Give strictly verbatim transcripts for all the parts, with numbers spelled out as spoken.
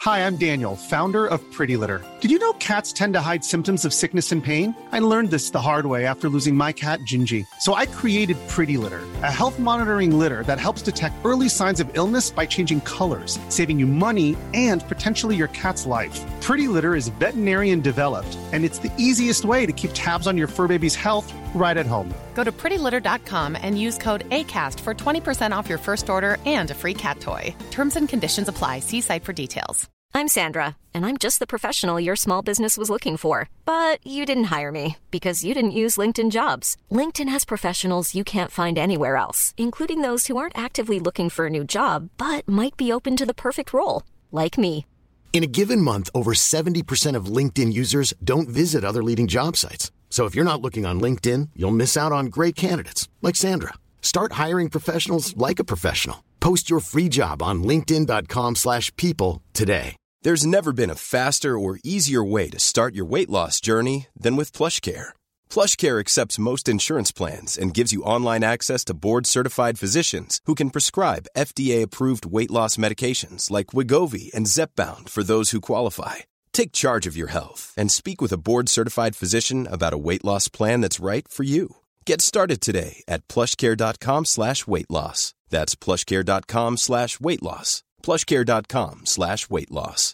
Hi, I'm Daniel, founder of Pretty Litter. Did you know cats tend to hide symptoms of sickness and pain? I learned this the hard way after losing my cat, Gingy. So I created Pretty Litter, a health monitoring litter that helps detect early signs of illness by changing colors, saving you money and potentially your cat's life. Pretty Litter is veterinarian developed, and it's the easiest way to keep tabs on your fur baby's health right at home. Go to pretty litter dot com and use code ACAST for twenty percent off your first order and a free cat toy. Terms and conditions apply. See site for details. I'm Sandra, and I'm just the professional your small business was looking for. But you didn't hire me because you didn't use LinkedIn Jobs. LinkedIn has professionals you can't find anywhere else, including those who aren't actively looking for a new job, but might be open to the perfect role, like me. In a given month, over seventy percent of LinkedIn users don't visit other leading job sites. So if you're not looking on LinkedIn, you'll miss out on great candidates like Sandra. Start hiring professionals like a professional. Post your free job on linkedin dot com slash people today. There's never been a faster or easier way to start your weight loss journey than with PlushCare. PlushCare accepts most insurance plans and gives you online access to board-certified physicians who can prescribe F D A-approved weight loss medications like Wegovy and Zepbound for those who qualify. Take charge of your health and speak with a board-certified physician about a weight loss plan that's right for you. Get started today at plushcare.com slash weight loss. That's plushcare.com slash weight loss. plushcare.com slash weight loss.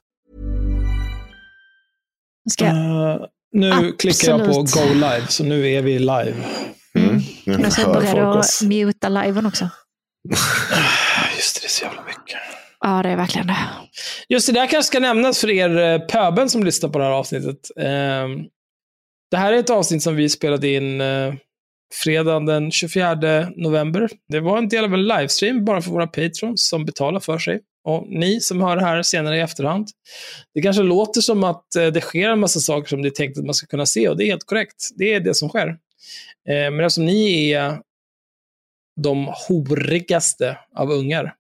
Ska uh, nu Absolut. klickar jag på Go Live, så nu är vi live. Mm. Jag är så beredd att muta liven också. Just det, det är så jävla mycket. Ja, det är verkligen det. Just det, där kanske ska nämnas för er pöben som lyssnar på det här avsnittet. Det här är ett avsnitt som vi spelade in fredag den tjugofjärde november. Det var en del av en livestream bara för våra patrons som betalar för sig. Och ni som hör det här senare i efterhand. Det kanske låter som att det sker en massa saker som det är tänkt att man ska kunna se, och det är helt korrekt. Det är det som sker. Men eftersom ni är de horigaste av ungar.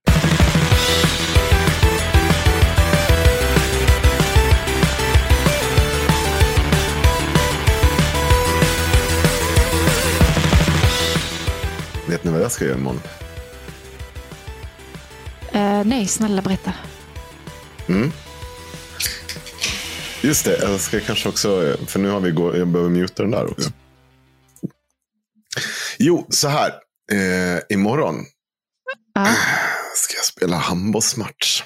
Vet ni vad jag ska göra imorgon? Uh, nej, snälla berätta. Mm. Just det, jag ska kanske också, för nu har vi gå, jag behöver muta den där också. Jo, så här. Eh, imorgon uh. ska jag spela handbollsmatch.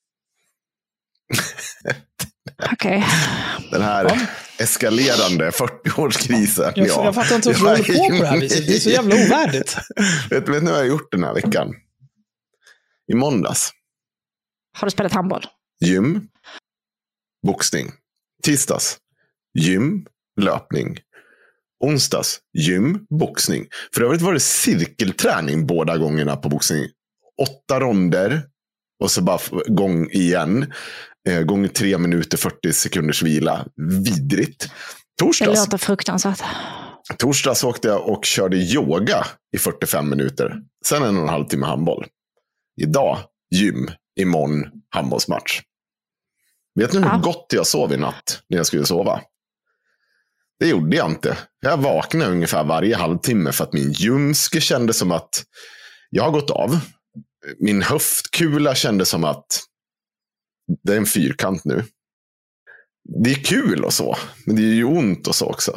Okej. Okay. Den här ja. eskalerande fyrtioårskrisen. Jag, jag fattar inte varför du håller på på det här viset. Det är så jävla ovärdigt. vet du vad jag har gjort den här veckan? I måndags. Har du spelat handboll? Gym. Boxning. Tisdags. Gym. Löpning. Onsdags. Gym. Boxning. För övrigt var det cirkelträning båda gångerna på boxning. Åtta ronder. Och så bara gång igen. Eh, gång tre minuter fyrtio sekunders vila. Vidrigt. Torsdags. Det låter fruktansvärt. Torsdags åkte jag och körde yoga i fyrtiofem minuter. Sen en och en halv timme handboll. Idag, gym. Imorgon, handbollsmatch. Vet ni hur ja. gott jag sov i natt när jag skulle sova? Det gjorde jag inte. Jag vaknade ungefär varje halvtimme för att min ljumske kände som att jag har gått av. Min höftkula kände som att det är en fyrkant nu. Det är kul och så, men det är ju ont och så också.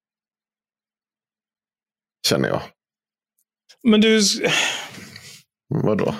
Känner jag. Men du... Vadå?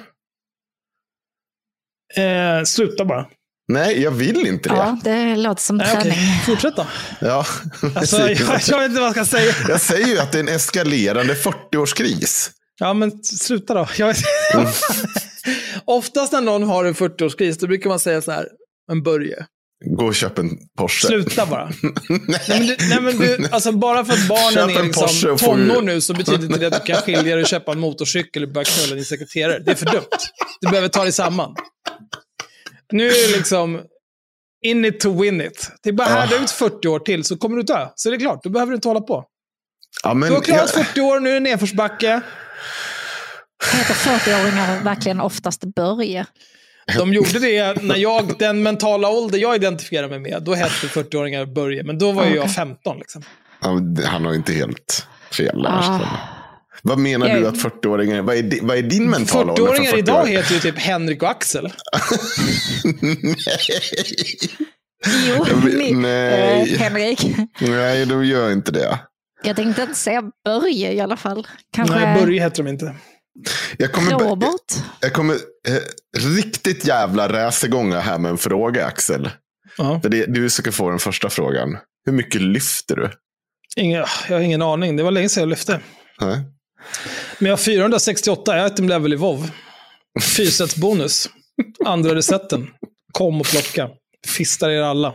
Eh, sluta bara. Nej, jag vill inte det. Ja, det låter som träning. Okay. Fortsätt då. Ja. Alltså, jag, jag vet inte vad jag ska säga. Jag säger ju att det är en eskalerande fyrtioårskris. Ja, men sluta då. Jag vet. Mm. Oftast när någon har en fyrtioårskris, då brukar man säga så här, en börje. Gå och köp en Porsche. Sluta bara. nej. nej men du, nej men du, alltså bara för att barnen är liksom tonår nu, så betyder inte det att du kan skilja dig och köpa en motorcykel och börja knulla din sekreterare. Det är för dumt. Du behöver ta dig samman. Nu är det liksom in it to win it. Det är bara här uh. ut fyrtio år till så kommer du dö. Så det är klart, då behöver du inte hålla på. Ja, men du har klarat jag... fyrtio år, nu är det nedförsbacke. Heter fyrtioåringar verkligen oftast börja? De gjorde det när jag, den mentala ålder jag identifierar mig med, då hette fyrtioåringar börja, men då var ju okay. jag femton liksom. Ja, han har inte helt fel där. Ah. Vad menar jag... du att fyrtioåringar, vad är, di, vad är din mentala ålder? fyrtioåringar idag heter ju typ Henrik och Axel. Nej. Jo, jag, nej. Eh, Henrik. Nej, de gör inte det. Jag tänkte inte säga Börje i alla fall. Kanske... Nej, Börje heter de inte. Jag kommer, Robert. Jag, jag kommer eh, riktigt jävla räsegånga här med en fråga, Axel. Uh-huh. För det, du ska få den första frågan. Hur mycket lyfter du? Inga, jag har ingen aning. Det var länge sedan jag lyfte. Uh-huh. Men jag har fyrahundrasextioåtta. Jag har ett level i WoW. Fyrsetsbonus. Andra resetten. Kom och plocka. Fistar er alla.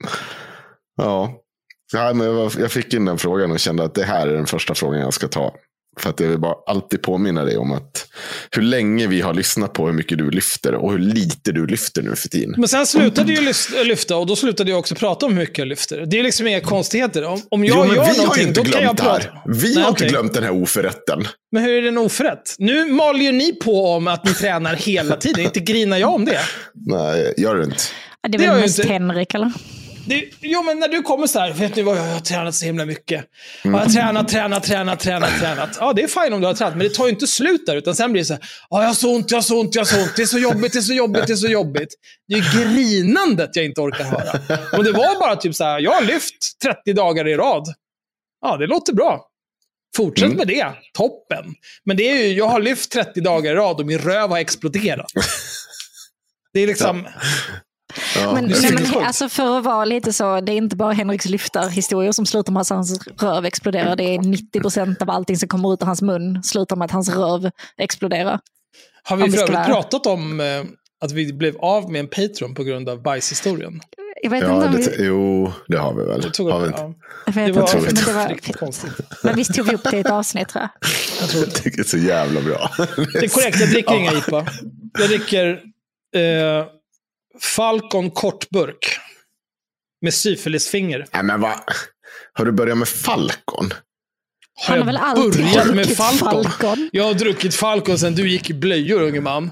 Ja. Ja, men jag fick in den frågan och kände att det här är den första frågan jag ska ta. För att jag vill bara alltid påminna dig om att hur länge vi har lyssnat på hur mycket du lyfter och hur lite du lyfter nu för tiden. Men sen slutade jag lyfta och då slutade jag också prata om hur mycket jag lyfter. Det är liksom inga konstigheter. Om, om jag jo, gör någonting, då kan jag prata. Vi Nej, har okay. inte glömt den här oförrätten. Men hur är det en oförrätt? Nu maler ju ni på om att ni tränar hela tiden. Inte grinar jag om det. Nej, gör det inte. Det är väl det mest inte. Henrik, eller? Det, jo, men när du kommer så här, vet ni vad, jag har tränat så himla mycket. Jag har tränat, tränat, tränat, tränat, tränat. Ja, det är fint om du har tränat, men det tar ju inte slut där, utan sen blir det så här, ja, jag har så ont, jag har så ont, jag har så ont, det är så jobbigt, det är så jobbigt, det är så jobbigt. Det är ju grinandet jag inte orkar höra. Och det var bara typ så här, jag har lyft trettio dagar i rad. Ja, det låter bra. Fortsätt mm. med det, toppen. Men det är ju, jag har lyft trettio dagar i rad och min röv har exploderat. Det är liksom... Ja. Ja, men, nej, men alltså för att vara lite så, det är inte bara Henriks lyftarhistorier som slutar med att hans röv exploderar. Det är nittio procent av allting som kommer ut av hans mun slutar med att hans röv exploderar. Har vi för övrigt pratat om eh, att vi blev av med en Patreon på grund av bajshistorien? Jag vet ja, inte det, vi... Jo, det har vi väl. Tog har vi inte. Ja. Jag vet det var, inte, men det var riktigt konstigt. Men visst tog vi upp det i ett avsnitt, tror jag. Jag, tror jag tycker det är så jävla bra. Det är korrekt, jag dricker inga I P A. Jag dricker... Eh, Falcon kortburk med syfilisfinger. Nej, men vad? Har du börjat med Falcon? Har jag har väl börjat med Falcon? Falcon? Jag har druckit Falcon sedan du gick i blöjor, unge man.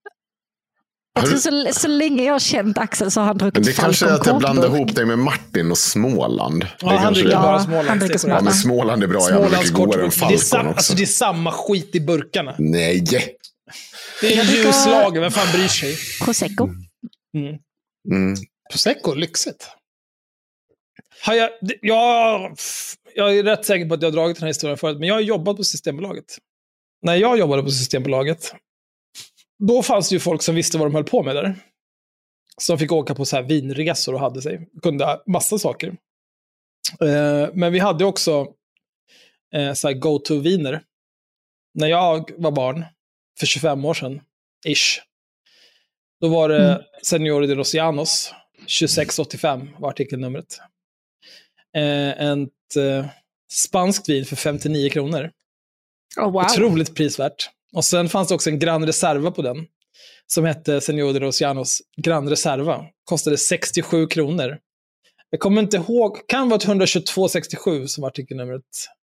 Jag tror så, så länge jag har känt Axel så har han druckit Falcon. Det kanske är att jag blandar ihop dig med Martin och Småland. Ja, han dricker det. bara Småland. Han dricker Småland. Ja, men Småland är bra. Smålands jag mycket godare än Falcon det är, sam- också. alltså, det är samma skit i burkarna. Nej. Det är ljuslager, vem fan bryr sig? Prosecco. Mm. Mm. Prosecco, lyxigt. Har jag, jag, jag är rätt säker på att jag har dragit den här historien förut, men jag har jobbat på Systembolaget. När jag jobbade på Systembolaget, då fanns det ju folk som visste vad de höll på med där. Som fick åka på så här vinresor och hade sig. Kunde massa saker. Eh, men vi hade också eh, så här go-to-viner. När jag var barn, för tjugofem år sedan, ish. Då var det mm. Señor de los Llanos, tjugosex åttiofem var artikelnumret. Eh, ett eh, spanskt vin för femtionio kronor. Oh, wow. Otroligt prisvärt. Och sen fanns det också en Gran Reserva på den. Som hette Señor de los Llanos Gran Reserva. Kostade sextiosju kronor. Jag kommer inte ihåg, kan vara ett etthundratjugotvå sextiosju som var artikelnumret.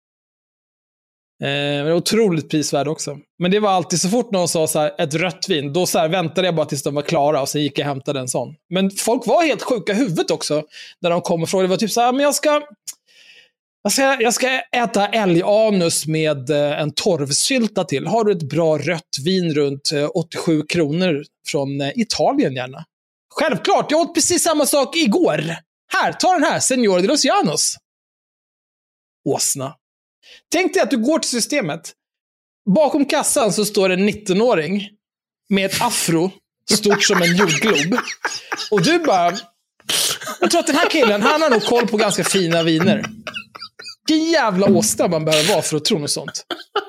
Eh, men otroligt prisvärd också. Men det var alltid, så fort någon sa så här, ett rött vin, då så här, väntade jag bara tills de var klara och sen gick jag och hämtade en sån. Men folk var helt sjuka i huvudet också när de kom och frågade. Det var typ så här, men jag ska jag ska, jag ska äta älganus med eh, en torvsylta till. Har du ett bra rött vin runt eh, åttiosju kronor från eh, Italien gärna? Självklart, jag åt precis samma sak igår. Här, ta den här, Señor de los Llanos. Åsna. Tänk dig att du går till systemet. Bakom kassan så står en nittonåring med ett afro stort som en jordglob. Och du bara... Jag tror att den här killen, han har nog koll på ganska fina viner. Vilken jävla åsna man behöver vara för att tro något sånt.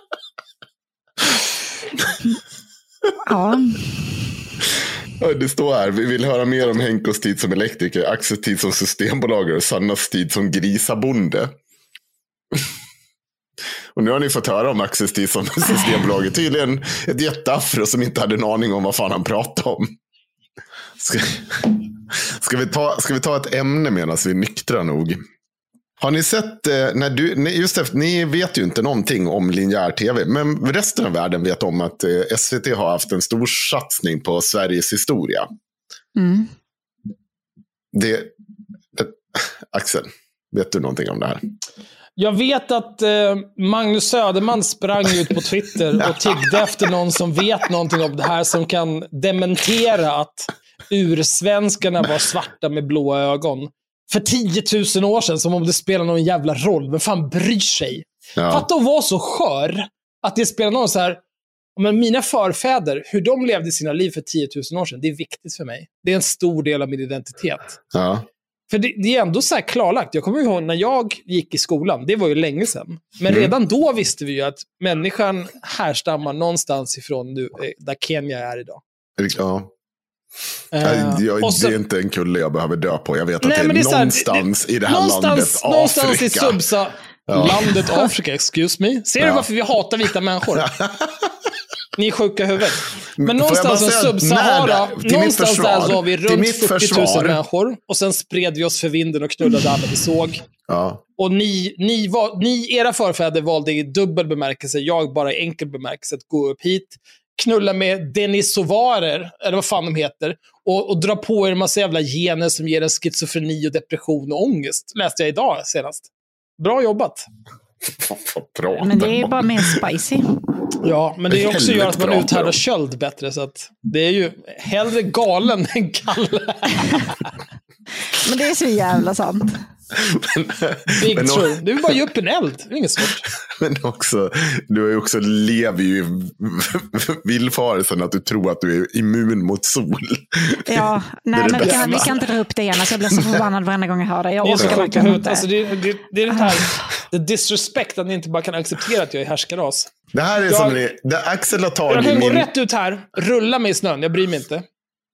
Ja. Det står här, vi vill höra mer om Henkos tid som elektriker, Axels tid som systembolagare och Sannas tid som grisabonde. Och nu har ni fått höra om Axels tid som systembolagare. Tydligen ett jätteafro som inte hade en aning om vad fan han pratade om. Ska, ska, vi, ta, ska vi ta ett ämne medan vi är nyktra nog? Har ni sett, när du, just efter, ni vet ju inte någonting om linjär tv, men resten av världen vet om att S V T har haft en stor satsning på Sveriges historia. Mm. Det, det, Axel, vet du någonting om det här? Jag vet att eh, Magnus Söderman sprang ut på Twitter och tiggde efter någon som vet någonting om det här, som kan dementera att ursvenskarna var svarta med blåa ögon för tio tusen år sedan, som om det spelar någon jävla roll. Men fan bryr sig? Ja. För att de var så skör att det spelar någon så här, men mina förfäder, hur de levde sina liv för tio tusen år sedan, det är viktigt för mig. Det är en stor del av min identitet. Ja. För det, det är ändå så här klarlagt. Jag kommer ihåg när jag gick i skolan, det var ju länge sedan. Men mm. redan då visste vi ju att människan härstammar någonstans ifrån nu, där Kenya är idag. Ja. Uh, jag, jag, så, det är inte en kulle jag behöver dö på. Jag vet att nej, det är, det är någonstans här, det, i det här någonstans, landet, någonstans Afrika. i Subsa, ja. landet Afrika, excuse me. Ser ja. du varför vi hatar vita människor? Ni är sjuka huvudet. Men någonstans som Sub-Sahara, någonstans försvar, där så har vi runt fyrtio tusen människor. Och sen spred vi oss för vinden och knullade alla vi såg. Ja. Och ni, ni, var, ni, era förfäder valde i dubbel bemärkelse, jag bara i enkel bemärkelse, att gå upp hit, knulla med denisovarer, eller vad fan de heter, och, och dra på er en massa jävla gener som ger en schizofreni och depression och ångest. Läste jag idag senast. Bra jobbat. Men det är ju bara mer spicy. Ja, men det är också gör att man uthärdar köld bättre, så att det är ju hellre galen än Kalle. Men det är så jävla sant. Big men true. Du vill bara ge upp en eld, det är inget svårt. Men också, du är också lever ju i villfarelsen att du tror att du är immun mot sol. Ja, nej, men vi kan, vi kan inte dra upp det igen. Alltså jag blir så förbannad varenda gång jag hör det. Jag det är så sjukt ut. Alltså det, det, det är det här det disrespect att ni inte bara kan acceptera att jag är härskaras. Det här är jag, som ni, det Axel har tagit. Jag kan min... gå rätt ut här, rulla mig i snön, jag bryr mig inte.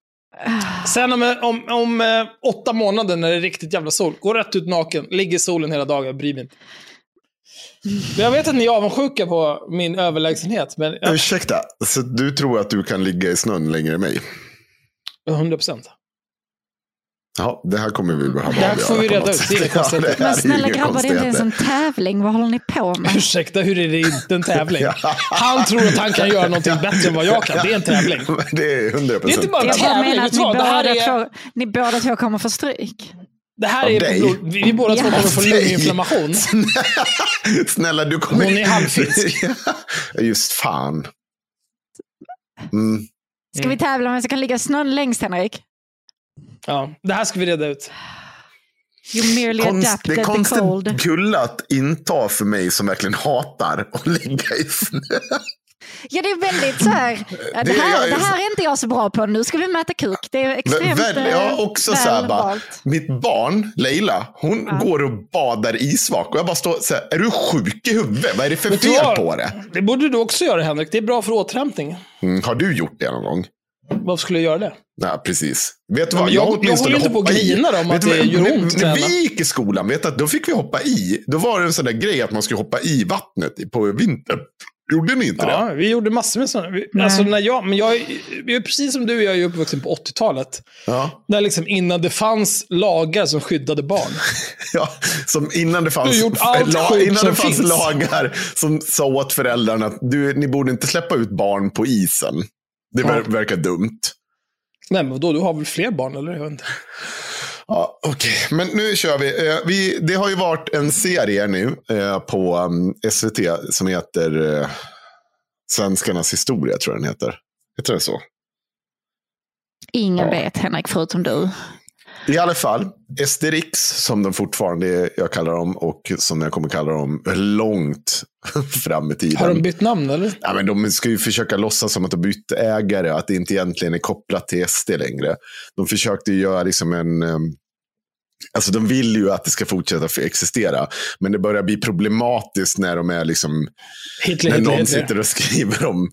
Sen om, om, om eh, åtta månader när det är riktigt jävla sol, gå rätt ut naken, ligger i solen hela dagen, jag bryr mig inte. Men jag vet att ni är avundsjuka på min överlägsenhet, men jag... Ursäkta, så du tror att du kan ligga i snön längre än mig? hundra procent. Ja, det här kommer vi behöva. Det här får vi reda ut, det är konstigt. Ja, men snälla grabbar, det är inte ens en tävling, vad håller ni på med? Ursäkta, hur är det inte en tävling? Han tror att han kan göra någonting bättre än vad jag kan, det är en tävling. Det är hundra procent. Det är inte bara en tävling, vet du vad? Det här är... Två, ni båda två kommer få stryk. Det här är blod, vi, vi båda två kommer få lunginflammation. Snälla, du kommer... Hon är halvfinsk. Just fan. Mm. Ska vi tävla om vem som kan ligga i snön längst, Henrik? Ja, det här ska vi reda ut. You merely Konst, adapted det är konstigt kulla att inta för mig som verkligen hatar att ligga i snö. Ja, det är väldigt så här. Det, det, här, är, det här är inte jag så bra på. Nu ska vi mäta kuk. Det är extremt väl, jag också väl så här, bara, valt. mitt barn, Leila, hon ja. går och badar isvak. Och jag bara står så här, är du sjuk i huvudet? Vad är det för fel vad, på det? Det borde du också göra, Henrik. Det är bra för återhämtning. Mm, har du gjort det någon gång? Varför skulle jag göra det? Nej, precis. Vet du vad? Jag, jag, jag håller inte på att grina om att det gör ont. När vi gick i skolan, vet du, då fick vi hoppa i. Då var det en sån där grej att man skulle hoppa i vattnet på vintern. Gjorde ni inte ja, det? Vi gjorde massor med sådana. Vi, alltså, när jag, men jag, jag är precis som du, jag är uppvuxen på åttiotalet. Ja. När liksom innan det fanns lagar som skyddade barn. Ja, som innan det fanns, la, innan det fanns lagar som sa åt föräldrarna att du, ni borde inte släppa ut barn på isen. Det ja. verkar dumt. Nej, men då du har väl fler barn, eller? Jag vet inte. Ja, okej. Okay. Men nu kör vi. vi. Det har ju varit en serie nu eh, på um, S V T som heter eh, Svenskarnas historia, tror jag den heter. Heter det så? Ingen ja. vet, Henrik, förutom du. I alla fall, Esterix som de fortfarande jag kallar dem och som jag kommer kalla dem långt fram i tiden. Har de bytt namn, eller? Ja, men de ska ju försöka låtsas som att de bytt ägare, att det inte egentligen är kopplat till S D längre. De försökte ju göra liksom en... Um, alltså de vill ju att det ska fortsätta för existera, men det börjar bli problematiskt när de är liksom... Hitler, när Hitler, någon Hitler. sitter och skriver om...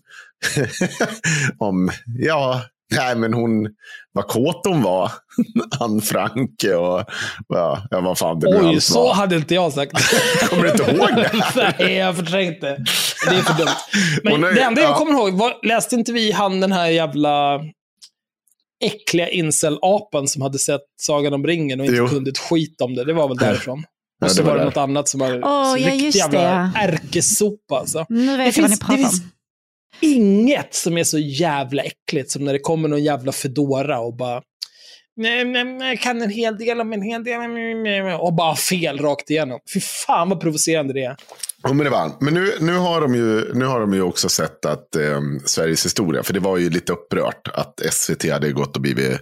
om ja... Nej, men hon var kåt hon var. Anne Franke och ja, ja vad fan det nu Oj, så var. Hade inte jag sagt. Kommer du inte ihåg det? Nej, jag förträngde det. Det är för dumt. Men är, det enda jag ja. kommer ihåg var, läste inte vi han den här jävla äckliga incel-apan som hade sett Sagan om ringen och inte jo. kunde ett skit om det. Det var väl därifrån. Ja, och så var var det där. något annat som var oh, riktigt ja, jävla ärkesopa. Alltså. Nu vet jag vad ni pratar om. Inget som är så jävla äckligt som när det kommer någon jävla fedora och bara nej, nej, jag kan en hel del om en hel del och bara fel rakt igenom. Fy fan vad provocerande det är. Ja, men det var. Men nu, nu, har de ju, nu har de ju också sett att eh, Sveriges historia, för det var ju lite upprört att S V T hade gått och blivit...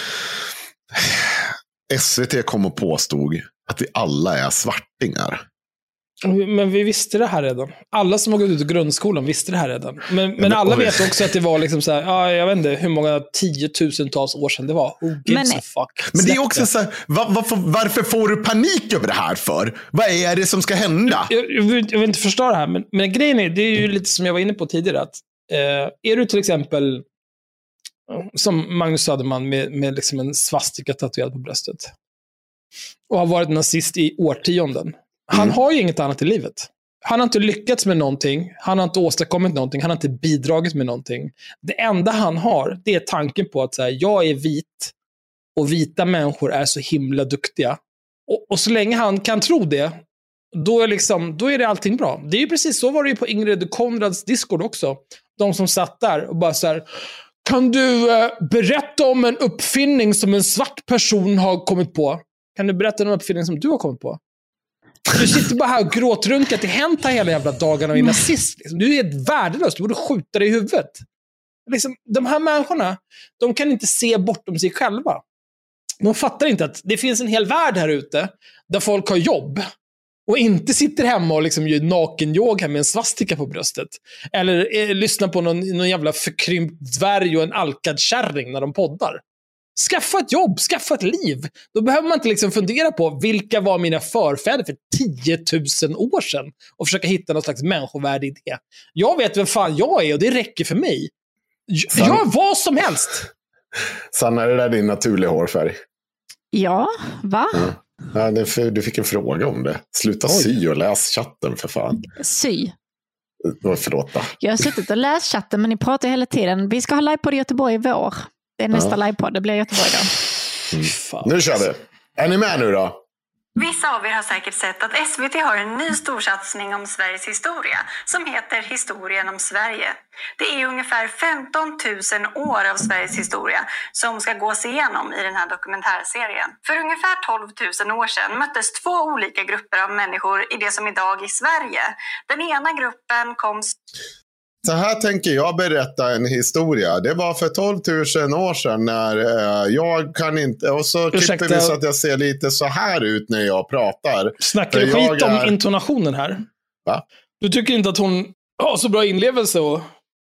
S V T kom och påstod att vi alla är svartingar. Men vi visste det här redan. Alla som har gått ut i grundskolan visste det här redan. Men, men alla vet också att det var liksom så här, ja, jag vet inte hur många tiotusentals år sedan det var. Oh, men, fuck. men det är också så här, var, varför, varför får du panik över det här för? Vad är det som ska hända? Jag, jag, vill, jag vill inte förstå det här, men, men grejen är, det är ju lite som jag var inne på tidigare, att eh, är du till exempel som Magnus Söderman med, med liksom en svastika tatuerad på bröstet och har varit nazist i årtionden. Han mm. har ju inget annat i livet. Han har inte lyckats med någonting. Han har inte åstadkommit någonting. Han har inte bidragit med någonting. Det enda han har, det är tanken på att så här, jag är vit och vita människor är så himla duktiga. Och, och så länge han kan tro det, då är, liksom, då är det allting bra. Det är ju precis så var det ju på Ingrid Konrads Discord också. De som satt där och bara så här, kan du eh, berätta om en uppfinning som en svart person har kommit på? Kan du berätta om en uppfinning som du har kommit på? Du sitter bara här och gråtrunkat i hänt här hela jävla dagarna och är nazist. Liksom. Du är ett värdelös. Du borde skjuta dig i huvudet. Liksom, de här människorna, de kan inte se bortom sig själva. De fattar inte att det finns en hel värld här ute där folk har jobb och inte sitter hemma och liksom gör nakenyoga med en svastika på bröstet. Eller eh, lyssnar på någon, någon jävla förkrympt dvärg och en alkad kärring när de poddar. Skaffa ett jobb, skaffa ett liv. Då behöver man inte liksom fundera på vilka var mina förfäder för tiotusen år sedan och försöka hitta någon slags människovärde i det. Jag vet vem fan jag är och det räcker för mig. Jag gör vad som helst. Sanna, är det där din naturliga hårfärg? Ja, va? Mm. Ja, det, du fick en fråga om det. Sluta Oj. sy och läs chatten för fan. Sy? Förlåt då. Jag har suttit och läst chatten men ni pratar hela tiden. Vi ska ha livepodd i Göteborg i vår. Det är nästa ja. livepodd, det blir Göteborg då. Mm. Nu kör vi. Är ni med nu då? Vissa av er har säkert sett att S V T har en ny storsatsning om Sveriges historia som heter Historien om Sverige. Det är ungefär femton tusen år av Sveriges historia som ska gås igenom i den här dokumentärserien. För ungefär tolv tusen år sedan möttes två olika grupper av människor i det som idag är Sverige. Den ena gruppen kom... Så här tänker jag berätta en historia. Det var för tolv tusen år sedan när eh, jag kan inte... Och så klipper vi så att jag ser lite så här ut när jag pratar. Snackar du skit är... om intonationen här? Va? Du tycker inte att hon har så bra inlevelse? Och...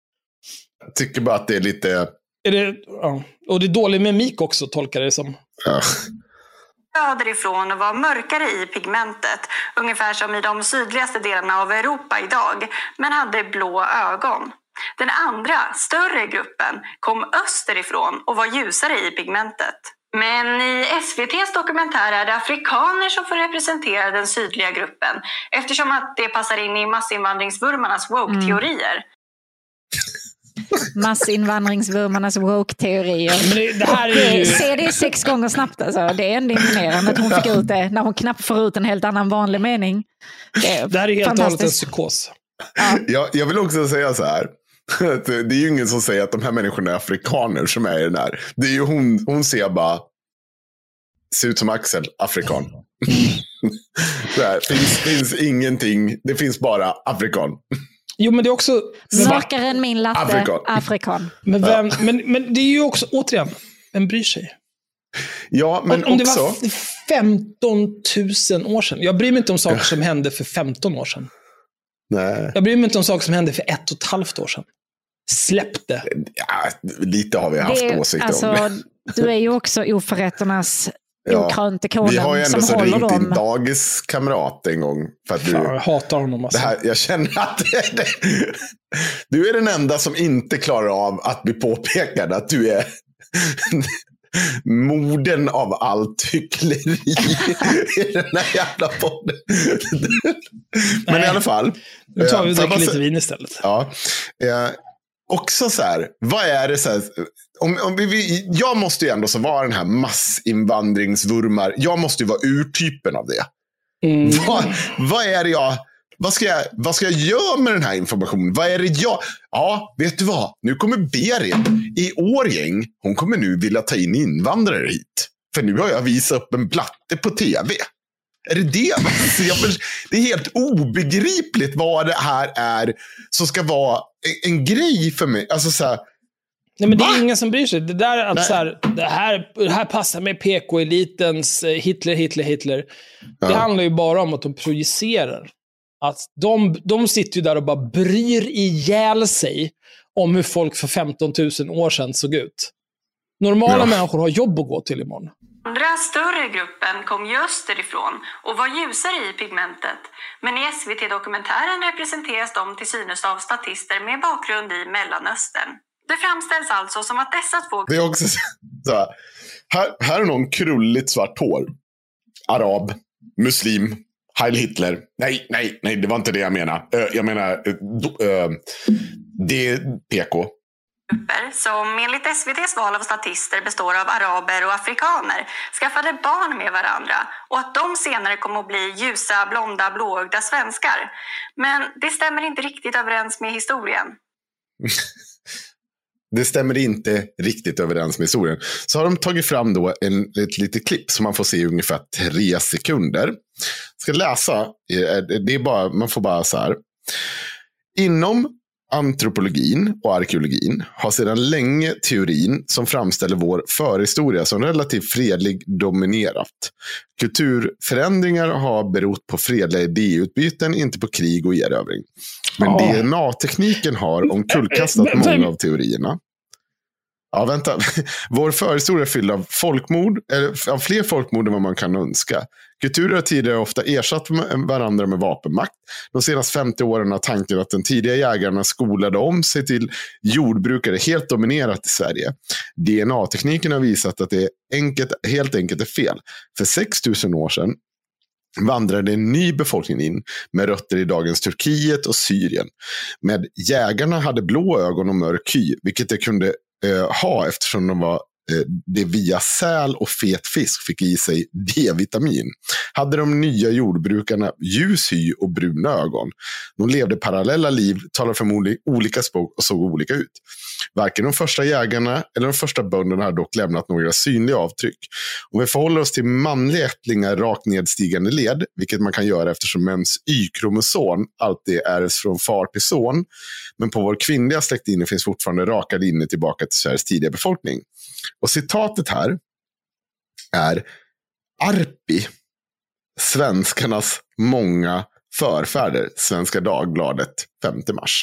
Jag tycker bara att det är lite... Är det... Ja. Och det är dålig mimik också, tolkar det som. Ja. Söderifrån och var mörkare i pigmentet, ungefär som i de sydligaste delarna av Europa idag, men hade blå ögon. Den andra, större gruppen, kom österifrån och var ljusare i pigmentet. Men i S V T:s dokumentär är det afrikaner som får representera den sydliga gruppen, eftersom att det passar in i massinvandringsvurmarnas woke-teorier. Mm. Massinvandringsvurmarnas woke-teorier. Men det, det här är ju... Se det sex gånger snabbt alltså. Det är ändå imponerande att hon fick ut det när hon knappt får ut en helt annan vanlig mening. Det, är det här är helt och hållet en psykos. Ja. Jag, jag vill också säga så här. Det är ju ingen som säger att de här människorna är afrikaner som är i den här. Det är ju hon, hon ser bara ser ut som Axel, afrikan. Det finns, finns ingenting. Det finns bara afrikan. Jo, men det är också... Mörkare än min latte, afrikan. afrikan. Men, vem, ja. men, men det är ju också, återigen, vem bryr sig? Ja, men om, om också... det var femton tusen år sedan. Jag bryr mig inte om saker som hände för femton år sedan. Nej. Jag bryr mig inte om saker som hände för ett och ett halvt år sedan. Släpp det. Ja, lite har vi haft det, åsikter alltså, om. Du är ju också oförrätternas okrönte konen. Vi har ju ändå som så ringt dem. din dagiskamrat en gång. För att du, Fan, jag hatar honom. Alltså. Det här, jag känner att det, det, du är den enda som inte klarar av att bli påpekad att du är morden av allt hyckleri i den här jävla podden. Men Nej. i alla fall. Nu tar vi och dricker lite så, vin istället. Ja. Eh, också så här, vad är det så här, om, om vi, vi, jag måste ju ändå så vara den här massinvandringsvurmar. Jag måste ju vara urtypen av det. Mm. Vad, vad är det jag vad ska jag, vad ska jag göra med den här informationen? Vad är det jag... Ja, vet du vad? Nu kommer Berit i Årgäng. Hon kommer nu vilja ta in invandrare hit. För nu har jag visat upp en platte på tv. Är det det? Det är helt obegripligt vad det här är som ska vara en, en grej för mig. Alltså så här... Nej, men det är Va? ingen som bryr sig. Det där att så här, det här, det här passar med P K-elitens Hitler, Hitler, Hitler. Ja. Det handlar ju bara om att de projicerar. Att de, de sitter ju där och bara bryr ihjäl sig om hur folk för femton tusen år sedan såg ut. Normala ja. människor har jobb att gå till imorgon. Andra större gruppen kom ju österifrån och var ljusare i pigmentet. Men i S V T-dokumentären representeras de till synes av statister med bakgrund i Mellanöstern. Det framställs alltså som att dessa två... Det är också så här, här, här är någon krulligt svart hår. Arab, muslim, Heil Hitler. Nej, nej, nej, det var inte det jag menar. Uh, jag menar, uh, uh, det är P K. Som enligt S V T:s val av statister består av araber och afrikaner skaffade barn med varandra och att de senare kommer att bli ljusa, blonda, blåögda svenskar. Men det stämmer inte riktigt överens med historien. Det stämmer inte riktigt överens med historien. Så har de tagit fram då en, ett litet klipp som man får se i ungefär tre sekunder. Jag ska läsa, det är bara, man får bara så här. Inom antropologin och arkeologin har sedan länge teorin som framställer vår förhistoria som relativt fredlig dominerat. Kulturförändringar har berott på fredliga idéutbyten, inte på krig och erövring. Men oh. D N A-tekniken har omkullkastat många av teorierna. Ja, vänta. Vår förhistoria är fylld av folkmord, eller av fler folkmord än vad man kan önska. Kulturer har tidigare ofta ersatt varandra med vapenmakt. De senaste femtio åren har tanken att den tidiga jägarna skolade om sig till jordbrukare helt dominerat i Sverige. D N A-tekniken har visat att det enkelt, helt enkelt är fel. För sex tusen år sedan vandrade en ny befolkning in med rötter i dagens Turkiet och Syrien. Med jägarna hade blå ögon och mörk hy, vilket de kunde eh, ha eftersom de var det via säl och fet fisk fick i sig D-vitamin. Hade de nya jordbrukarna ljus hy och bruna ögon. De levde parallella liv, talade förmodligen olika språk och såg olika ut. Varken de första jägarna eller de första bönderna har dock lämnat några synliga avtryck. Om vi förhåller oss till manliga ättlingar rakt nedstigande led, vilket man kan göra eftersom mäns Y-kromosom alltid är från far till son, men på vår kvinnliga släktlinje finns fortfarande raka linjer tillbaka till Sveriges tidiga befolkning. Och citatet här är Arpi, svenskarnas många förfäder, Svenska Dagbladet, femte mars.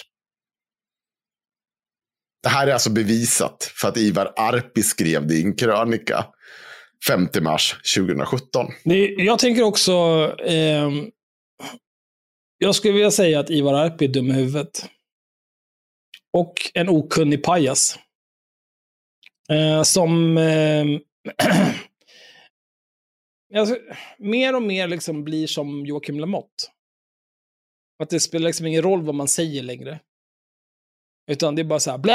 Det här är alltså bevisat för att Ivar Arpi skrev det i en krönika femte mars tjugohundrasjutton. Jag tänker också, eh, jag skulle vilja säga att Ivar Arpi är dum i huvudet. Och en okunnig pajas. Eh, som eh, alltså, mer och mer liksom blir som Joakim Lamotte. Att det spelar liksom ingen roll vad man säger längre. Utan det är bara så här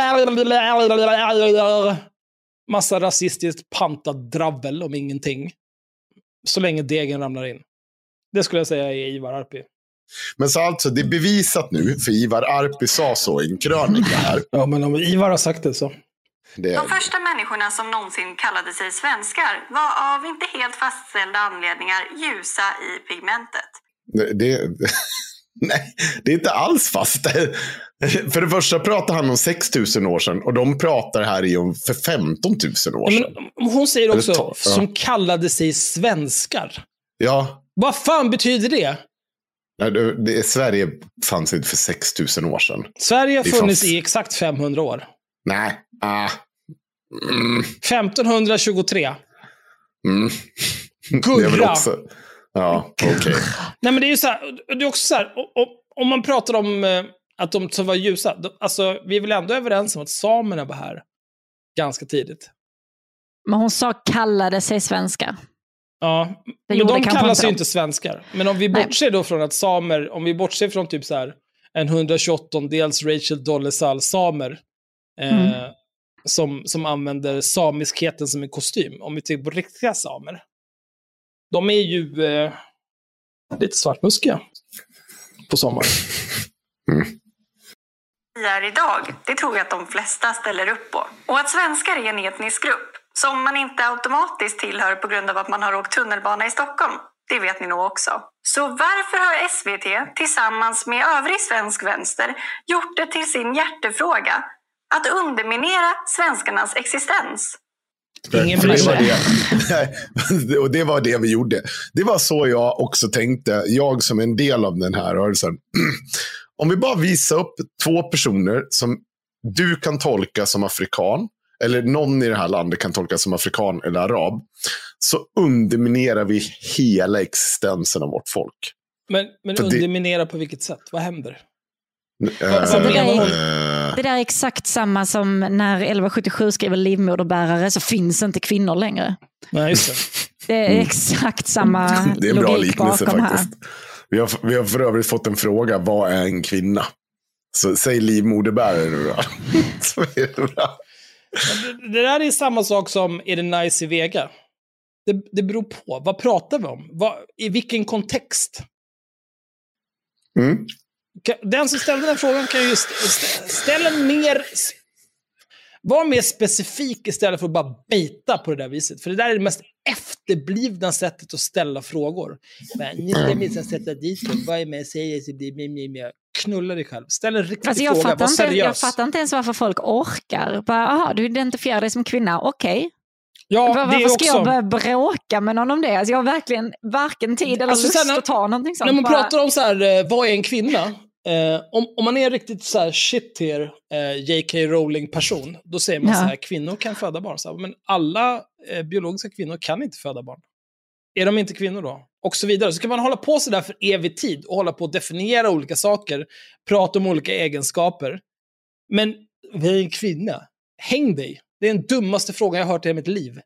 massa rasistiskt pantat dravel om ingenting. Så länge degen ramlar in. Det skulle jag säga är Ivar Arpi. Men så alltså, det är bevisat nu, för Ivar Arpi sa så i en krönika här. Ja, men om Ivar har sagt det så. Det är... De första människorna som någonsin kallade sig svenskar var av inte helt fastställda anledningar ljusa i pigmentet. Det, det, nej, det är inte alls fast. För det första pratar han om sex tusen år sedan och de pratar här om för femton tusen år sedan. Men hon säger också ta, ja. som kallade sig svenskar. Ja. Vad fan betyder det? Nej, det, det, Sverige fanns inte för sex tusen år sedan. Sverige har funnits fanns... i exakt femhundra år. Nej, ah. Mm. femton tjugotre. Mm. Gurra. Också... Ja, okej. Okay. Nej, men det är ju så här, det är också så här, om, om man pratar om eh, att de som var ljusa, de, alltså vi är väl ändå överens om att samerna var här ganska tidigt. Men hon sa kallade sig svenskar. Ja, det men de kallas ju inte svenskar. Men om vi bortser då från att samer, om vi bortser från typ så här en hundratjugoåtta-dels Rachel Dolezal samer eh, mm. som, som använder samiskheten som en kostym. Om vi tittar på riktiga samer. De är ju eh, lite svartmuskiga. på sommaren. Mm. Vi är idag, det tror jag att de flesta ställer upp på. Och att svenskar är en etnisk grupp som man inte automatiskt tillhör på grund av att man har åkt tunnelbana i Stockholm, det vet ni nog också. Så varför har S V T tillsammans med övrig svensk vänster gjort det till sin hjärtefråga att underminera svenskarnas existens? Ingen för det, var det. det. Och det var det vi gjorde. Det var så jag också tänkte. Jag som en del av den här rörelsen. Om vi bara visar upp två personer som du kan tolka som afrikan, eller någon i det här landet kan tolka som afrikan eller arab, så underminerar vi hela existensen av vårt folk. Men, men För underminera det... på vilket sätt? Vad händer? Äh, alltså, det, där äh... är, det där är exakt samma som när elva sjuttiosju skriver livmoderbärare så finns inte kvinnor längre. Nej, just det. Det är exakt samma det är en bra logik liknelse bakom faktiskt. Här. Vi har, vi har för övrigt fått en fråga, vad är en kvinna? Så säg livmoderbärare nu då. Så är det bra. Det, det där är samma sak som är det nice i Vega? Det, det beror på. Vad pratar vi om? Vad, i vilken kontext? Mm. Den som ställde den här frågan kan ju st- ställa mer... Var mer specifik istället för att bara bita på det där viset. För det där är det mest efterblivna sättet att ställa frågor. Men nu ska vi sätta dit och vad är med säger så blir mer mer knulla dig själv. Ställ en riktig alltså jag fråga, var seriös. Inte, jag fattar inte ens varför folk orkar. Bara, aha, du identifierar dig som kvinna, okej. Okay. Ja, Var, varför ska också... jag börja bråka med någon om det? Alltså jag har verkligen varken tid eller alltså, lust när, att ta någonting sånt. När man bara... pratar om så här, vad är en kvinna? Eh, om, om man är riktigt så här shit here, eh, J K Rowling-person, då säger man ja. så här, kvinnor kan föda barn. Så här, men alla eh, biologiska kvinnor kan inte föda barn. Är de inte kvinnor då? Och så vidare. Så kan man hålla på så där för evig tid och hålla på att definiera olika saker, prata om olika egenskaper. Men vad är en kvinna? Häng dig. Det är den dummaste frågan jag har hört i mitt liv.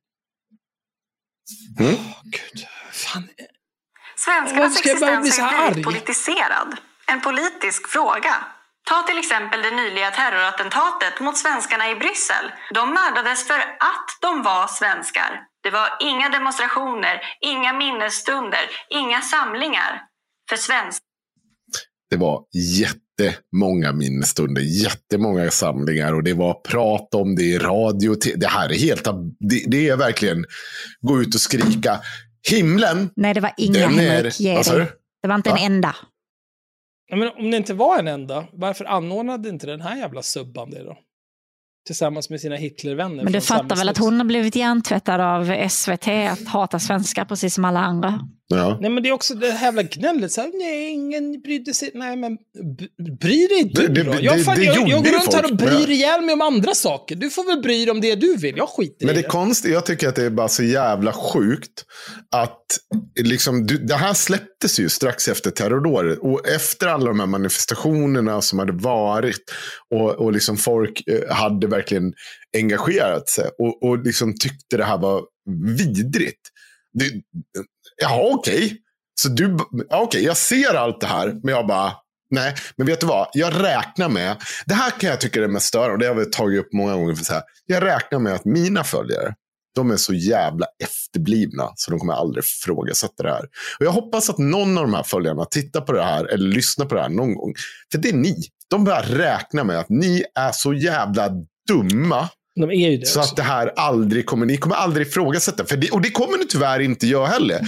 Mm. Oh, Gud. Fan. Svenskarnas existens har blivit politiserad. En politisk fråga. Ta till exempel det nyliga terrorattentatet mot svenskarna i Bryssel. De mördades för att de var svenskar. Det var inga demonstrationer, inga minnesstunder, inga samlingar för svenskar. Det var jättemånga minnesstunder, jättemånga samlingar och det var prat om det i radio. Det här är helt, det, det är verkligen gå ut och skrika. Himlen. Nej, det var inga Henrik. Är, det var inte Va? en enda. Ja, men om det inte var en enda, varför anordnade inte den här jävla subban det då? Tillsammans med sina Hitlervänner. Men du fattar väl att hon har blivit hjärntvättad av S V T att hata svenskar precis som alla andra. Ja. Nej, men det är också det här jävla gnället. Så här, nej, ingen brydde sig. Nej, men b- bry dig du det, då. Det, jag, fan, det, jag, det jag går runt folk. här och bryr ihjäl mig om andra saker. Du får väl bry dig om det du vill. Jag skiter men i det. Men det är konstigt. Jag tycker att det är bara så jävla sjukt att liksom, det här släpptes ju strax efter terrordåret. Och efter alla de här manifestationerna som hade varit och, och liksom folk hade verkligen engagerat sig och, och liksom tyckte det här var vidrigt. Det, ja, okej. Okay. Så du, okej, okay, jag ser allt det här, men jag bara, nej, men vet du vad? Jag räknar med, det här kan jag tycka är mest störande, och det har vi tagit upp många gånger för så här. Jag räknar med att mina följare, de är så jävla efterblivna så de kommer aldrig ifrågasätta det här. Och jag hoppas att någon av de här följarna tittar på det här eller lyssnar på det här någon gång. För det är ni. De börjar räkna med att ni är så jävla dumma. De är ju det så också. Att det här aldrig kommer, ni kommer aldrig ifrågasätta. För det, och det kommer ni tyvärr inte göra heller.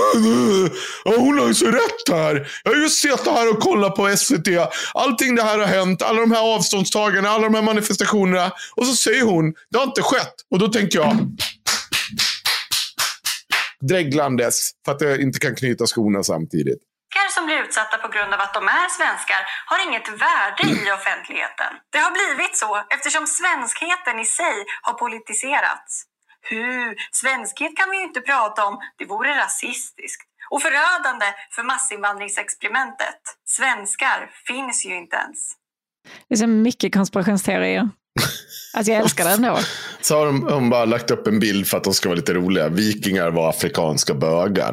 Ja, hon har ju så rätt här. Jag har ju sett det här och kollat på S V T. Allting det här har hänt. Alla de här avståndstagarna, alla de här manifestationerna. Och så säger hon, det har inte skett. Och då tänker jag, drägglandes, för att jag inte kan knyta skorna samtidigt. Som blir utsatta på grund av att de är svenskar har inget värde i offentligheten. Det har blivit så eftersom svenskheten i sig har politiserats. Hur? Svenskhet kan vi ju inte prata om, det vore rasistiskt. Och förödande för massinvandringsexperimentet. Svenskar finns ju inte ens. Det är så mycket konspirationsteorier. Alltså jag älskar det ändå. Så har de, de bara lagt upp en bild för att de ska vara lite roliga. Vikingar var afrikanska bögar.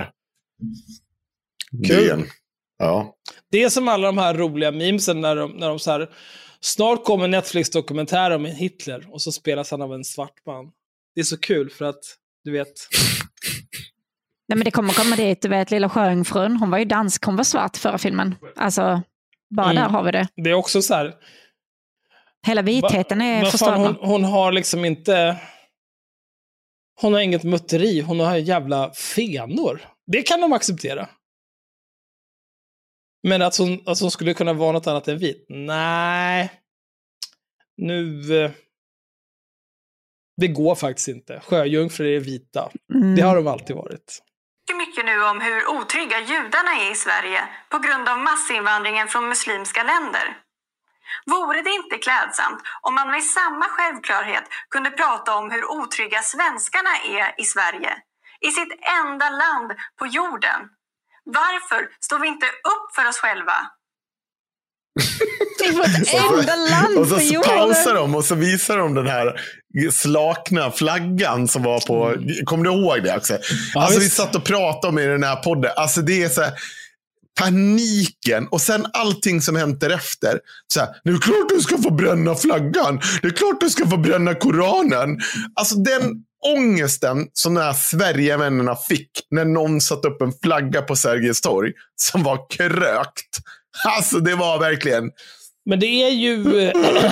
Kul. Ja. Det är som alla de här roliga memesen när de, när de så här, snart kommer Netflix-dokumentär om Hitler och så spelas han av en svart man. Det är så kul för att, du vet. Nej, men det kommer komma dit, du vet, Lilla Sjöjungfrun, hon var ju dansk, hon var svart förra filmen. Alltså, Bara mm. där har vi det. Det är också så här... Hela vitheten är förstående. Hon, hon har liksom inte... Hon har inget mutteri. Hon har jävla fenor. Det kan de acceptera. Men att hon, att hon skulle kunna vara något annat än vit? Nej. Nu... Det går faktiskt inte. Sjöjungfrur är vita. Mm. Det har de alltid varit. Mycket nu om hur otrygga judarna är i Sverige på grund av massinvandringen från muslimska länder. Vore det inte klädsamt om man med samma självklarhet kunde prata om hur otrygga svenskarna är i Sverige, i sitt enda land på jorden? Varför står vi inte upp för oss själva? Det var ett enda land och så, på jorden. Och så pausar de och så visar de den här slakna flaggan som var på... Mm. Kommer du ihåg det också? Ja, alltså visst. Vi satt och pratade om i den här podden. Alltså det är så här... Paniken och sen allting som hänt därefter. Så här, det är klart du ska få bränna flaggan. Det är klart du ska få bränna Koranen. Alltså den ångesten som de här Sverigevännerna fick när någon satt upp en flagga på Sergels torg som var krökt. Alltså det var verkligen... Men det är ju...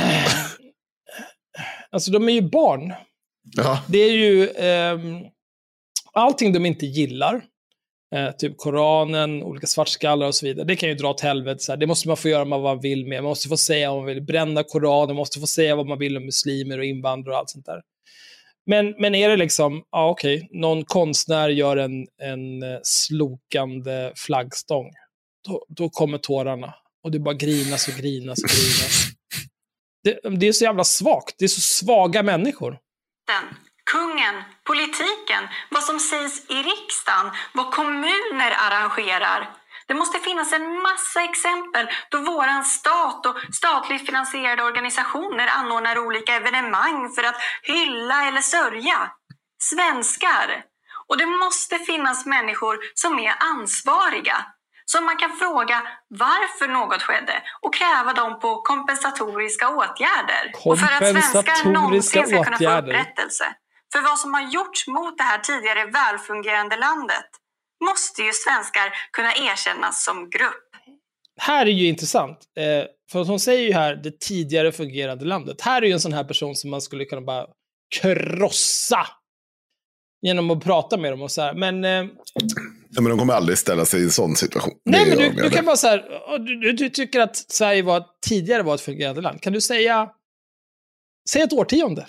alltså de är ju barn. Ja. Det är ju... Eh, allting de inte gillar. Eh, typ Koranen, olika svartskallar och så vidare. Det kan ju dra åt helvete. Så här. Det måste man få göra vad man vill med. Man måste få säga vad man vill. Bränna Koranen. Man måste få säga vad man vill om muslimer och invandrare och allt sånt där. Men, men är det liksom... Ja, okej. Okay, någon konstnär gör en, en slokande flaggstång. Då, då kommer tårarna. Och det bara grinas och grinas och grinas. Det, det är så jävla svagt. Det är så svaga människor. Den. Kungen, politiken, vad som sägs i riksdagen, vad kommuner arrangerar. Det måste finnas en massa exempel då våran stat och statligt finansierade organisationer anordnar olika evenemang för att hylla eller sörja svenskar. Och det måste finnas människor som är ansvariga. Som man kan fråga varför något skedde och kräva dem på kompensatoriska åtgärder. Kompensatoriska och för att svenskar någonsin ska kunna få åtgärder. upprättelse för vad som har gjorts mot det här tidigare välfungerande landet måste ju svenskar kunna erkännas som grupp. Här är ju intressant. Eh, för hon säger ju här det tidigare fungerande landet. Här är ju en sån här person som man skulle kunna bara krossa genom att prata med dem och så här. Men... Eh, ja, men de kommer aldrig ställa sig i en sån situation. Nej, men du, du kan bara så här... Du, du, du tycker att Sverige var, tidigare var ett fungerande land. Kan du säga... Säg ett årtionde.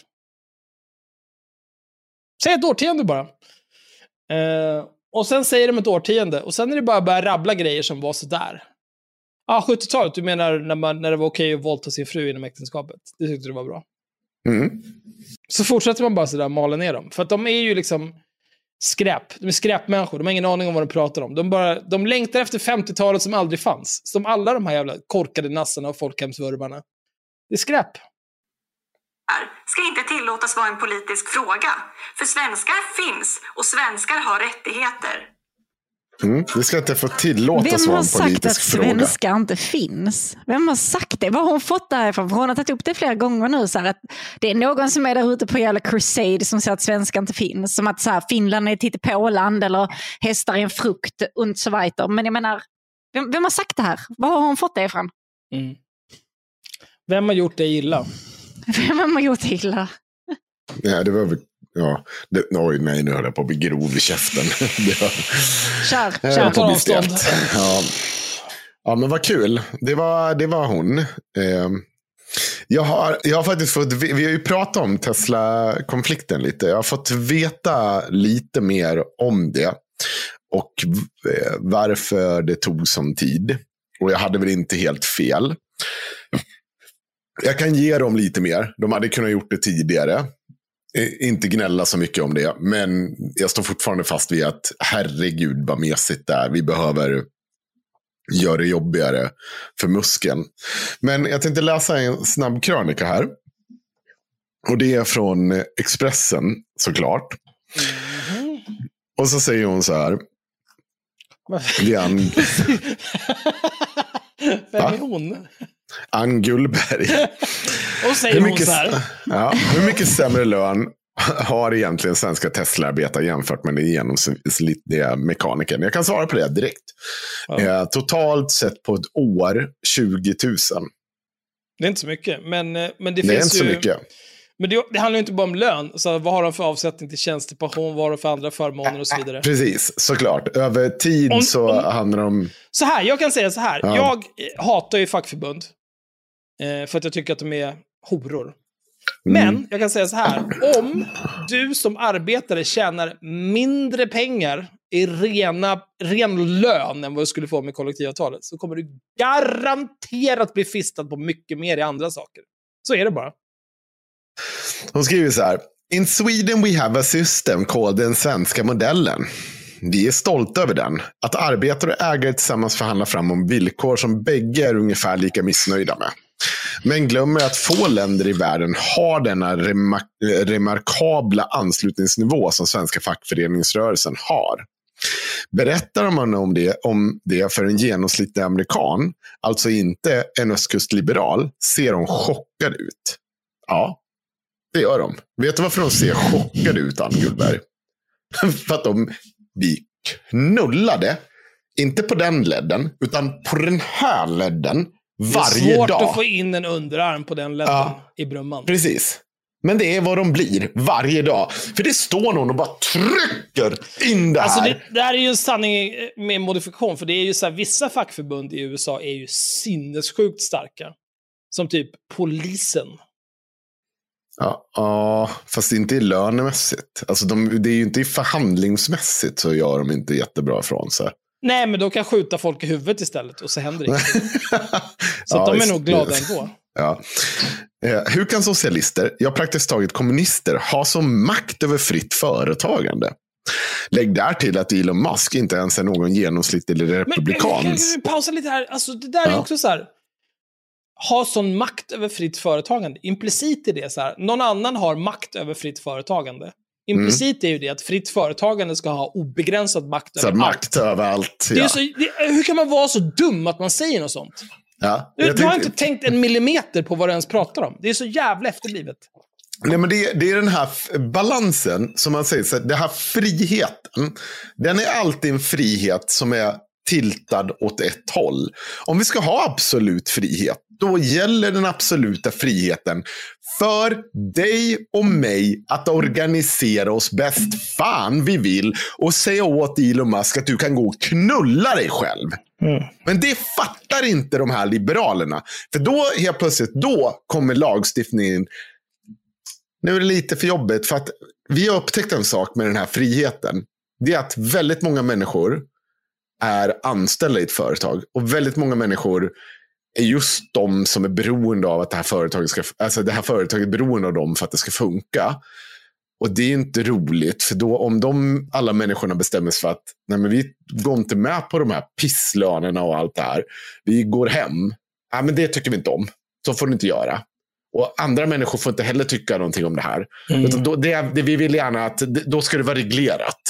Säg ett årtionde bara. Eh, och sen säger de ett årtionde. Och sen är det bara att börja rabbla grejer som var så där. Ja, ah, sjuttiotalet. Du menar när, man, när det var okej att våldta sin fru inom äktenskapet. Det tyckte du var bra. Mm. Så fortsätter man bara så där mala ner dem. För att de är ju liksom skräp. De är skräpmänniskor. De har ingen aning om vad de pratar om. De, bara, de längtar efter femtiotalet som aldrig fanns. Som alla de här jävla korkade nassarna och folkhemsvurmarna. Det är skräp. Ska inte tillåtas vara en politisk fråga. För svenskar finns och svenskar har rättigheter. Mm, det ska inte få tillåtas vara en politisk fråga. Vem har sagt att svenskar inte finns? Vem har sagt det? Vad har hon fått därifrån? För hon har tagit upp det flera gånger nu. Så här, att det är någon som är där ute på jävla crusade som säger att svenskar inte finns. Som att så här, Finland är ett hittepåland eller hästar är en frukt och så vidare. Men jag menar, vem, vem har sagt det här? Vad har hon fått det ifrån? Mm. Vem har gjort det illa? Vem har gjort det illa? Ja, det var väl... Ja, det, oj nej, nu höll jag på att bli grov i käften. Det var, kör, kör. kör. På avstånd. Ja. Ja, men vad kul. Det var, det var hon. Eh, jag, har, jag har faktiskt fått, vi, vi har ju pratat om Tesla-konflikten lite. Jag har fått veta lite mer om det. Och eh, varför det tog sån tid. Och jag hade väl inte helt fel. Jag kan ge dem lite mer. De hade kunnat gjort det tidigare. Inte gnälla så mycket om det. Men jag står fortfarande fast vid att herregud vad mesigt det är. Vi behöver göra det jobbigare för muskeln. Men jag tänkte läsa en snabb krönika här. Och det är från Expressen såklart. Mm. Och så säger hon så här. An... Vem är hon? Ann Gullberg. Och säger hon så här. Ja, hur mycket sämre lön har egentligen svenska Tesla-arbetare jämfört med den genomsnittliga mekanikern? Jag kan svara på det direkt. Ja. Eh, totalt sett på ett år tjugo tusen. Det är inte så mycket, men, men det, det finns är inte ju... så mycket. Men det, det handlar ju inte bara om lön. Så vad har de för avsättning till tjänstepension, vad har de för andra förmåner och så vidare. Precis, såklart. Över tid om, så om, handlar det om... Så här, jag kan säga så här. Ja. Jag hatar ju fackförbund. Eh, för att jag tycker att de är horor. Men mm. jag kan säga så här. Om du som arbetare tjänar mindre pengar i rena, ren lön än vad du skulle få med kollektivavtalet, så kommer du garanterat bli fistad på mycket mer i andra saker. Så är det bara. Hon skriver så här: In Sweden we have a system called den svenska modellen. Vi är stolta över den. Att arbetare och ägare tillsammans förhandlar fram om villkor som bägge är ungefär lika missnöjda med. Men glömmer att få länder i världen har denna remark- remarkabla anslutningsnivå som svenska fackföreningsrörelsen har. Berättar man om det, om det för en genomsnittlig amerikan, alltså inte en östkustliberal, ser de chockade ut. Ja, det gör de. Vet du varför de ser chockade ut, Ann Gullberg? För att de vi knullade, inte på den ledden, utan på den här ledden varje dag. Det är svårt dag. Att få in en underarm på den ledden ja, i Brumman. Precis. Men det är vad de blir varje dag. För det står någon och bara trycker in det här. Alltså det, det här är ju en sanning med modifikation. För det är ju så här, vissa fackförbund i U S A är ju sinnessjukt starka. Som typ polisen. Ja, ja, fast inte i lönemässigt. Alltså de, det är ju inte i förhandlingsmässigt så gör de inte jättebra från sig. Nej, men de kan skjuta folk i huvudet istället och så händer det inte. Så ja, de är nog glada ändå. Ja. Eh, hur kan socialister, ja praktiskt taget kommunister, ha som makt över fritt företagande? Lägg där till att Elon Musk inte ens är någon genomsnittlig republikan. Men kan vi pausa lite här? Alltså det där ja. är också så här. Ha sån makt över fritt företagande. Implicit är det så här. Någon annan har makt över fritt företagande. Implicit mm. är ju det att fritt företagande ska ha obegränsad makt så över makt allt. över allt. Ja. Det är så, det, hur kan man vara så dum att man säger något sånt? Ja, du, du har inte tänkt en millimeter på vad du ens pratar om. Det är så jävla efterblivet. Nej, men det, det är den här balansen som man säger. Så den här friheten. Den är alltid en frihet som är tiltad åt ett håll. Om vi ska ha absolut frihet, då gäller den absoluta friheten för dig och mig att organisera oss bäst fan vi vill och säga åt Elon Musk att du kan gå och knulla dig själv. Mm. Men det fattar inte de här liberalerna. För då helt plötsligt, då kommer lagstiftningen. Nu är det lite för jobbigt för att vi har upptäckt en sak med den här friheten. Det är att väldigt många människor är anställda i ett företag. Och väldigt många människor är just de som är beroende av att det här företaget ska, alltså det här företaget är beroende av dem för att det ska funka. Och det är inte roligt, för då om de alla människorna bestämmer sig för att nej, men vi går inte med på de här pisslönerna och allt det här. Vi går hem. Ja, men det tycker vi inte om. Så får ni inte göra. Och andra människor får inte heller tycka någonting om det här. Mm. Utan då, det, det, vi vill gärna att då ska det vara reglerat.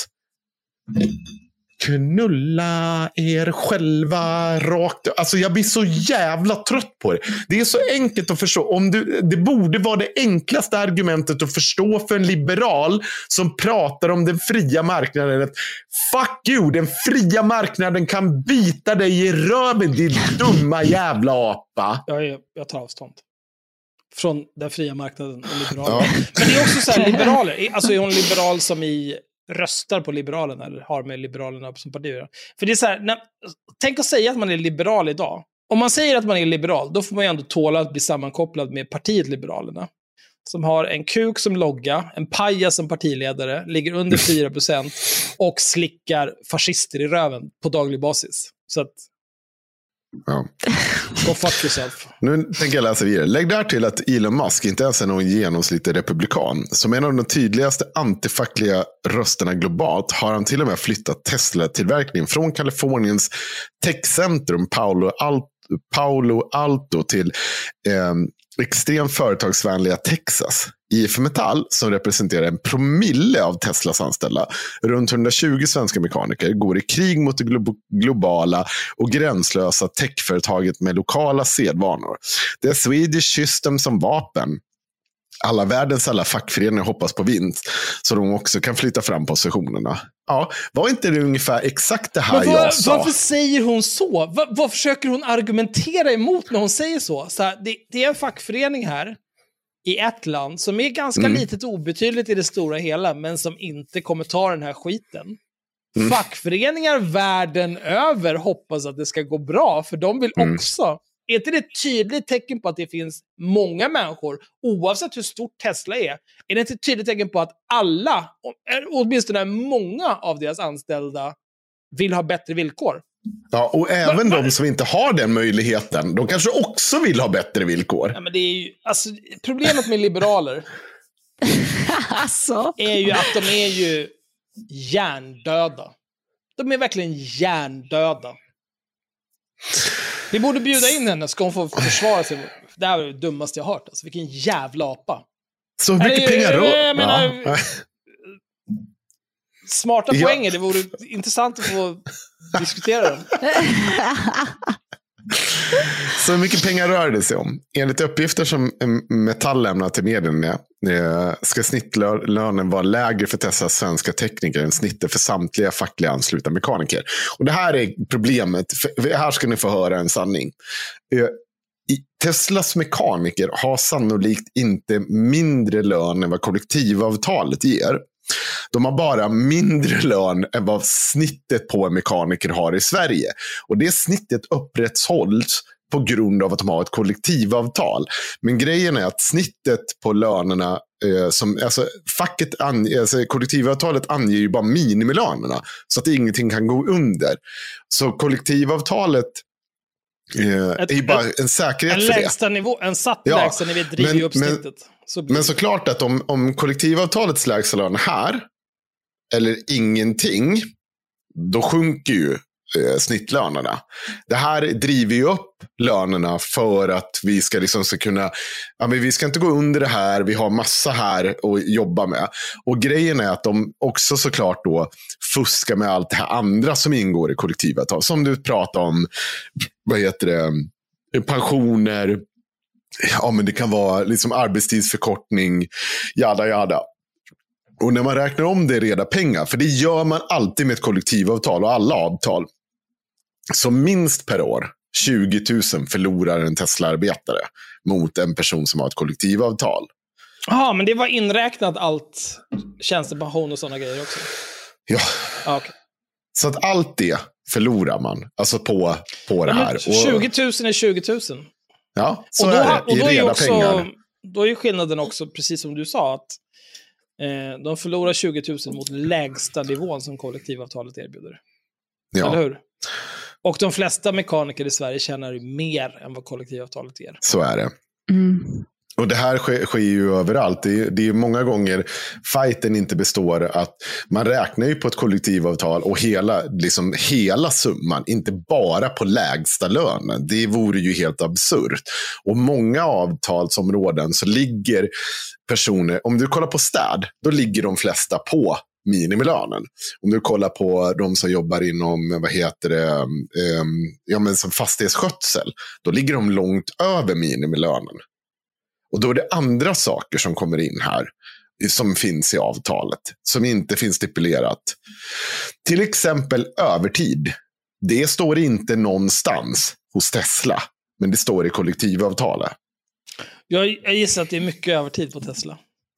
Knulla er själva rakt. Alltså jag blir så jävla trött på det. Det är så enkelt att förstå. Om du, det borde vara det enklaste argumentet att förstå för en liberal som pratar om den fria marknaden. Att, fuck you, den fria marknaden kan bita dig i röven, din dumma jävla apa. Jag, är, jag tar avstånd från den fria marknaden och liberaler. Ja. Men det är också så här, liberaler. Alltså är hon liberal som i röstar på Liberalerna eller har med Liberalerna som parti. För det är så här, när, tänk att säga att man är liberal idag. Om man säger att man är liberal, då får man ju ändå tåla att bli sammankopplad med partiet Liberalerna. Som har en kuk som logga, en paja som partiledare, ligger under fyra procent och slickar fascister i röven på daglig basis. Så att ja. Go fuck yourself. Nu tänker jag läsa vidare. Lägg där till att Elon Musk inte ens är någon genomsnittlig republikan. Som en av de tydligaste antifackliga rösterna globalt har han till och med flyttat Tesla-tillverkning från Kaliforniens techcentrum Paolo Alto, Paolo Alto till eh, extremt företagsvänliga Texas. I F Metall, som representerar en promille av Teslas anställda, runt hundratjugo svenska mekaniker, går i krig mot det glo- globala och gränslösa techföretaget med lokala sedvanor. Det är Swedish System som vapen. alla världens alla fackföreningar hoppas på vinst så de också kan flytta fram positionerna. Ja, var inte det ungefär exakt det här var, jag sa? Varför säger hon så? Var, vad försöker hon argumentera emot när hon säger så? så här, det, det är en fackförening här i ett land som är ganska mm. litet obetydligt i det stora hela, men som inte kommer ta den här skiten. Mm. Fackföreningar världen över hoppas att det ska gå bra, för de vill mm. också. Är inte det ett tydligt tecken på att det finns många människor, oavsett hur stort Tesla är, är det inte ett tydligt tecken på att alla, åtminstone många av deras anställda, vill ha bättre villkor? Ja, och även men, de som inte har den möjligheten, de kanske också vill ha bättre villkor. Ja, men det är ju, alltså, problemet med liberaler alltså. är ju att de är ju hjärndöda. De är verkligen hjärndöda. Vi borde bjuda in henne, ska hon få försvara sig. Det här är det dummaste jag har hört. Alltså, vilken jävla apa. Så mycket Eller, pengar då? Jag menar, ja. Smarta ja. poänger, det vore intressant att få diskutera dem. Så mycket pengar rör det sig om. Enligt uppgifter som Metall lämnar till medierna ska snittlönen vara lägre för dessa svenska tekniker än snittet för samtliga fackliga anslutna mekaniker. Och det här är problemet. För här ska ni få höra en sanning. Teslas mekaniker har sannolikt inte mindre lön än vad kollektivavtalet ger. De har bara mindre lön än vad snittet på mekaniker har i Sverige. Och det snittet upprätthålls på grund av att de har ett kollektivavtal. Men grejen är att snittet på lönerna, eh, som, alltså, facket ange, alltså, kollektivavtalet anger ju bara minimilönerna. Så att ingenting kan gå under. Så kollektivavtalet eh, ett, är ju bara en säkerhet en för det. Lägsta nivå, en satt ja, lägsta nivå driver ju upp snittet. Så men såklart att om, om kollektivavtalets lägsta lön här eller ingenting, då sjunker ju eh, snittlönerna. Det här driver ju upp lönerna för att vi ska liksom ska kunna, ja, men vi ska inte gå under det här, vi har massa här att jobba med. Och grejen är att de också såklart då fuskar med allt det här andra som ingår i kollektivavtal. Som du pratar om, vad heter det, pensioner. Ja, men det kan vara liksom arbetstidsförkortning, jada jada. Och när man räknar om det reda pengar, för det gör man alltid med ett kollektivavtal och alla avtal. Så minst per år, tjugo tusen förlorar en Tesla-arbetare mot en person som har ett kollektivavtal. Ja, men det var inräknat allt tjänstepension och sådana grejer också. Ja. Ah, okay. Så att allt det förlorar man, alltså på, på det här. tjugo tusen är tjugo tusen. Ja, så och då, är det. Och då I är reda också, pengar. Då är skillnaden också, precis som du sa, att eh, de förlorar tjugo tusen mot lägsta nivån som kollektivavtalet erbjuder. Ja. Eller hur? Och de flesta mekaniker i Sverige tjänar mer än vad kollektivavtalet ger. Så är det. Mm. Och det här sker, sker ju överallt. Det är, det är många gånger fighten inte består att man räknar ju på ett kollektivavtal och hela, liksom hela summan, inte bara på lägsta lönen. Det vore ju helt absurt. Och många avtalsområden så ligger personer, om du kollar på städ, då ligger de flesta på minimilönen. Om du kollar på de som jobbar inom, vad heter det, um, ja, men som fastighetsskötsel, då ligger de långt över minimilönen. Och då är det andra saker som kommer in här som finns i avtalet, som inte finns stipulerat. Till exempel övertid. Det står inte någonstans hos Tesla, men det står i kollektivavtalet. Jag, jag gissar att det är mycket övertid på Tesla.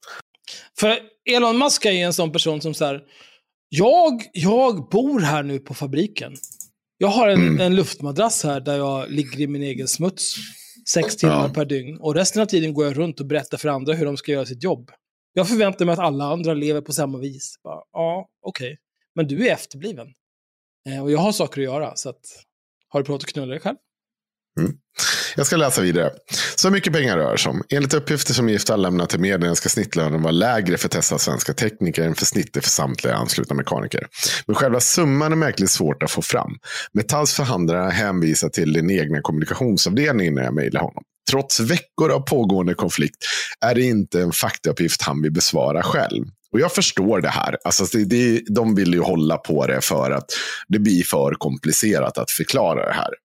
För Elon Musk är ju en sån person som så här, jag, jag bor här nu på fabriken. Jag har en, mm. en luftmadrass här där jag ligger i min egen smuts sex timmar ja. per dygn. Och resten av tiden går jag runt och berättar för andra hur de ska göra sitt jobb. Jag förväntar mig att alla andra lever på samma vis. Bara, ja, okej. Okay. Men du är efterbliven. Eh, och jag har saker att göra. Så att, har du provat att knulla dig själv? Mm. Jag ska läsa vidare. Så mycket pengar rör som. Enligt uppgifter som Gifta lämnat till medierna ska snittlönen vara lägre för Tesla svenska tekniker än för snittet för samtliga anslutna mekaniker. Men själva summan är märkligt svårt att få fram. Metalls förhandlare hänvisar till den egna kommunikationsavdelningen när jag mejlar honom. Trots veckor av pågående konflikt är det inte en faktauppgift han vill besvara själv. Och jag förstår det här. Alltså det, det, de vill ju hålla på det för att det blir för komplicerat att förklara det här.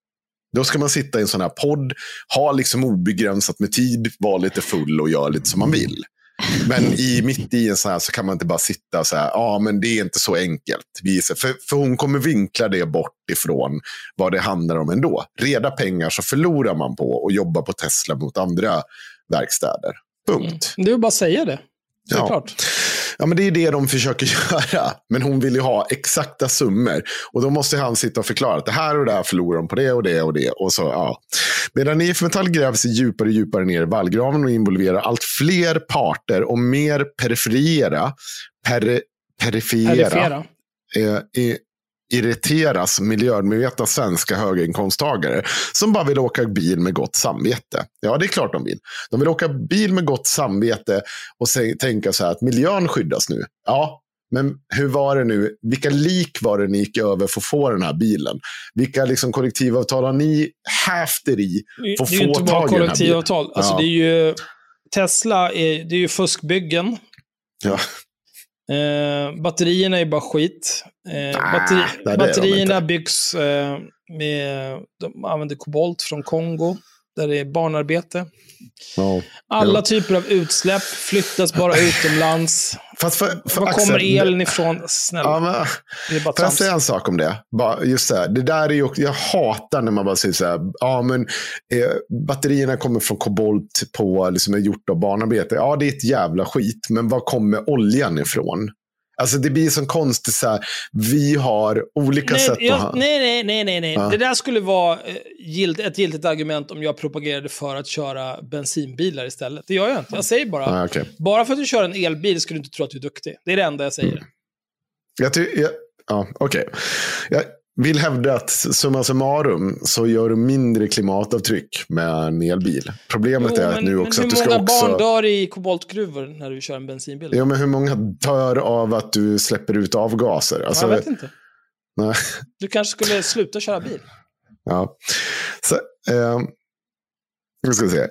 Då ska man sitta i en sån här podd, ha liksom obegränsat med tid, vara lite full och göra lite som man vill. Men i, mitt i en sån här så kan man inte bara sitta och säga, ja ah, men det är inte så enkelt. För, för hon kommer vinkla det bort ifrån vad det handlar om ändå. Reda pengar så förlorar man på att jobba på Tesla mot andra verkstäder. Punkt. Mm. Det är bara att säga det. Ja. ja, men det är det de försöker göra. Men hon vill ju ha exakta summor. Och då måste han sitta och förklara att det här och det här förlorar de på det och det och det. Och så, ja. Medan I F Metall gräver sig djupare och djupare ner i vallgraven och involverar allt fler parter och mer perifera, per, perifera, perifera. Eh, i, irriteras miljömedvetna svenska höginkomsttagare som bara vill åka bil med gott samvete. Ja, det är klart de vill. De vill åka bil med gott samvete och se, tänka så här att miljön skyddas nu. Ja, men hur var det nu? Vilka lik var det ni gick över för att få den här bilen? Vilka liksom kollektivavtal har ni haft er i för att få tag i den här bilen? Det är ju inte bara kollektivavtal. Alltså, ja. det är ju, Tesla är, det är ju fuskbyggen. Ja. Eh, batterierna är bara skit. Eh, ah, batteri, nej, batterierna byggs eh, med, de använder kobolt från Kongo där det är barnarbete. Oh, Alla jo. typer av utsläpp flyttas bara utomlands. Fast för, för Var Axel, kommer elen ifrån? Snälla. Ja, men, det är bara får jag säga en sak om det? Bara, just det, det där är ju, jag hatar när man bara säger så här, ja men eh, batterierna kommer från kobolt på, liksom är gjort av barnarbete. Ja, det är ett jävla skit, men var kommer oljan ifrån? Alltså det blir så konstigt så här, vi har olika nej, sätt jag, att ha... Nej, nej, nej, nej, nej. Ja. Det där skulle vara eh, gilt, ett giltigt argument om jag propagerade för att köra bensinbilar istället. Det gör jag inte. Jag säger bara, ah, okay. bara för att du kör en elbil ska du inte tro att du är duktig. Det är det enda jag säger. Mm. Jag ty- jag, ja, okej. Okay. Jag vill hävda att summa summarum så gör du mindre klimatavtryck med en elbil. Problemet jo, är men, nu också att du ska också... hur många barn dör i koboltgruvor när du kör en bensinbil? Ja, men hur många dör av att du släpper ut avgaser? Alltså, jag vet inte. Nej. Du kanske skulle sluta köra bil. Ja. Så, eh, nu ska vi se.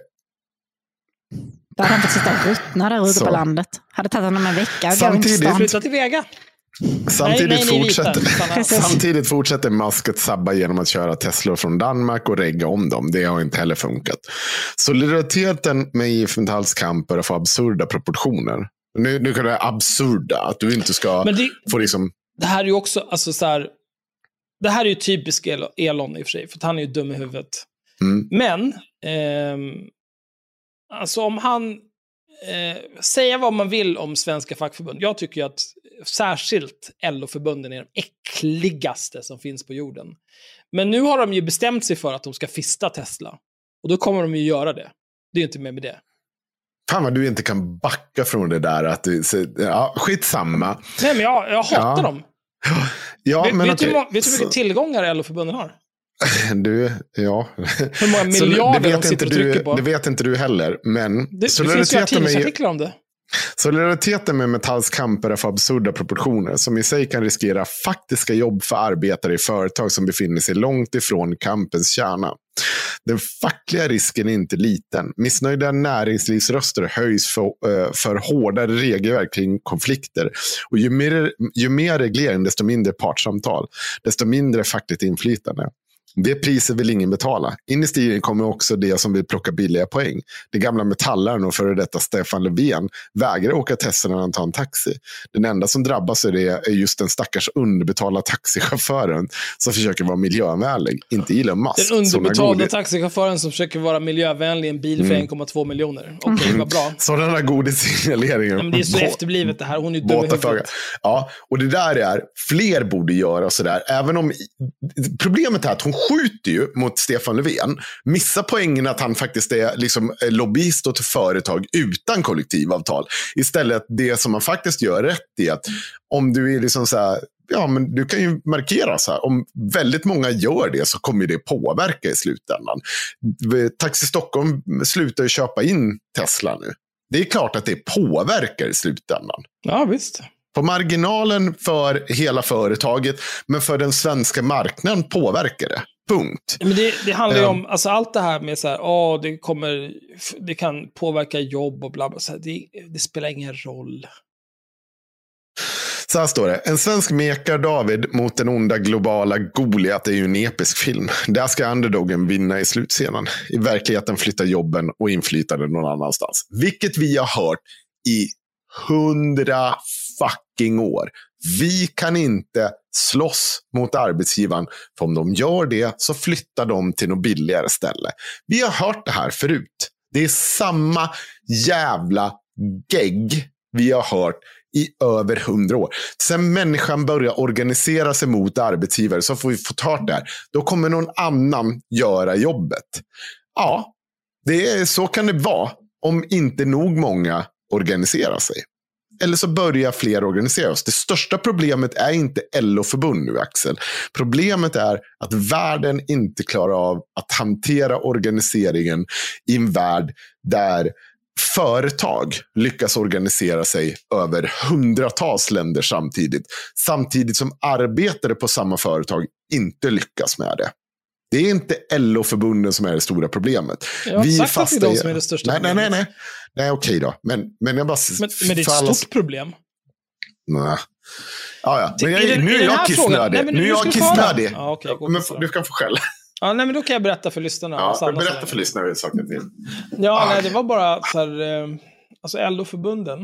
Där hade han fått sitta och ruttna där ute så. På landet. Hade tagit honom en vecka. Samtidigt flytta till Vega. Samtidigt, nej, nej, fortsätter, samtidigt fortsätter Musk att sabba genom att köra Tesla från Danmark och regga om dem. Det har inte heller funkat. Solidariteten med I F Metalls kamp börjar få absurda proportioner. Nu, nu kan det vara absurda att du inte ska Men det, få liksom... Det här är ju också, alltså så här, det här är ju typisk Elon i och för sig, för att han är ju dum i huvudet. Mm. Men, eh, alltså om han, eh, säga vad man vill om svenska fackförbund. Jag tycker ju att särskilt L O-förbunden är de äckligaste som finns på jorden. Men nu har de ju bestämt sig för att de ska fista Tesla. Och då kommer de ju göra det. Det är ju inte med med det. Fan vad du inte kan backa från det där. Att du, ja, skitsamma. Nej, men jag, jag hatar ja. dem. Ja, vet, men vet, okay. du, vet du hur mycket tillgångar L O-förbunden har? Du, ja. Hur många miljarder de sitter och trycker på? Det vet inte du heller. Men det, det finns ju artiklar om det. Solidariteten med Metalls kamper är för absurda proportioner som i sig kan riskera faktiska jobb för arbetare i företag som befinner sig långt ifrån kampens kärna. Den fackliga risken är inte liten. Missnöjda näringslivsröster höjs för, för hårdare regelverk kring konflikter. Och ju mer, ju mer reglering, desto mindre partssamtal, desto mindre fackligt inflytande. Det priset vill ingen betala. In i stilen kommer också det som vill plocka billiga poäng. Det gamla metallaren och före detta Stefan Löfven vägrar åka Tesla när han tar en taxi. Den enda som drabbas av det är just den stackars underbetalda taxichauffören som försöker vara miljövänlig. Inte Elon Musk. Den underbetalda taxichauffören som försöker vara miljövänlig i en bil för mm. en komma två miljoner. Okej, okay, mm. vad bra. Sådana godisignaleringar. Men det är så efterblivet det här. Hon är dum i huvudet. Ja, och det där är, fler borde göra sådär. Även om problemet är att hon skjuter ju mot Stefan Löfven, missar poängen att han faktiskt är liksom lobbyist åt företag utan kollektivavtal. Istället det som man faktiskt gör rätt i att om du är liksom så här, ja men du kan ju markera så här, om väldigt många gör det så kommer det påverka i slutändan. Taxi Stockholm slutar ju köpa in Tesla nu. Det är klart att det påverkar i slutändan. Ja, visst. På marginalen för hela företaget, men för den svenska marknaden påverkar det. Punkt. Men det, det handlar ju om, alltså allt det här med så här, åh, det kommer, det kan påverka jobb och bla bla, så här, det, det spelar ingen roll. Så här står det. En svensk mekar David mot den onda globala Goliat är ju en episk film. Där ska underdogen vinna i slutscenen. I verkligheten flyttar jobben och inflytande någon annanstans. Vilket vi har hört i hundra fucking år. Vi kan inte slåss mot arbetsgivaren. För om de gör det så flyttar de till något billigare ställe. Vi har hört det här förut. Det är samma jävla gegg vi har hört i över hundra år. Sen människan börjar organisera sig mot arbetsgivare så får vi få ta det här. Då kommer någon annan göra jobbet. Ja, det är, så kan det vara om inte nog många organiserar sig. Eller så börjar fler organisera oss. Det största problemet är inte L O-förbund nu, Axel. Problemet är att världen inte klarar av att hantera organiseringen i en värld där företag lyckas organisera sig över hundratals länder samtidigt. Samtidigt som arbetare på samma företag inte lyckas med det. Det är inte L O-förbunden som är det stora problemet. Jag har vi sagt att det är de som är det största nej, problemet. Nej, nej, nej. Nej, okej då. Men, men jag bara... Men, men det är ett stort alla... problem. Nej. Ja, ja. Men jag, nu är jag kissnödig. Nu är jag kissnödig. Ja, okay, men du kan få skäll. Ja, nej, men då kan jag berätta för lyssnarna. Ja, berätta för lyssnarna saken till. Ja, ah. nej, det var bara så här... Eh, alltså L O-förbunden.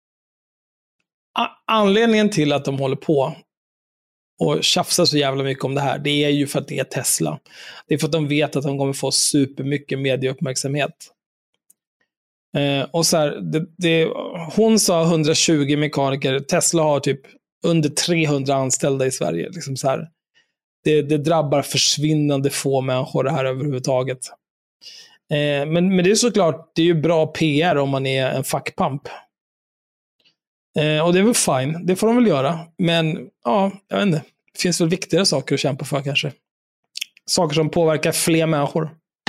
A- anledningen till att de håller på och tjafsar så jävla mycket om det här, det är ju för att det är Tesla. Det är för att de vet att de kommer få supermycket medieuppmärksamhet. Eh, och så här, det, det, hon sa hundratjugo mekaniker, Tesla har typ under trehundra anställda i Sverige. Liksom så här. Det, det drabbar försvinnande få människor det här överhuvudtaget. Eh, men, men det är såklart, det är ju bra P R om man är en fackpamp. Eh, och det är väl fine, det får de väl göra. Men ja, jag vet inte. Det finns väl viktigare saker att kämpa för kanske. Saker som påverkar fler människor.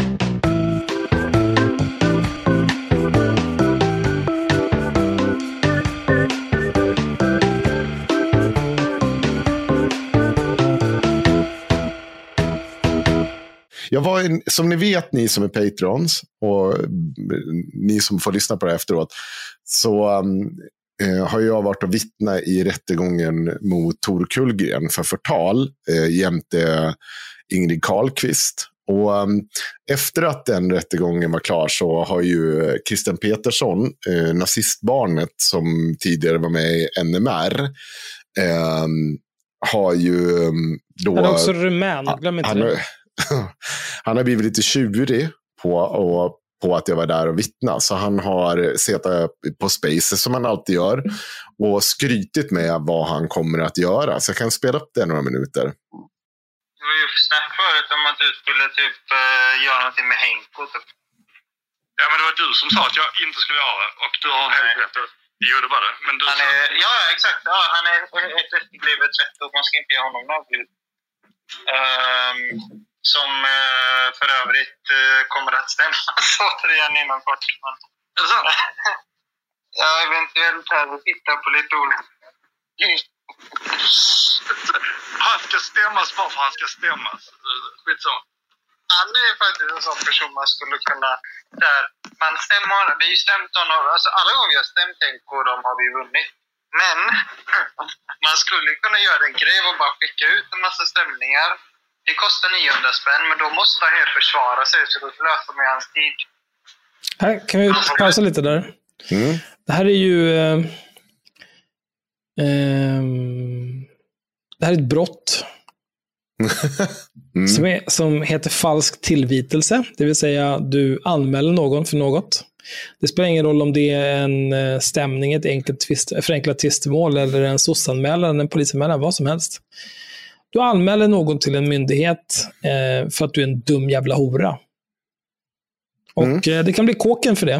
Jag var en, som ni vet, ni som är patrons och ni som får lyssna på det efteråt, så um, eh, har jag varit och vittna i rättegången mot Tor Kullgren för förtal eh, jämte Ingrid Carlqvist. Och um, efter att den rättegången var klar så har ju Christian Petersson, eh, nazistbarnet som tidigare var med i N M R, eh, har ju då... Han är också rumän, glöm inte han, det. Han har blivit lite tjurig på, och, på att jag var där och vittna. Så han har suttit på Spaces som han alltid gör och skrytit med vad han kommer att göra. Så jag kan spela upp det några minuter. Det var ju snack förut om att du skulle typ uh, göra någonting med Henko. Typ. Ja, men det var du som sa att jag inte skulle göra det. Och du har helt rätt. Jo, det var det. Men du han är, ja, exakt. Ja, han är ett efterblivet sätt och man ska inte ge honom något. Um, som uh, för övrigt uh, kommer att stämmas återigen inom kort. Är det så? Ja, eventuellt här. Vi tittar på lite olika. Han ska stämmas bara för han ska stämmas. Skitsamma. Han är faktiskt en sån person man skulle kunna... Där man stämmer, vi har ju stämt honom, alltså alla gånger vi har stämt Henko, de har vi vunnit. Men man skulle kunna göra en grej och bara skicka ut en massa stämningar. Det kostar niohundra spänn, men då måste han helt försvara sig, så då löser man hans tid. Här kan vi pausa lite där. Mm. Det här är ju... Eh, eh, det här är ett brott. mm. som, är, som heter falsk tillvitelse. Det vill säga du anmäler någon för något. Det spelar ingen roll om det är en stämning, ett enkelt tvist, förenklat tvistemål eller en sossanmälan, en polisanmälan, vad som helst. Du anmäler någon till en myndighet eh, för att du är en dum jävla hora. Och mm. eh, det kan bli kåken för det.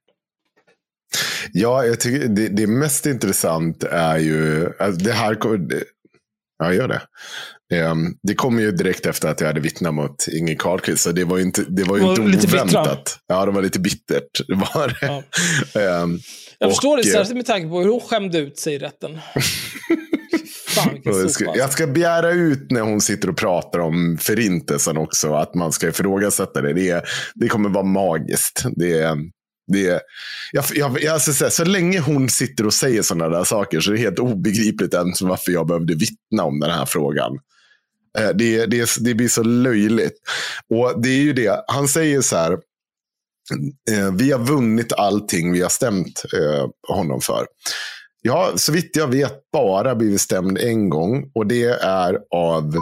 Ja, jag tycker det, det mest intressant är ju alltså det här. Ja, jag gör det. Um, det kom ju direkt efter att jag hade vittnat mot Ingrid Carlqvist, så det var ju inte, det var ju var inte oväntat. Ja, det var lite bittert. Det var det. Ja. um, jag och, förstår det särskilt med tanke på hur hon skämde ut sig i rätten. Fan, jag, ska, jag ska begära ut när hon sitter och pratar om förintelsen också, att man ska ifrågasätta det. Det, det kommer vara magiskt. Det, Det, jag, jag, jag ska säga, så länge hon sitter och säger sådana där saker så är det helt obegripligt ens varför jag behövde vittna om den här frågan. Det, det, det blir så löjligt. Och det är ju det, han säger så här, vi har vunnit allting vi har stämt honom för. Ja, så vitt jag vet bara blivit stämd en gång, och det är av...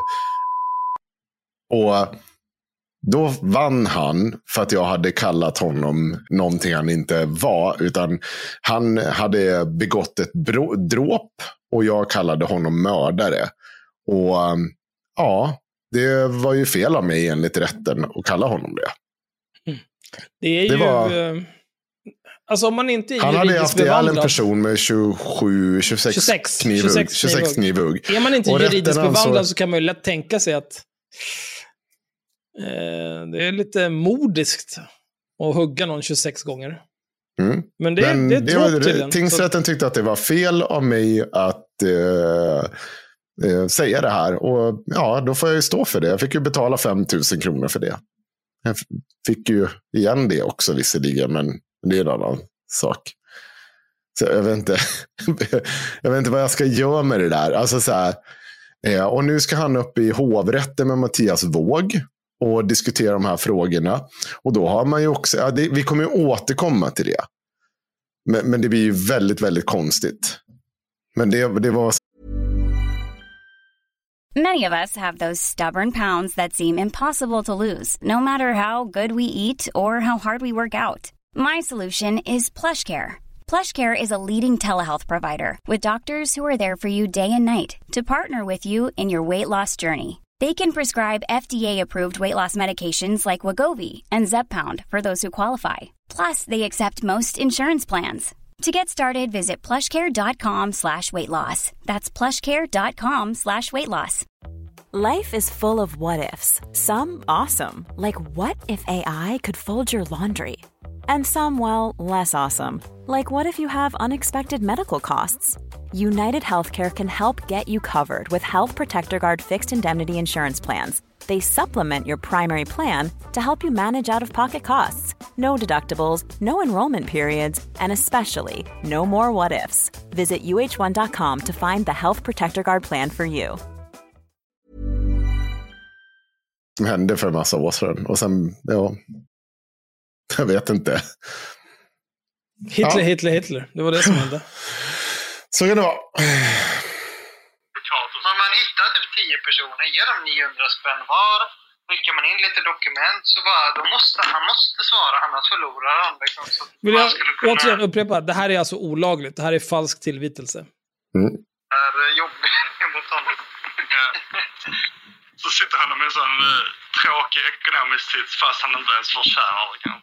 Och då vann han för att jag hade kallat honom någonting han inte var, utan han hade begått ett bro- dråp och jag kallade honom mördare. Och ja, det var ju fel av mig enligt rätten att kalla honom det. Mm. Det är det ju... Var... Alltså om man inte är han hade haft ihjäl en person med tjugosju, tjugosex, tjugosex knivhugg. tjugosex, tjugosex knivhugg. Är man inte och juridiskt bevandrad alltså... så kan man ju lätt tänka sig att eh, det är lite modiskt att hugga någon tjugosex gånger. Mm. Men det, Men det är tråkigt till den. Tingsrätten tyckte att det var fel av mig att eh, eh, säga det här. Och ja, då får jag ju stå för det. Jag fick ju betala fem tusen kronor för det. Jag fick ju igen det också visserligen, men det är en annan sak. Så jag vet inte, jag vet inte vad jag ska göra med det där. Alltså så här, eh, och nu ska han upp i hovrätten med Mattias Våg och diskutera de här frågorna. Och då har man ju också, ja, det, vi kommer ju återkomma till det. Men, men det blir ju väldigt, väldigt konstigt. Men det, det var... Many of us have those stubborn pounds that seem impossible to lose, no matter how good we eat or how hard we work out. My solution is PlushCare. PlushCare is a leading telehealth provider with doctors who are there for you day and night to partner with you in your weight loss journey. They can prescribe F D A-approved weight loss medications like Wegovy and Zepbound for those who qualify. Plus, they accept most insurance plans. To get started, visit plushcare.com slash weight loss. That's plushcare.com slash weight loss. Life is full of what-ifs. Some awesome, like what if A I could fold your laundry? And some, well, less awesome, like what if you have unexpected medical costs? United Healthcare can help get you covered with Health Protector Guard fixed indemnity insurance plans. They supplement your primary plan to help you manage out-of-pocket costs. No deductibles, no enrollment periods, and especially no more what-ifs. Visit U H one dot com to find the Health Protector Guard plan for you. Som hände för en massa år sedan. Och sen, ja, jag vet inte. Hitler, ja. Hitler, Hitler. Det var det som hände. Så kan det vara. Om man hittar typ tio personer, ger dem niohundra spänn var, skickar man in lite dokument, så bara, då måste, han måste svara, annars förlorar han. Liksom, så vill jag kunna... återigen upprepa, det här är alltså olagligt. Det här är falsk tillvitelse. Mm. Det är jobbigt mot honom. Så sitter han med en sån uh, tråkig ekonomisk sits fast han inte ens förtjänar det kan.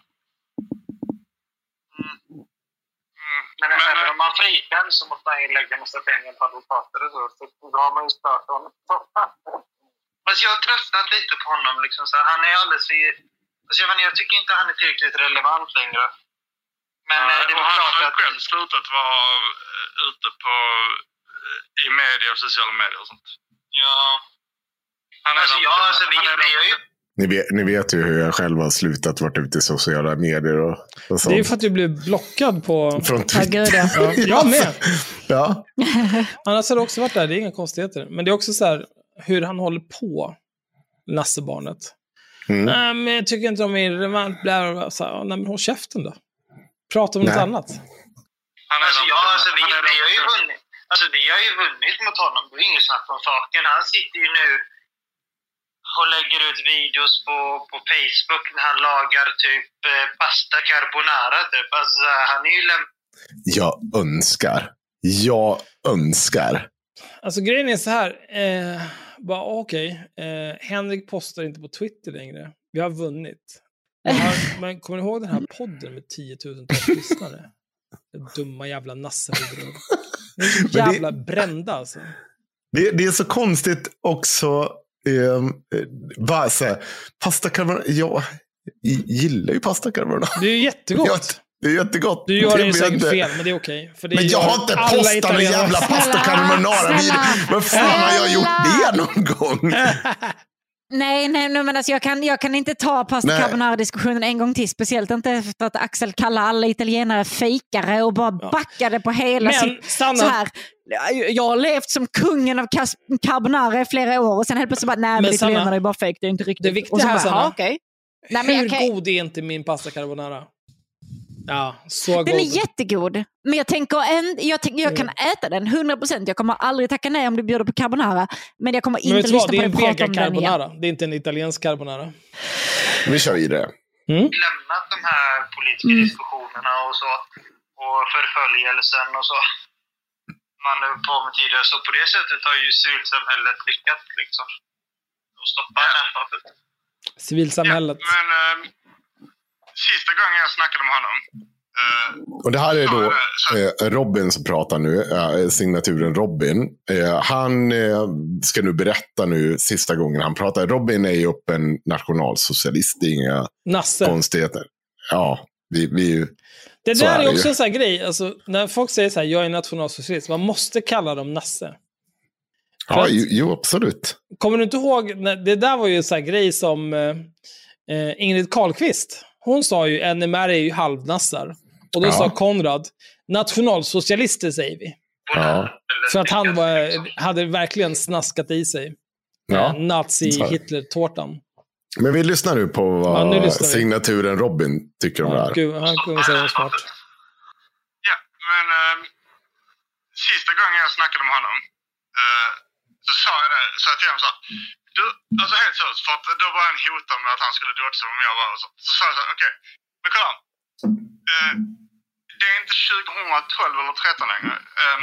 Mm. Mm. Men, men även om man frikänns så måste man ju lägga massa pengar på advokater och så. Så då har man ju stört honom. Alltså jag har tröttnat lite på honom. Liksom, så han är alldeles för... Alltså, jag, jag tycker inte han är tillräckligt relevant längre. Men ja, det var han klart har att... själv slutat vara uh, ute på uh, i media och sociala medier och sånt. Ja... Han är alltså, ja, alltså, vi, han är vi har ju... Ni vet, ni vet ju hur jag själv har slutat varit ute i sociala medier och, och sånt. Det är för att du blev blockad på... Från Twitter. Ja, jag med. Ja. Annars har det också varit där, det är inga konstigheter. Men det är också så här, hur han håller på, Nassebarnet. Mm. Nej, men jag tycker inte de är relevant. Så här, nej, men håll käften då. Prata om något annat. Alltså, ja, alltså, vi, vi har ju vunnit. Alltså, vi har ju vunnit mot honom. Det är inget snack om saken. Han sitter ju nu och lägger ut videos på, på Facebook när han lagar typ eh, pasta carbonara typ. Alltså, han är ju läm- Jag önskar. Jag önskar. Alltså grejen är så här. Eh, bara okej. Okay, eh, Henrik postar inte på Twitter längre. Vi har vunnit. Har, men kommer ni ihåg den här podden med tiotusentals lyssnare? Det dumma jävla nassehuvudröv. Det är så jävla det, brända alltså. Det, det är så konstigt också. Eh, bara så här, pasta carbonara. Jag gillar ju pasta carbonara. Det är jättegott. Jag, det är jättegott. Du gör det ju säkert inte... fel, men det är okej. Okay, men jag har inte postat någon jävla pasta carbonara. Vad fan har jag gjort det någon gång? Nej, nej, nej men alltså jag, kan, jag kan inte ta pasta Nej. carbonara-diskussionen en gång till. Speciellt inte efter att Axel kallar alla italienare fejkare och bara Ja. backade på hela Men, sitt... stanna. Så här, jag har levt som kungen av kas- carbonara i flera år och sen helt plötsligt bara, nej men, Men italienare Sanna, är bara fejk, det är inte riktigt. det viktiga och så här, bara, Sanna, ja, okej. Nej, men hur jag kan- god är inte min pasta carbonara? Ja, så god. Den är jättegod. Men jag tänker en, jag, tänk, jag kan äta den hundra procent. Jag kommer aldrig tacka nej om du bjuder på carbonara. Men jag kommer Men inte vet du vad, lyssna det på är en dig prata om den igen. vega-carbonara. Det är inte en italiensk carbonara. Vi kör vidare. Mm. Lämnat de här politiska Mm. diskussionerna och så. Och förföljelsen och så. Man är på med tidigare. Så på det sättet har ju civilsamhället lyckats liksom. Och stoppa näthatet. Civilsamhället. Ja, men äh, sista gången jag snackade med honom. Äh, Och det här är då eh, Robin som pratar nu, eh, signaturen Robin. Eh, han eh, ska nu berätta nu sista gången han pratar. Robin är ju upp en nationalsocialist, det är inga Nasse. konstigheter. Ja, vi, vi Det så där är är det också ju. en sån här grej. Alltså, när folk säger så här, jag är nationalsocialist, man måste kalla dem Nasse. För Ja, att- jo, jo, absolut. Kommer du inte ihåg, när- det där var ju en sån här grej som eh, eh, Ingrid Carlqvist, hon sa ju, N M R är ju halvnassar. Och då Ja. sa Konrad, nationalsocialister säger vi. Ja. För att han var, hade verkligen snaskat i sig. Ja. Eh, Nazi-Hitler-tårtan. Men vi lyssnar nu på vad Ja, nu lyssnar vi. signaturen Robin tycker om det Ja, här. gud, han kunde säga något smart. Ja, men äh, sista gången jag snackade med honom äh, så sa jag det, så att jag sa, du, alltså helt seriöst, för att då var han hotad med att han skulle dodga om jag var och så. Så sa jag så här, okej, okay, men kolla. Äh, det är inte tjugotolv eller tretton längre. Äh,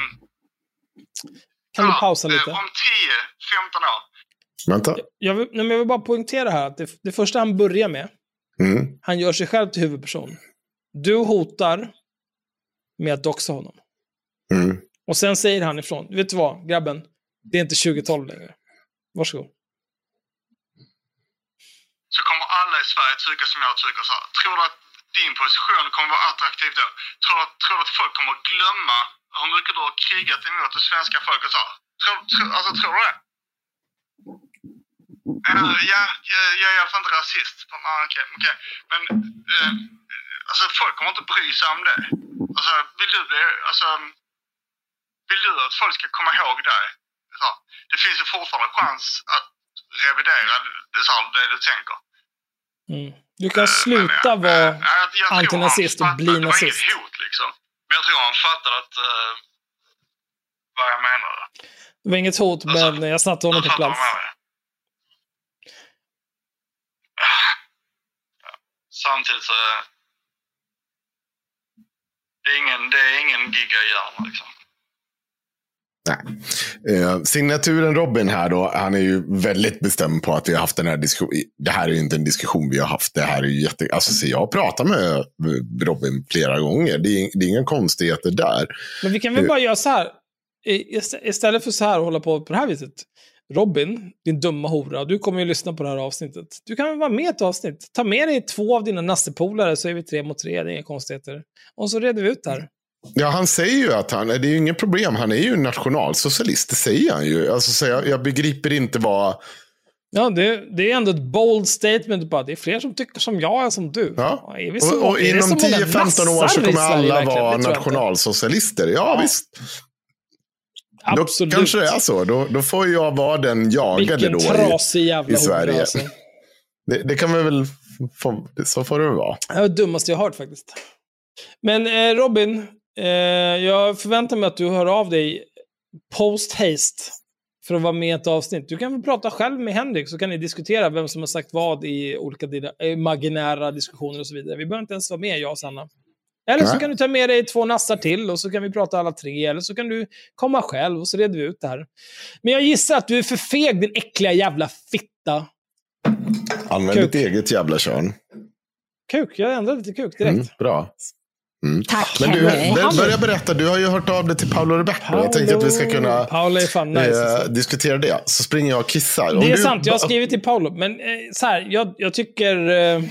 Kan du pausa lite? Äh, om tio femton år. Vänta. Jag vill, nej, men jag vill bara poängtera här att det, det första han börjar med, Mm. han gör sig själv till huvudperson. Du hotar med att doxa honom. Mm. Och sen säger han ifrån, vet du vad, grabben, det är inte tjugotolv längre. Varsågod. Så kommer alla i Sverige tycka som jag tycker så här. Tror du att din position kommer vara attraktiv då? Tror du att, tror du att folk kommer glömma hur mycket du har krigat emot det svenska folket så här? Tror, tror, alltså, tror du det? Eller, ja, jag, jag är i alla fall inte rasist. Ah, okay, okay. Men eh, alltså, folk kommer inte bry sig om det. Alltså, vill du bli, alltså, vill du att folk ska komma ihåg dig? Så, det finns ju fortfarande chans att revidera så, det du tänker. Mm. Du kan sluta Men, vara eh, jag, jag tror antinazist han och bli fattade- nazist. Det var inget hot liksom. Men jag tror han fattade att, uh, vad jag menade. Det var inget hot, men jag satte honom på Fattar plats. vad jag menar. Samtidigt så det är ingen, det är ingen giga hjärna liksom. Nej. Eh, signaturen Robin här då, han är ju väldigt bestämd på att vi har haft den här diskussionen. Det här är ju inte en diskussion vi har haft. Det här är ju jätte... Alltså, så jag har pratat med Robin flera gånger. Det är, det är inga konstigheter där. Men vi kan väl bara göra så här. I- Istället för så här och hålla på på det här viset. Robin, din dumma hora, du kommer ju lyssna på det här avsnittet. Du kan väl vara med i ett avsnitt. Ta med dig två av dina nassepolare så är vi tre mot tre. Det är inga konstigheter. Och så reder vi ut det här. Ja, han säger ju att han, det är ju inget problem. Han är ju nationalsocialist, det säger han ju. Alltså, så jag, jag begriper inte vad... Ja, det, det är ändå ett bold statement. Bara. Det är fler som tycker som jag än som du. Ja. Är vi så, Och, och är det så inom många tio femton år så nassar i kommer Sverige alla verkligen? vara Det tror jag inte. nationalsocialister. Ja, Ja. visst. Absolut. Då kanske det är så. Då, då får jag vara den jagade Vilken då trasig i, jävla i Sverige. hora, alltså. Det, det kan vi väl få, så får det väl vara. Det var det dummaste jag har hört faktiskt. Men eh, Robin, eh, jag förväntar mig att du hör av dig post haste för att vara med i ett avsnitt. Du kan väl prata själv med Henrik så kan ni diskutera vem som har sagt vad i olika imaginära diskussioner och så vidare. Vi behöver inte ens vara med, jag och Sanna. Eller så Nej. kan du ta med dig två nassar till och så kan vi prata alla tre. Eller så kan du komma själv och så reder vi ut det här. Men jag gissar att du är för feg, din äckliga jävla fitta. Använd Kuk. ditt eget jävla kön. Kuk, jag ändrade till kuk direkt. Mm, bra. Mm. Tack, Men du, Henrik. bör- börja berätta. Du har ju hört av dig till Paolo Roberto. Jag tänkte att vi ska kunna Paolo är fan nice. eh, alltså. diskutera det. Så springer jag och kissar. Om Det är du, sant, jag har skrivit till Paolo. Men eh, så här, jag, jag tycker... Eh,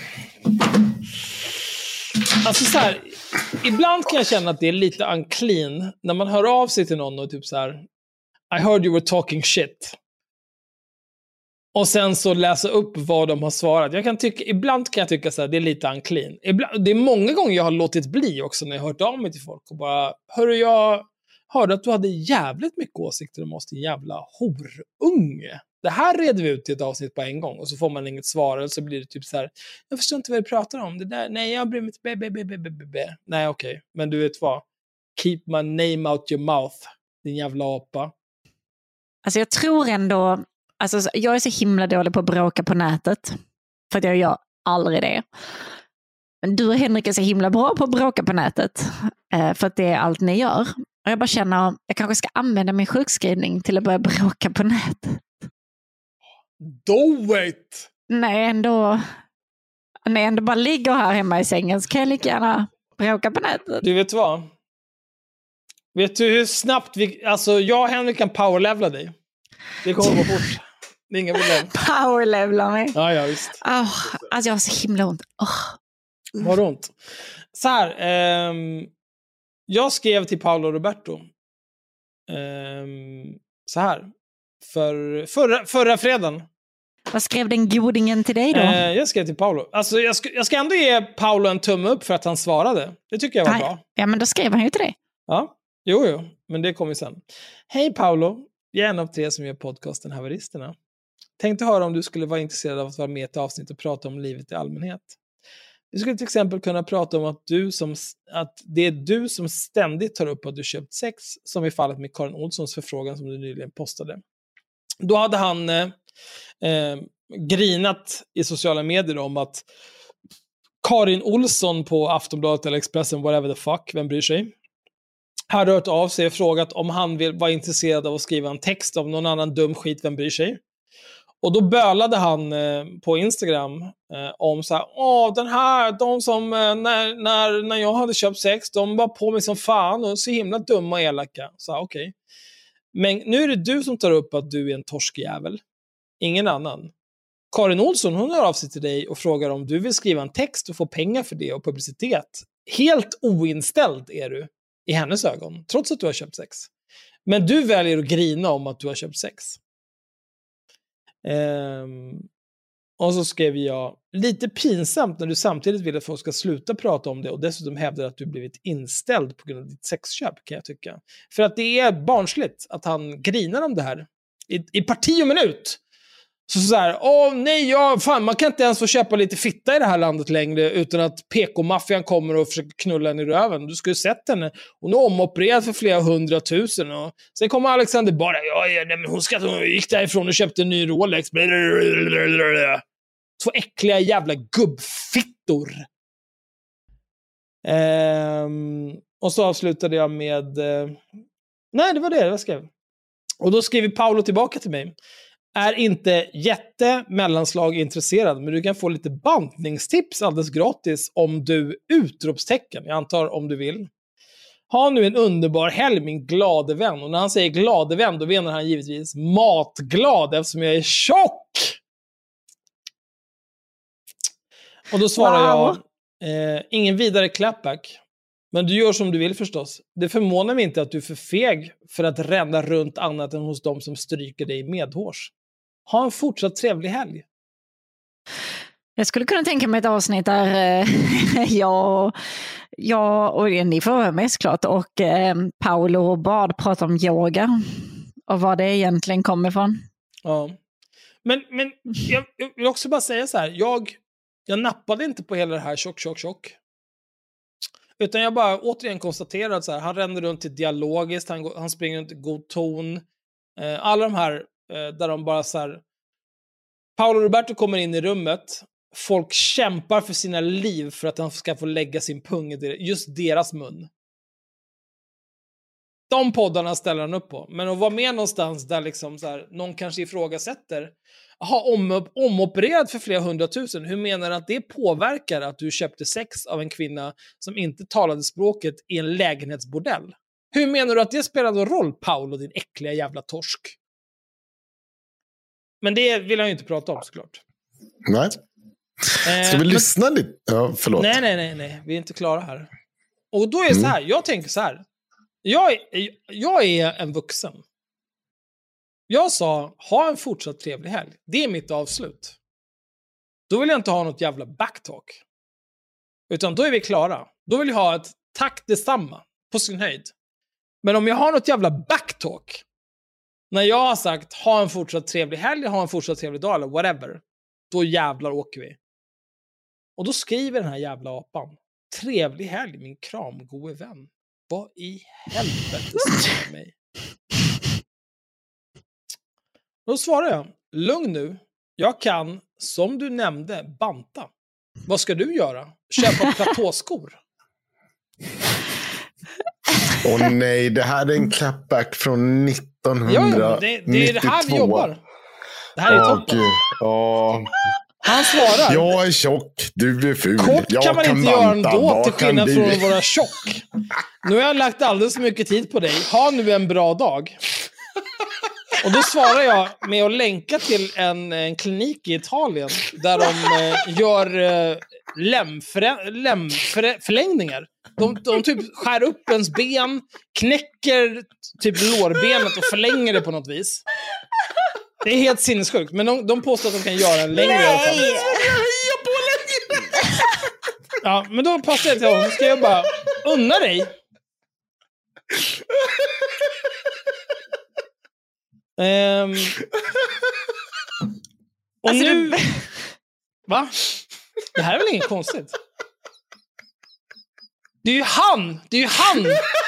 alltså så här, ibland kan jag känna att det är lite unclean när man hör av sig till någon och typ så här: I heard you were talking shit. Och sen så läsa upp vad de har svarat. Jag kan tycka, ibland kan jag tycka så här, det är lite unclean. Ibland, det är många gånger jag har låtit bli också när jag har hört av mig till folk och bara, hörru, jag hörde att du hade jävligt mycket åsikter om oss, din jävla horunge. Det här reder vi ut i ett avsnitt på en gång och så får man inget svar eller så blir det typ så här, jag förstår inte vad du pratar om. Det där, nej, jag bryr mig inte. Be, be, be, be, be, be. Nej, okej. Okay. Men du vet vad? Keep my name out your mouth, din jävla apa. Alltså jag tror ändå, alltså jag är så himla dålig på att bråka på nätet. För att jag gör aldrig det. Men du och Henrik är så himla bra på att bråka på nätet. För att det är allt ni gör. Och jag bara känner, jag kanske ska använda min sjukskrivning till att börja bråka på nätet. Do it! Nej, ändå, när jag ändå bara ligger här hemma i sängen så kan jag lika gärna bråka på nätet. Du vet vad? Vet du hur snabbt vi... Alltså, jag och Henrik kan powerlevla dig. Det kommer gå fort. Det är inga problem. Powerlevla mig? Ja, ja, visst. Oh, alltså, jag har så himla ont. Oh. Vad ont? Så här. Um, jag skrev till Paolo och Roberto. Um, så här. För, förra, förra fredagen. Vad skrev den godingen till dig då? Uh, jag skrev till Paolo. Alltså, jag, ska, jag ska ändå ge Paolo en tumme upp för att han svarade. Det tycker jag var Nej. bra. Ja, men då skrev han ju till dig. Ja. Jo, jo, men det kommer sen. Hej Paolo, jag är en av tre som gör podcasten Haveristerna. Tänkte höra om du skulle vara intresserad av att vara med i ett avsnitt och prata om livet i allmänhet. Vi skulle till exempel kunna prata om att, du som, att det är du som ständigt tar upp att du köpt sex, som i fallet med Karin Olssons förfrågan som du nyligen postade. Då hade han eh, eh, grinat i sociala medier om att Karin Olsson på Aftonbladet eller Expressen, whatever the fuck, vem bryr sig, hade hört av sig och frågat om han vill vara intresserad av att skriva en text om någon annan dum skit, vem bryr sig. Och då bölade han eh, på Instagram eh, om så här, åh, den här, de som, eh, när, när, när jag hade köpt sex, de var på mig som fan och så himla dumma och elaka. Så okej. Okay. Men nu är det du som tar upp att du är en torskjävel. Ingen annan. Karin Olsson, hon hör av sig till dig och frågar om du vill skriva en text och få pengar för det och publicitet. Helt oinställd är du i hennes ögon, trots att du har köpt sex. Men du väljer att grina om att du har köpt sex. Um, och så skrev jag, lite pinsamt när du samtidigt vill att folk ska sluta prata om det och dessutom hävdar att du blivit inställd på grund av ditt sexköp, kan jag tycka. För att det är barnsligt att han grinar om det här i, i parti och minut. Så så här, åh nej, ja, fan, man kan inte ens få köpa lite fitta i det här landet längre utan att P K-maffian kommer och försöker knulla henne i röven. Du skulle ju sett henne. Hon är omopererad för flera hundratusen. Och sen kommer Alexander bara, ja, ja nej, men hon, ska, hon gick därifrån och köpte en ny Rolex. Två äckliga jävla gubbfittor. Ehm, och så avslutade jag med... Eh, nej, det var det jag skrev. Och då skriver Paolo tillbaka till mig. Är inte jätte mellanslag intresserad, men du kan få lite bantningstips alldeles gratis om du utropstecken. Jag antar om du vill. Ha nu en underbar helg, min glade vän. Och när han säger glade vän, då menar han givetvis matglad eftersom jag är tjock. Och då svarar wow. jag, eh, ingen vidare clapback. Men du gör som du vill förstås. Det förvånar mig inte att du är för feg för att rända runt annat än hos dem som stryker dig medhårs. Ha en fortsatt trevlig helg. Jag skulle kunna tänka mig ett avsnitt där eh, jag, jag och ni får vara med såklart och eh, Paolo och Bard pratar om yoga och vad det egentligen kommer ifrån. Ja. Men, men jag, jag vill också bara säga så här. Jag, jag nappade inte på hela det här tjock, tjock, tjock. Utan jag bara återigen konstaterar att så här, han ränner runt till dialogiskt, han, han springer runt i god ton. Eh, alla de här eh, där de bara så här... Paolo och Roberto kommer in i rummet. Folk kämpar för sina liv för att han ska få lägga sin pung i just deras mun. De poddarna ställer han upp på. Men att vara med någonstans där liksom så här, någon kanske ifrågasätter. Jaha, om, omopererad för flera hundratusen. Hur menar du att det påverkar att du köpte sex av en kvinna som inte talade språket i en lägenhetsbordell? Hur menar du att det spelar någon roll, Paolo, din äckliga jävla torsk? Men det vill jag ju inte prata om såklart. Nej. Ska vi eh, lyssna men... lite? Ja, förlåt. Nej, nej, nej, nej. Vi är inte klara här. Och då är det så här, jag tänker så här. Jag är, jag är en vuxen. Jag sa, ha en fortsatt trevlig helg. Det är mitt avslut. Då vill jag inte ha något jävla backtalk. Utan då är vi klara. Då vill jag ha ett tack detsamma på sin höjd. Men om jag har något jävla backtalk när jag har sagt ha en fortsatt trevlig helg, ha en fortsatt trevlig dag eller whatever, då jävlar åker vi. Och då skriver den här jävla apan, trevlig helg min kram gode vän. Vad i helvete säger mig? Då svarar jag, lugn nu. Jag kan, som du nämnde, banta. Vad ska du göra? Köpa platåskor? Åh oh, nej, det här är en clapback från nittonhundranittiotvå. Ja, det, det är det här vi jobbar. Det här är oh, toppen. Oh. Han svarar. Jag är tjock, du är ful. Kort jag kan man kan inte banta. göra ändå, Vad till skillnad du? från att vara tjock. Nu har jag lagt alldeles för mycket tid på dig. Ha nu en bra dag. Och då svarar jag med att länka till en, en klinik i Italien där de eh, gör eh, lämförlängningar. De, de typ skär upp ens ben, knäcker typ lårbenet och förlänger det på något vis. Det är helt sinnessjukt, men de, de påstår att de kan göra en längre i alla fall. Ja, men då passar jag till honom. Ska jag bara unna dig. Um, och alltså nu... Det... Va? Det här är väl inget konstigt? Det är ju han! Det är ju han!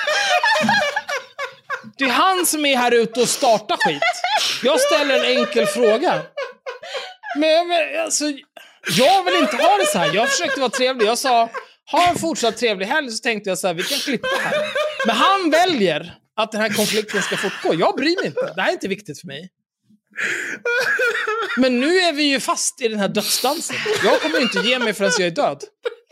Det är han som är här ute och startar skit. Jag ställer en enkel fråga. Men alltså, jag vill inte ha det så här. Jag försökte vara trevlig. Jag sa, ha en fortsatt trevlig helg. Så tänkte jag så här, vi kan klippa här. Men han väljer att den här konflikten ska fortgå. Jag bryr mig inte. Det här är inte viktigt för mig. Men nu är vi ju fast i den här dödsdansen. Jag kommer inte ge mig förrän jag är död.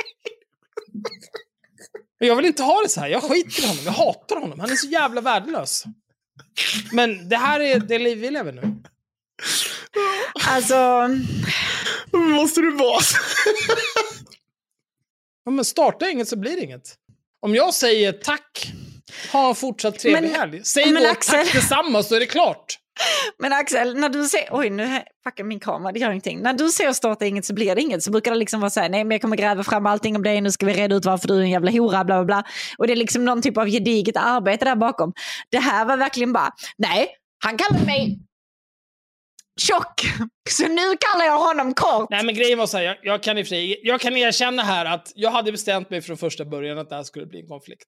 Jag vill inte ha det så här. Jag skiter i honom. Jag hatar honom. Han är så jävla värdelös. Men det här är det liv vi lever nu. Alltså... Måste du vara? Ja, men starta inget så blir det inget. Om jag säger tack, ha en fortsatt trevlig men, helg. Säg då Axel... tack detsamma så är det klart. Men Axel, när du säger, oj nu packar min kamera, det gör ingenting. När du säger starta inget så blir det inget. Så brukar det liksom vara så här, nej men jag kommer gräva fram allting om dig. Nu ska vi reda ut varför du är en jävla hora, bla bla bla. Och det är liksom någon typ av gediget arbete där bakom. Det här var verkligen bara, nej, han kallar mig tjock. Så nu kallar jag honom kort. Nej men grejen var så här, jag, jag, kan i fri, jag kan erkänna här att jag hade bestämt mig från första början att det här skulle bli en konflikt.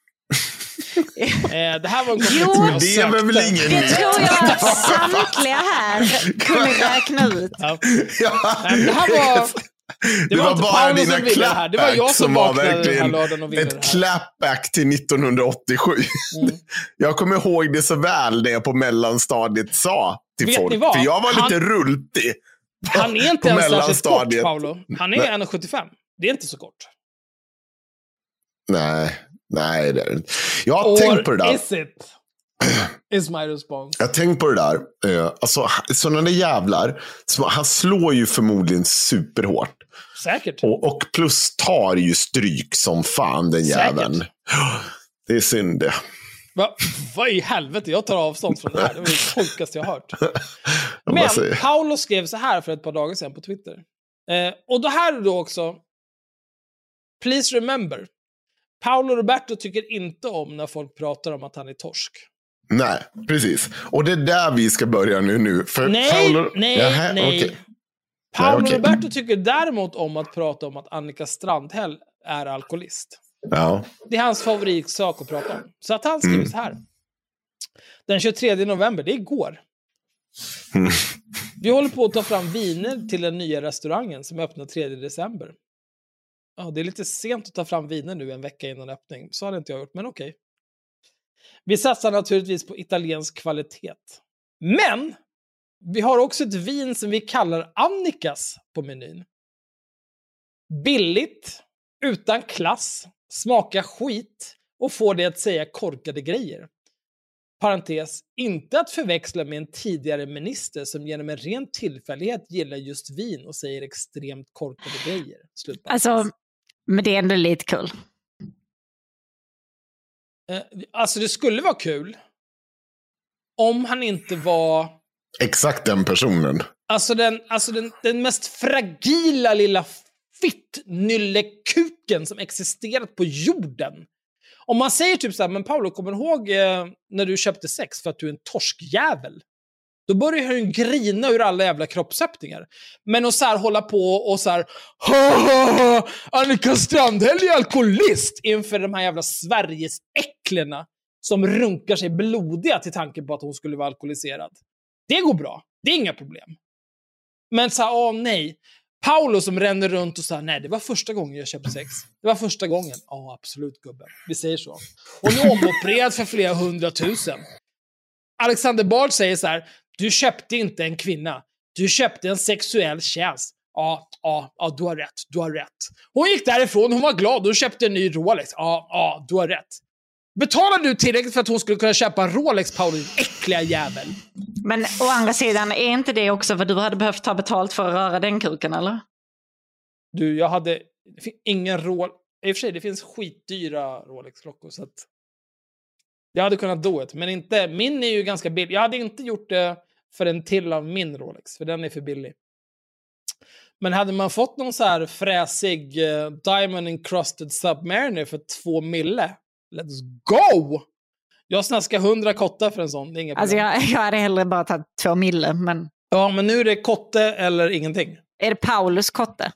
eh, det här var en konflikt jo, som jag det sökte. Väl ingen det tror jag att samtliga här kunde räkna ut. Ja. Ja. Nej, det här var... Det, det var, var inte bara Paolo dina som ville det här. Det var jag som, som vaknade den här lördagen och ville ett det här. clapback till nittonhundraåttiosju. Mm. Jag kommer ihåg det så väl när jag på mellanstadiet sa till Vet folk. ni vad? För jag var han, lite rultig. Han är inte ens särskilt kort, Paolo. Han är en komma sjuttiofem. Det är inte så kort. Nej, nej det är det inte. Jag har Or tänkt på det där. Is it? Is my response. Jag har tänkt på det där. Alltså, sådana där jävlar. Han slår ju förmodligen superhårt. Säkert. Och, och plus tar ju stryk som fan den jäveln. Det är synd det. Va? Vad i helvete? Jag tar avstånd från det här. Det var det sjukaste jag har hört. Men Paolo skrev så här för ett par dagar sedan på Twitter. Eh, och det här är då också... Please remember. Paolo Roberto tycker inte om när folk pratar om att han är torsk. Nej, precis. Och det är där vi ska börja nu. nu för nej, Paolo... nej, Jaha, nej. Okay. Paolo nej, okay. Roberto tycker däremot om att prata om att Annika Strandhäll är alkoholist. Ja. Det är hans favoritsak att prata om. Så att han skriver mm. så här. Den tjugotredje november, det är igår. Mm. Vi håller på att ta fram viner till den nya restaurangen som öppnar tredje december. Ja, det är lite sent att ta fram viner nu en vecka innan öppning. Så hade inte jag gjort, men okej. Okay. Vi satsar naturligtvis på italiensk kvalitet. Men vi har också ett vin som vi kallar Annikas på menyn. Billigt, utan klass, smakar skit och får det att säga korkade grejer. Parentes, inte att förväxla med en tidigare minister som genom en ren tillfällighet gillar just vin och säger extremt korkade grejer. Slutparentes. Alltså, men det är ändå lite kul. Cool. Alltså det skulle vara kul om han inte var... Exakt den personen. Alltså den, alltså den, den mest fragila lilla fittnyllekuken som existerat på jorden. Om man säger typ så här, men Paolo, kommer du ihåg eh, när du köpte sex för att du är en torskjävel? Då börjar hon grina ur alla jävla kroppsöppningar. Men att så här hålla på och så här, ha, ha, ha, Annika Strandhäll är alkoholist inför de här jävla Sveriges äcklerna som runkar sig blodiga till tanken på att hon skulle vara alkoholiserad. Det går bra. Det är inga problem. Men så här, åh nej. Paolo som ränner runt och säger, nej, det var första gången jag köpte sex. Det var första gången. Ja, absolut, gubben. Vi säger så. Och nu omopererad för flera hundratusen. Alexander Bard säger så här, du köpte inte en kvinna. Du köpte en sexuell tjänst. Ja, ja, ja, du har rätt. Du har rätt. Hon gick därifrån, hon var glad. Hon köpte en ny Rolex. Ja, ja, du har rätt. Betalar du tillräckligt för att hon skulle kunna köpa en Rolex, Paolo, din äckliga jävel? Men å andra sidan, är inte det också vad du hade behövt ta betalt för att röra den kuken, eller? Du, jag hade ingen Rolex. I och för sig, det finns skitdyra Rolex-klockor, så att jag hade kunnat do it, men inte. Min är ju ganska billig. Jag hade inte gjort det för en till av min Rolex, för den är för billig. Men hade man fått någon så här fräsig uh, Diamond Encrusted Submariner för två mille, let's go! Jag snaskar hundra kottar för en sån, det är inga alltså jag, jag hade hellre bara tagit två mille, men... Ja, men nu är det kotte eller ingenting. Är det Paulus kotte?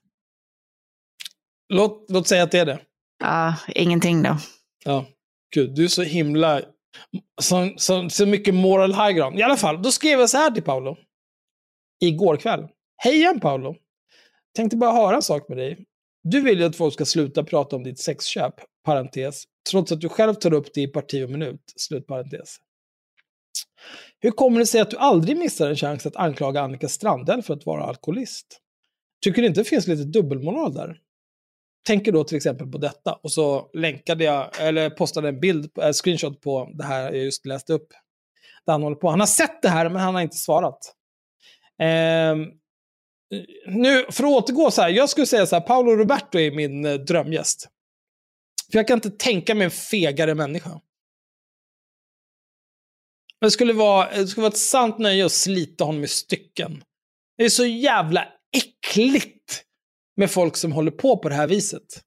Låt, låt säga att det är det. Ja, ingenting då. Ja, gud, du är så himla... Så, så, så mycket moral high ground. I alla fall, då skrev jag så här till Paolo. Igår kväll. Hej igen, Paolo. Tänkte bara höra en sak med dig. Du vill ju att folk ska sluta prata om ditt sexköp, parentes, trots att du själv tar upp det i parti och minut, slutparentes. Hur kommer det sig att du aldrig missar en chans att anklaga Annika Strandhäll för att vara alkoholist? Tycker du inte det finns lite dubbelmoral där? Tänker då till exempel på detta. Och så länkade jag, eller postade en bild, en screenshot på det här jag just läste upp. Där han håller på. Han har sett det här, men han har inte svarat. Ehm, nu, för att återgå så här. Jag skulle säga så här, Paolo Roberto är min eh, drömgäst. För jag kan inte tänka mig en fegare människa. Det skulle vara, det skulle vara ett sant nöje att slita honom i stycken. Det är så jävla äckligt med folk som håller på på det här viset.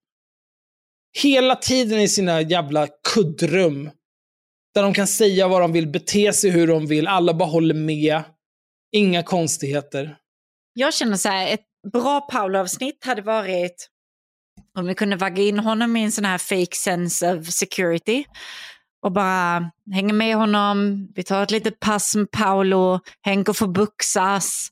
Hela tiden i sina jävla kuddrum. Där de kan säga vad de vill, bete sig hur de vill. Alla bara håller med. Inga konstigheter. Jag känner så här, ett bra Paolo-avsnitt hade varit om vi kunde vagga in honom i en sån här fake sense of security. Och bara hänga med honom. Vi tar ett litet pass med Paolo. Henko får buxas.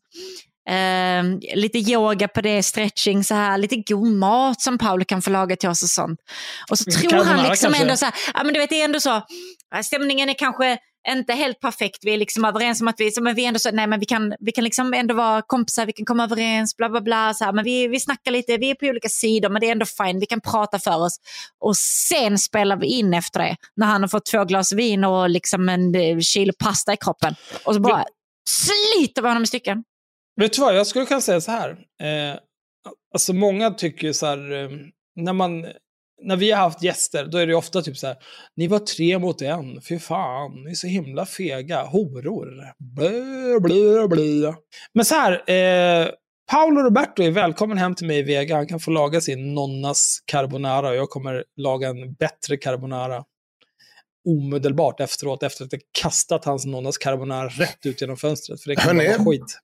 Eh, lite yoga på det, stretching så här, lite god mat som Paolo kan få laga till oss och sånt. Och så tror han, han liksom kanske ändå så här, ja men du vet det är ändå så, stämningen är kanske inte helt perfekt, vi är liksom överens om att vi, så, men vi är ändå så, nej men vi kan, vi kan liksom ändå vara kompisar, vi kan komma överens, bla bla bla så här, men vi, vi snackar lite, vi är på olika sidor, men det är ändå fine, vi kan prata för oss. Och sen spelar vi in efter det, när han har fått två glas vin och liksom en kilo pasta i kroppen. Och så bara sliter vi honom i stycken. Vet du vad, jag skulle kunna säga så här. Eh, alltså många tycker så här, eh, när man när vi har haft gäster, då är det ofta typ så här, ni var tre mot en, fy fan, ni är så himla fega, horor. Blö, blö, blö. Men så här, eh, Paolo Roberto är välkommen hem till mig i Vega. Han kan få laga sin nonnas carbonara och jag kommer laga en bättre carbonara omedelbart efteråt, efter att jag kastat hans nonnas carbonara rätt ut genom fönstret, för det kan vara skit.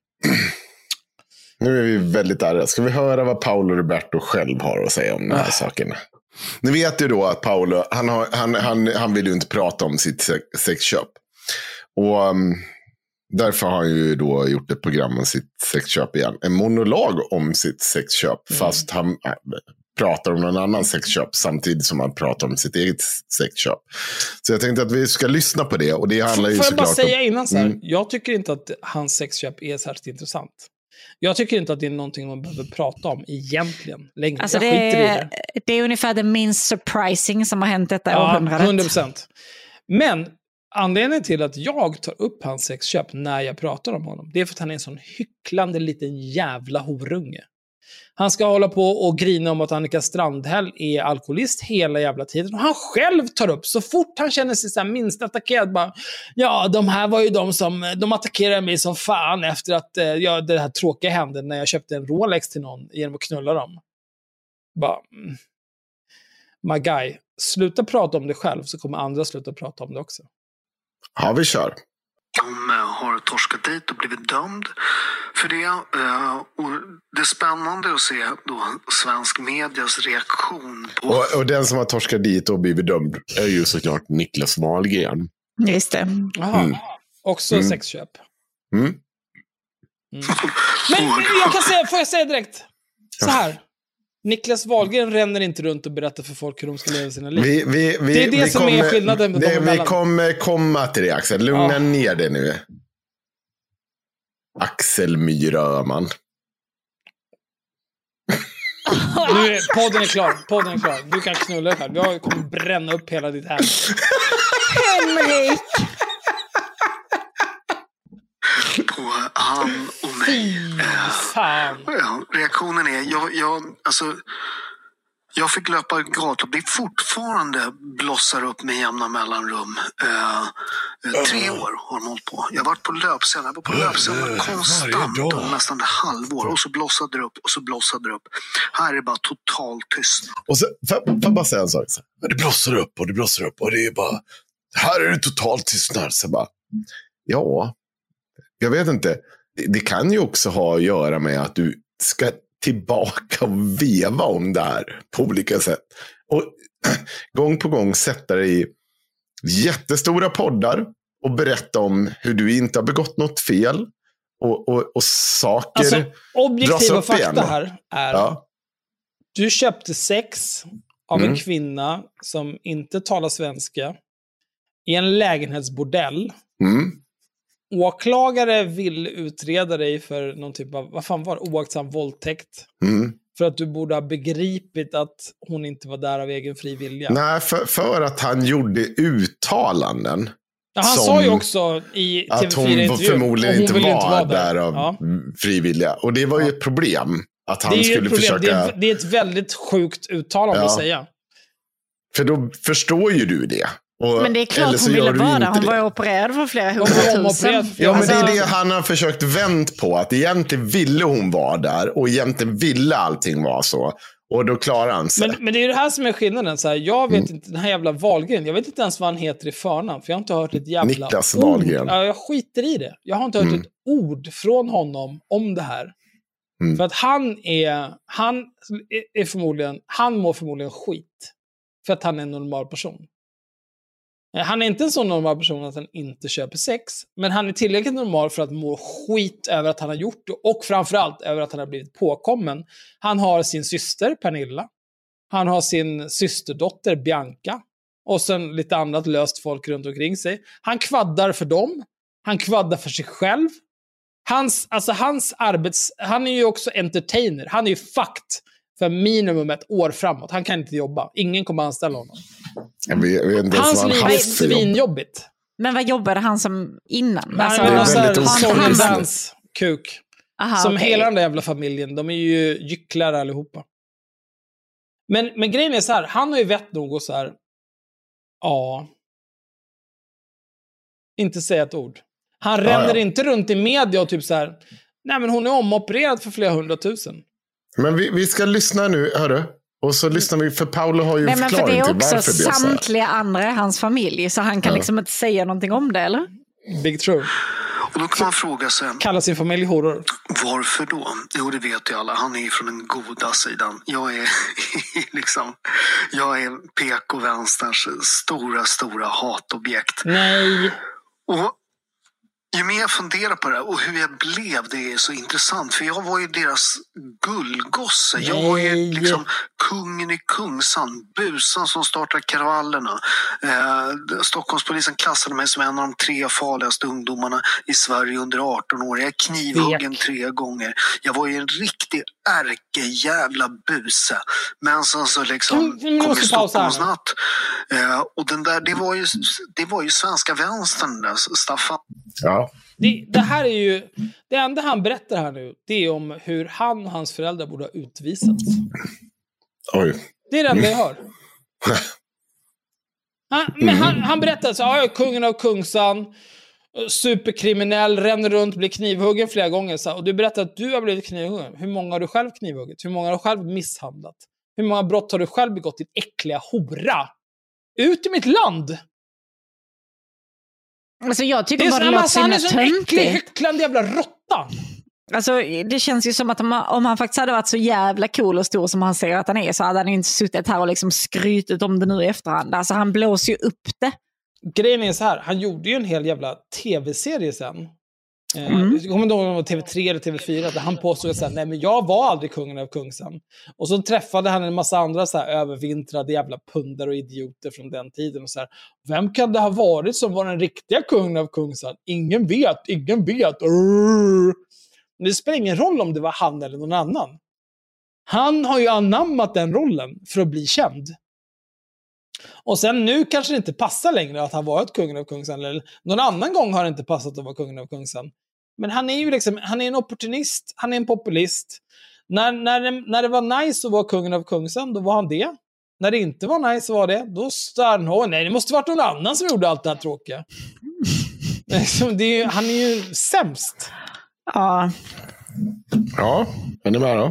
Nu är vi väldigt arga. Ska vi höra vad Paolo Roberto själv har att säga om de här sakerna? Ni vet ju då att Paolo, han, har, han, han, han vill ju inte prata om sitt sexköp. Och um, därför har han ju då gjort ett program om sitt sexköp igen. En monolog om sitt sexköp, mm. fast han äh, pratar om någon annan sexköp samtidigt som han pratar om sitt eget sexköp. Så jag tänkte att vi ska lyssna på det. Och det handlar ju Får jag bara säga om... innan så här, mm. jag tycker inte att hans sexköp är särskilt intressant. Jag tycker inte att det är någonting man behöver prata om egentligen längre. Alltså jag det, skiter i är, det. det är ungefär det minst surprising som har hänt detta ja, århundradet. hundra procent. Men anledningen till att jag tar upp hans sexköp när jag pratar om honom, det är för att han är en sån hycklande liten jävla horunge. Han ska hålla på och grina om att Annika Strandhäll är alkoholist hela jävla tiden. Och han själv tar upp, så fort han känner sig så här minst attackerad, bara, ja, de här var ju de som, de attackerade mig som fan efter att ja, det här tråkiga hände när jag köpte en Rolex till någon genom att knulla dem. Bara, mm. My guy, sluta prata om det själv så kommer andra sluta prata om det också. Ja, vi kör. De har torskat dit och blivit dömd för det. Och det är spännande att se då svensk medias reaktion på... Och, och den som har torskat dit och blivit dömd är ju såklart Niklas Wahlgren. Just det. Jaha, mm. också mm. sexköp. Mm. Mm. Men jag kan säga, får jag säga direkt så här. Niklas Wahlgren ränner inte runt och berättar för folk hur de ska leva sina liv. Vi, vi, vi, det är det vi som kommer, är skillnaden med det, Vi kommer komma till det, Axel. Lugna ja. ner det nu. Axel Myröman. Nu, podden är klar. Podden är klar. Du kan knulla här. Jag kommer bränna upp hela ditt hem. Henrik! På han och mig. Fan. Ja, reaktionen är, jag, jag, alltså, jag fick löpa gator. Det fortfarande blossar upp med jämna mellanrum. Uh, uh, tre år har de hållit på. Jag har varit på löpscenen. Jag var på löpscenen konstant om nästan ett halvår. Och så blossade det upp och så blossade det upp. Här är det bara totalt tyst. Och så, får jag bara säga en sak? Det blossar upp och det blossar upp och det är bara, här är det totalt tystnad. Så bara, ja... Jag vet inte. Det kan ju också ha att göra med att du ska tillbaka och veva om det här på olika sätt. Och gång på gång sätta dig i jättestora poddar och berätta om hur du inte har begått något fel. Och, och, och saker alltså, objektiva fakta igen. Här är ja. Du köpte sex av mm. en kvinna som inte talar svenska i en lägenhetsbordell. Mm. Åklagare vill utreda dig för någon typ av, vad fan var det, oaktsam våldtäkt. Mm. För att du borde ha begripit att hon inte var där av egen fri vilja. Nej, för, för att han gjorde uttalanden. Ja, han sa ju också i T V fyra-intervjun att hon förmodligen hon inte var, inte vara där, där av ja. fri vilja. Och det var ju ett problem. Att han det är skulle ett problem. försöka... Det är, det är ett väldigt sjukt uttalande ja. att säga. För då förstår ju du det. Och, men det är klart hon ville vara där. Hon var opererad för flera hundratusen. Ja, men det är det han har försökt vänt på. Att egentligen ville hon vara där. Och egentligen ville allting vara så. Och då klarar han sig. Men, men det är det här som är skillnaden. Så här, jag vet mm. inte, den här jävla Wahlgren. Jag vet inte ens vad han heter i förnamn. För jag har inte hört ett jävla Niklas ord. Wahlgren. Ja, jag skiter i det. Jag har inte hört mm. ett ord från honom om det här. Mm. För att han är, han är förmodligen, han mår förmodligen skit. För att han är en normal person. Han är inte en sån normal person att han inte köper sex. Men han är tillräckligt normal för att må skit över att han har gjort det. Och framförallt över att han har blivit påkommen. Han har sin syster Pernilla. Han har sin systerdotter Bianca. Och sen lite annat löst folk runt omkring sig. Han kvaddar för dem. Han kvaddar för sig själv. Hans, alltså hans arbets... Han är ju också entertainer. Han är ju fucked för minimum ett år framåt. Han kan inte jobba. Ingen kommer anställa honom. Jag vet, jag vet inte hans liv är svinjobbigt. Men vad jobbade han som innan? Nej, alltså, det är väldigt Solidans kuk. Aha, som okay. hela den där jävla familjen. De är ju gycklare allihopa. Men, men grejen är så här. Han har ju vett nog och så här. Ja. Inte säga ett ord. Han ränner ja, ja. inte runt i media och typ så här. Nej, men hon är omopererad för flera hundratusen. Men vi, vi ska lyssna nu, hörru. Och så lyssnar vi, för Paolo har ju Nej, men förklaring för till varför det är så. Det är också samtliga andra i hans familj. Så han kan ja. liksom inte säga någonting om det, eller? Big true. Och då kan man fråga sig... Kalla sin familj horor. Varför då? Jo, det vet ju alla. Han är från den goda sidan. Jag är liksom... Jag är P K-vänsterns stora, stora hatobjekt. Nej. Och... Ju mer jag funderar på det och hur jag blev, det är så intressant. För jag var ju deras gullgosse. Jag var ju liksom kungen i Kungsan, busan som startade kravallerna. Eh, Stockholmspolisen klassade mig som en av de tre farligaste ungdomarna i Sverige under arton år. Jag är knivhuggen tre gånger. Jag var ju en riktig ärkejävla buse. Men sen så liksom mm, kom i Stockholmsnatt. Eh, och den där, det var ju, det var ju svenska vänstern där, Staffan. Ja. Det, det här är ju... Det enda han berättar här nu, det är om hur han och hans föräldrar borde ha utvisats. Oj. Det är det enda jag hör. Han, men han, han berättar så här, kungen av Kungsan, superkriminell, ränner runt, blir knivhuggen flera gånger. Så, och du berättar att du har blivit knivhuggen. Hur många har du själv knivhuggit? Hur många har du själv misshandlat? Hur många brott har du själv begått, din äckliga hora? Ut i mitt land! Alltså jag tycker det är bara det låter så himla töntigt. Han är så äcklig, häcklande jävla råtta. Alltså det känns ju som att om, om han faktiskt hade varit så jävla cool och stor som han säger att han är, så hade han inte suttit här och liksom skrytit om det nu i efterhand. Alltså han blåser ju upp det. Grejen är så här, han gjorde ju en hel jävla tv-serie sen. Mm. Jag kommer inte ihåg om det var T V tre eller T V fyra, där han påstod att så här, nej men jag var aldrig kungen av Kungsan. Och så träffade han en massa andra så här övervintrade jävla pundar och idioter från den tiden och så här, vem kan det ha varit som var den riktiga kungen av Kungsan? Ingen vet, ingen vet. Urr. Det spelar ingen roll om det var han eller någon annan. Han har ju anammat den rollen för att bli känd. Och sen nu kanske det inte passar längre att han varit kungen av Kungsan, eller någon annan gång har det inte passat att vara kungen av Kungsan. Men han är ju liksom, han är en opportunist, han är en populist. När, när, det, när det var nice att vara kungen av Kungsan, då var han det. När det inte var nice var det, då stod han, nej det måste varit någon annan som gjorde allt det här tråkiga. det är ju, han är ju sämst. Ja. Ja, är ni med då?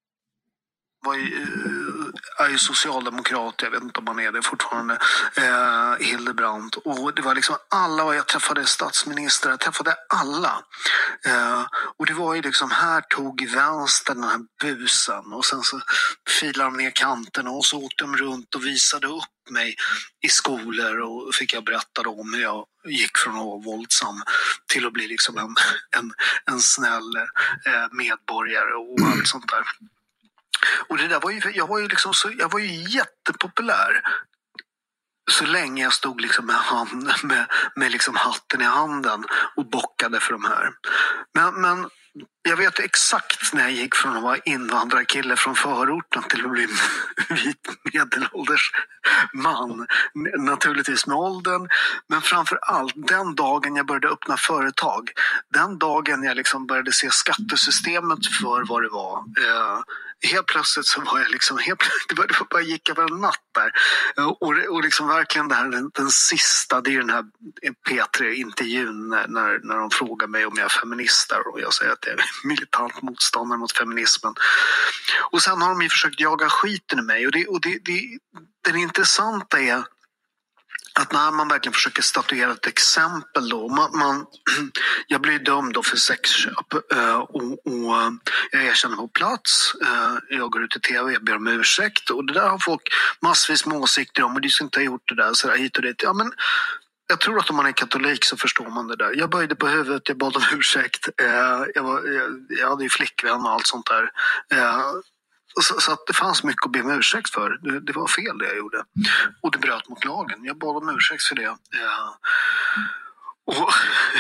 Var ju, är ju socialdemokrat, jag vet inte om man är det fortfarande, eh, Hildebrandt. Och det var liksom alla, och jag träffade statsminister, jag träffade alla. Eh, och det var ju liksom, här tog vänster den här busen och sen så filade de ner kanten och så åkte de runt och visade upp mig i skolor och fick jag berätta om hur jag gick från att vara våldsam till att bli liksom en, en, en snäll eh, medborgare och allt sånt där. Och det där var ju, jag var ju liksom så, jag var ju jättepopulär så länge jag stod liksom med, hand, med, med liksom hatten i handen och bockade för de här. Men, men jag vet exakt när jag gick från att vara invandrarkille från förorten till att bli vit medelålders man. Naturligtvis med åldern, men framför allt den dagen jag började öppna företag. Den dagen jag liksom började se skattesystemet för vad det var. Eh, helt plötsligt så var jag liksom, helt, det var, det var bara gick över en natt där. Och, och liksom verkligen det här, den, den sista, det är den här P tre-intervjun när, när, när de frågar mig om jag är feminist där, och jag säger att jag är militant motståndare mot feminismen. Och sen har de ju försökt jaga skiten i mig, och, det, och det, det, det intressanta är att när man verkligen försöker statuera ett exempel då, man, man, jag blir dömd då för sexköp och, och jag erkänner på plats, jag går ut i tv, jag ber om ursäkt, och det där har folk massvis med åsikter om, och det är så inte har gjort det där så där hit och dit. Ja, men jag tror att om man är katolik så förstår man det där. Jag böjde på huvudet, jag bad om ursäkt, jag, var, jag, jag hade ju flickvän och allt sånt där. Så, så att det fanns mycket att be om ursäkt för. Det, det var fel det jag gjorde. Och det bröt mot lagen. Jag bad om ursäkt för det. Ja. Och,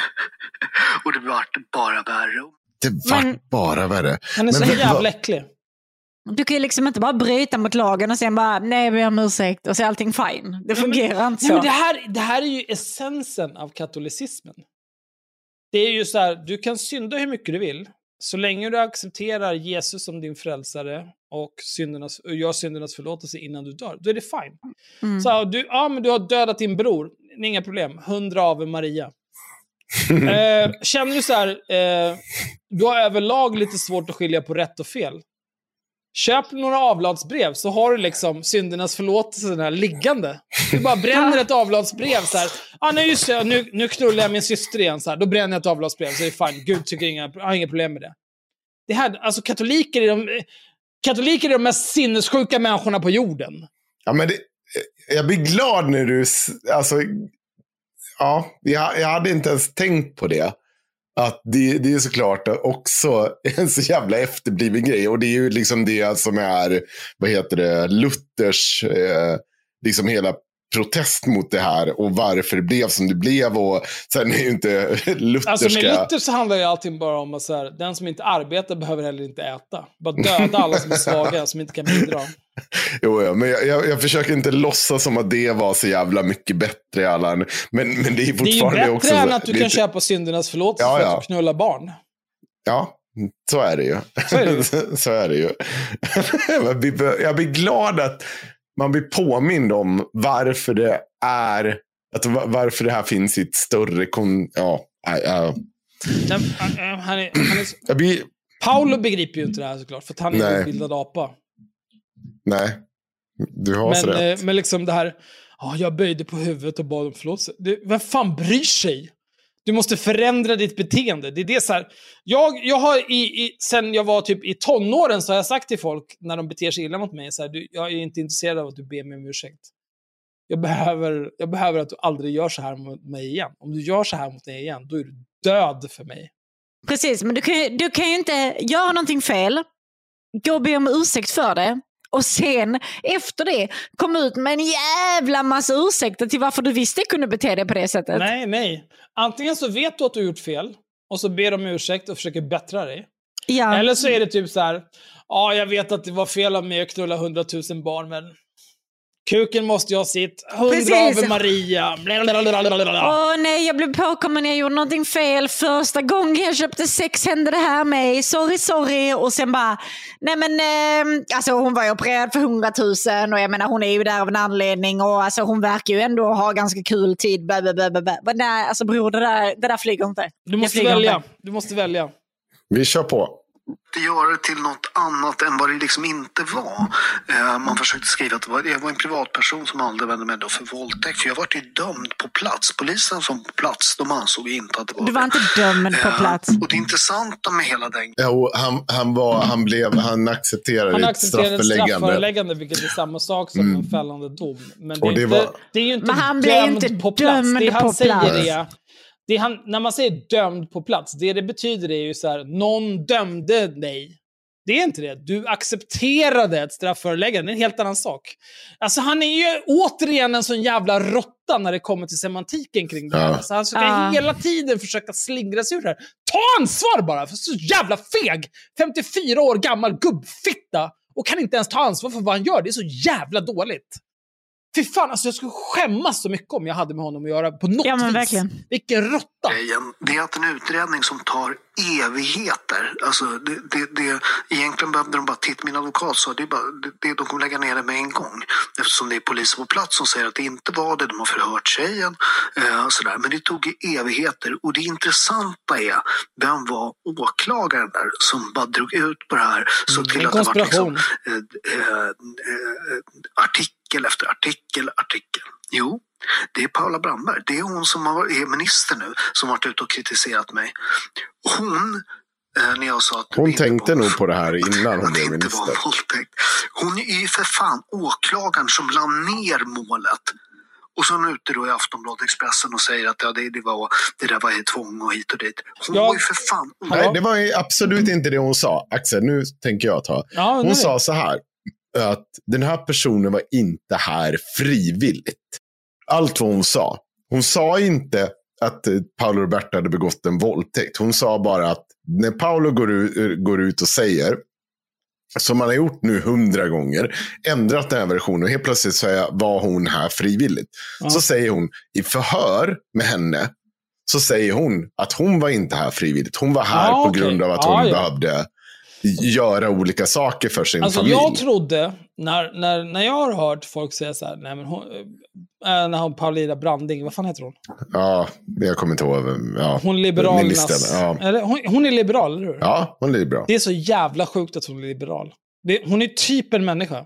och det var bara värre. Det var Men, bara värre. Han är så Men, jävla äcklig. Du kan ju liksom inte bara bryta mot lagen och sen bara, nej vi har om ursäkt och så är allting fine. Det fungerar nej, men, inte så. Nej, men det, här, det här är ju essensen av katolicismen. Det är ju så här, du kan synda hur mycket du vill. Så länge du accepterar Jesus som din frälsare och syndernas, och gör syndernas förlåtelse innan du dör, då är det fine. Mm. Så du, ja, men du har dödat din bror, inga problem. Hundra av Maria. eh, känner du så här, eh, du har överlag lite svårt att skilja på rätt och fel. Köp några avlatsbrev så har du liksom syndernas förlåtelse den här liggande. Du bara bränner ett avlatsbrev så här. Ah, nej, just det, nu, nu knullar jag min syster igen så här. Då bränner jag ett avlatsbrev så är det fine. Gud tycker inga, har inga problem med det. Det här, alltså katoliker är de, katoliker är de mest sinnessjuka människorna på jorden. Ja, men det, jag blir glad när du, alltså, ja, jag, jag hade inte ens tänkt på det. Att det, det är såklart också en så jävla efterbliven grej. Och det är ju liksom det som är, vad heter det, Luthers, eh, liksom hela protest mot det här och varför det blev som det blev, och sen är ju inte lutherska... Alltså med Luther så handlar ju allting bara om att så här, den som inte arbetar behöver heller inte äta. Bara döda alla som är svaga, som inte kan bidra. Jo, ja, men jag, jag, jag försöker inte låtsas som att det var så jävla mycket bättre, Allan. Men, men det är fortfarande det är ju bättre också... än att du lite... kan köpa syndernas förlåtelse ja, för ja. att du knullar barn. Ja, så är det ju. Så är det ju. så är det ju. jag, blir, jag blir glad att man blir påmind om varför det är, att varför det här finns i ett större kon... Ja, äh, äh. Nej, han är, han är... Jag blir... Paolo begriper ju inte det här såklart, för att han är Nej. en utbildad apa. Nej, du har men, så rätt. Eh, men liksom det här, ja, jag böjde på huvudet och bad om förlåtelse. Det, vem fan bryr sig? Du måste förändra ditt beteende. Det är det så här. Jag, jag har i, i, sen jag var typ i tonåren så har jag sagt till folk när de beter sig illa mot mig så här, du, jag är inte intresserad av att du ber mig om ursäkt. Jag behöver, jag behöver att du aldrig gör så här mot mig igen. Om du gör så här mot mig igen, då är du död för mig. Precis, men du kan ju, du kan ju inte göra någonting fel, gå och be om ursäkt för det, och sen efter det kom ut med en jävla massa ursäkter till varför du visste kunde bete dig på det sättet. Nej, nej. Antingen så vet du att du har gjort fel och så ber de om ursäkt och försöker bättra dig. Ja. Eller så är det typ så här, ja, jag vet att det var fel av mig att knulla hundratusen barn, men kuken måste ju ha sitt. Hundra av Maria. Åh nej, jag blev påkommen när jag gjorde någonting fel. Första gången jag köpte sex hände det här med. Sorry, sorry. Och sen bara, nej men, eh, alltså hon var ju opererad för hundratusen. Och jag menar, hon är ju där av en anledning. Och alltså hon verkar ju ändå ha ganska kul tid. Blablabla. Men nej, alltså bror, det där, det där flyger inte. Du måste välja. Inte. Du måste välja. Vi kör på. Göra det till något annat än vad det liksom inte var. Eh, man försökte skriva att det var, jag var en privatperson som aldrig vände mig då för våldtäkt. För jag var ju dömd på plats. Polisen som på plats, de ansåg inte att det var Du var inte dömd på plats. Eh, och det intressanta med hela den... Ja, han, han, var, han, blev, han accepterade han ett accepterade strafföreläggande. strafföreläggande, vilket är samma sak som mm. en fällande dom. Men det är, det inte, var... det är ju inte Men han dömd blev inte på plats. dömd Det han på säger plats. är... Det han, när man säger dömd på plats, det det betyder är ju så här, någon dömde dig. Det är inte det. Du accepterade ett strafföreläggande. Det är en helt annan sak. Alltså han är ju återigen en sån jävla råtta när det kommer till semantiken kring det här. Ja. Så han ska ja. hela tiden försöka slingra sig ur det här. Ta ansvar bara, för så jävla feg. femtiofyra år gammal gubbfitta och kan inte ens ta ansvar för vad han gör. Det är så jävla dåligt. Fy fan, alltså jag skulle skämmas så mycket om jag hade med honom att göra på något ja, men vis. Verkligen. Vilken råtta. Det är att en utredning som tar evigheter. Alltså det, det, det, egentligen behövde de bara titta. Min advokat sa det är bara, det, det, de kommer lägga ner det med en gång. Eftersom det är poliser på plats som säger att det inte var det. De har förhört tjejen. Eh, sådär. Men det tog evigheter. Och det intressanta är, vem var åklagaren där som bara drog ut på det här. Så till mm, att det var liksom, eh, eh, eh, artikel efter artikel, artikel. Jo, det är Paula Brandberg. Det är hon som är minister nu som har varit ute och kritiserat mig. Hon, eh, när jag sa att hon tänkte nog på det här innan hon blev minister. Var våldtäkt. Hon är ju för fan åklagaren som la ner målet. Och så nu ute då i Aftonbladet Expressen och säger att ja, det, det, var, det där var ett tvång och hit och dit. Hon ja. var ju för fan... Nej, det var ju absolut inte det hon sa. Axel, nu tänker jag ta. Ja, hon sa så här. Att den här personen var inte här frivilligt. Allt vad hon sa. Hon sa inte att Paolo Roberto hade begått en våldtäkt. Hon sa bara att när Paolo går ut, går ut och säger, som man har gjort nu hundra gånger, ändrat den här versionen och helt plötsligt säger var hon här frivilligt. Ja. Så säger hon i förhör med henne, så säger hon att hon var inte här frivilligt. Hon var här ja, på okay. grund av att hon ja, ja. behövde göra olika saker för sin alltså, familj. Jag trodde, när, när, när jag har hört folk säga så här, nej men hon, äh, när hon Paulina Branding, vad fan heter hon? Ja, jag kommer inte ihåg. Ja, hon liberalernas, ja. eller, hon, hon är liberal, eller hur? Ja, hon är liberal. Det är så jävla sjukt att hon är liberal. Det, hon är typ en människa.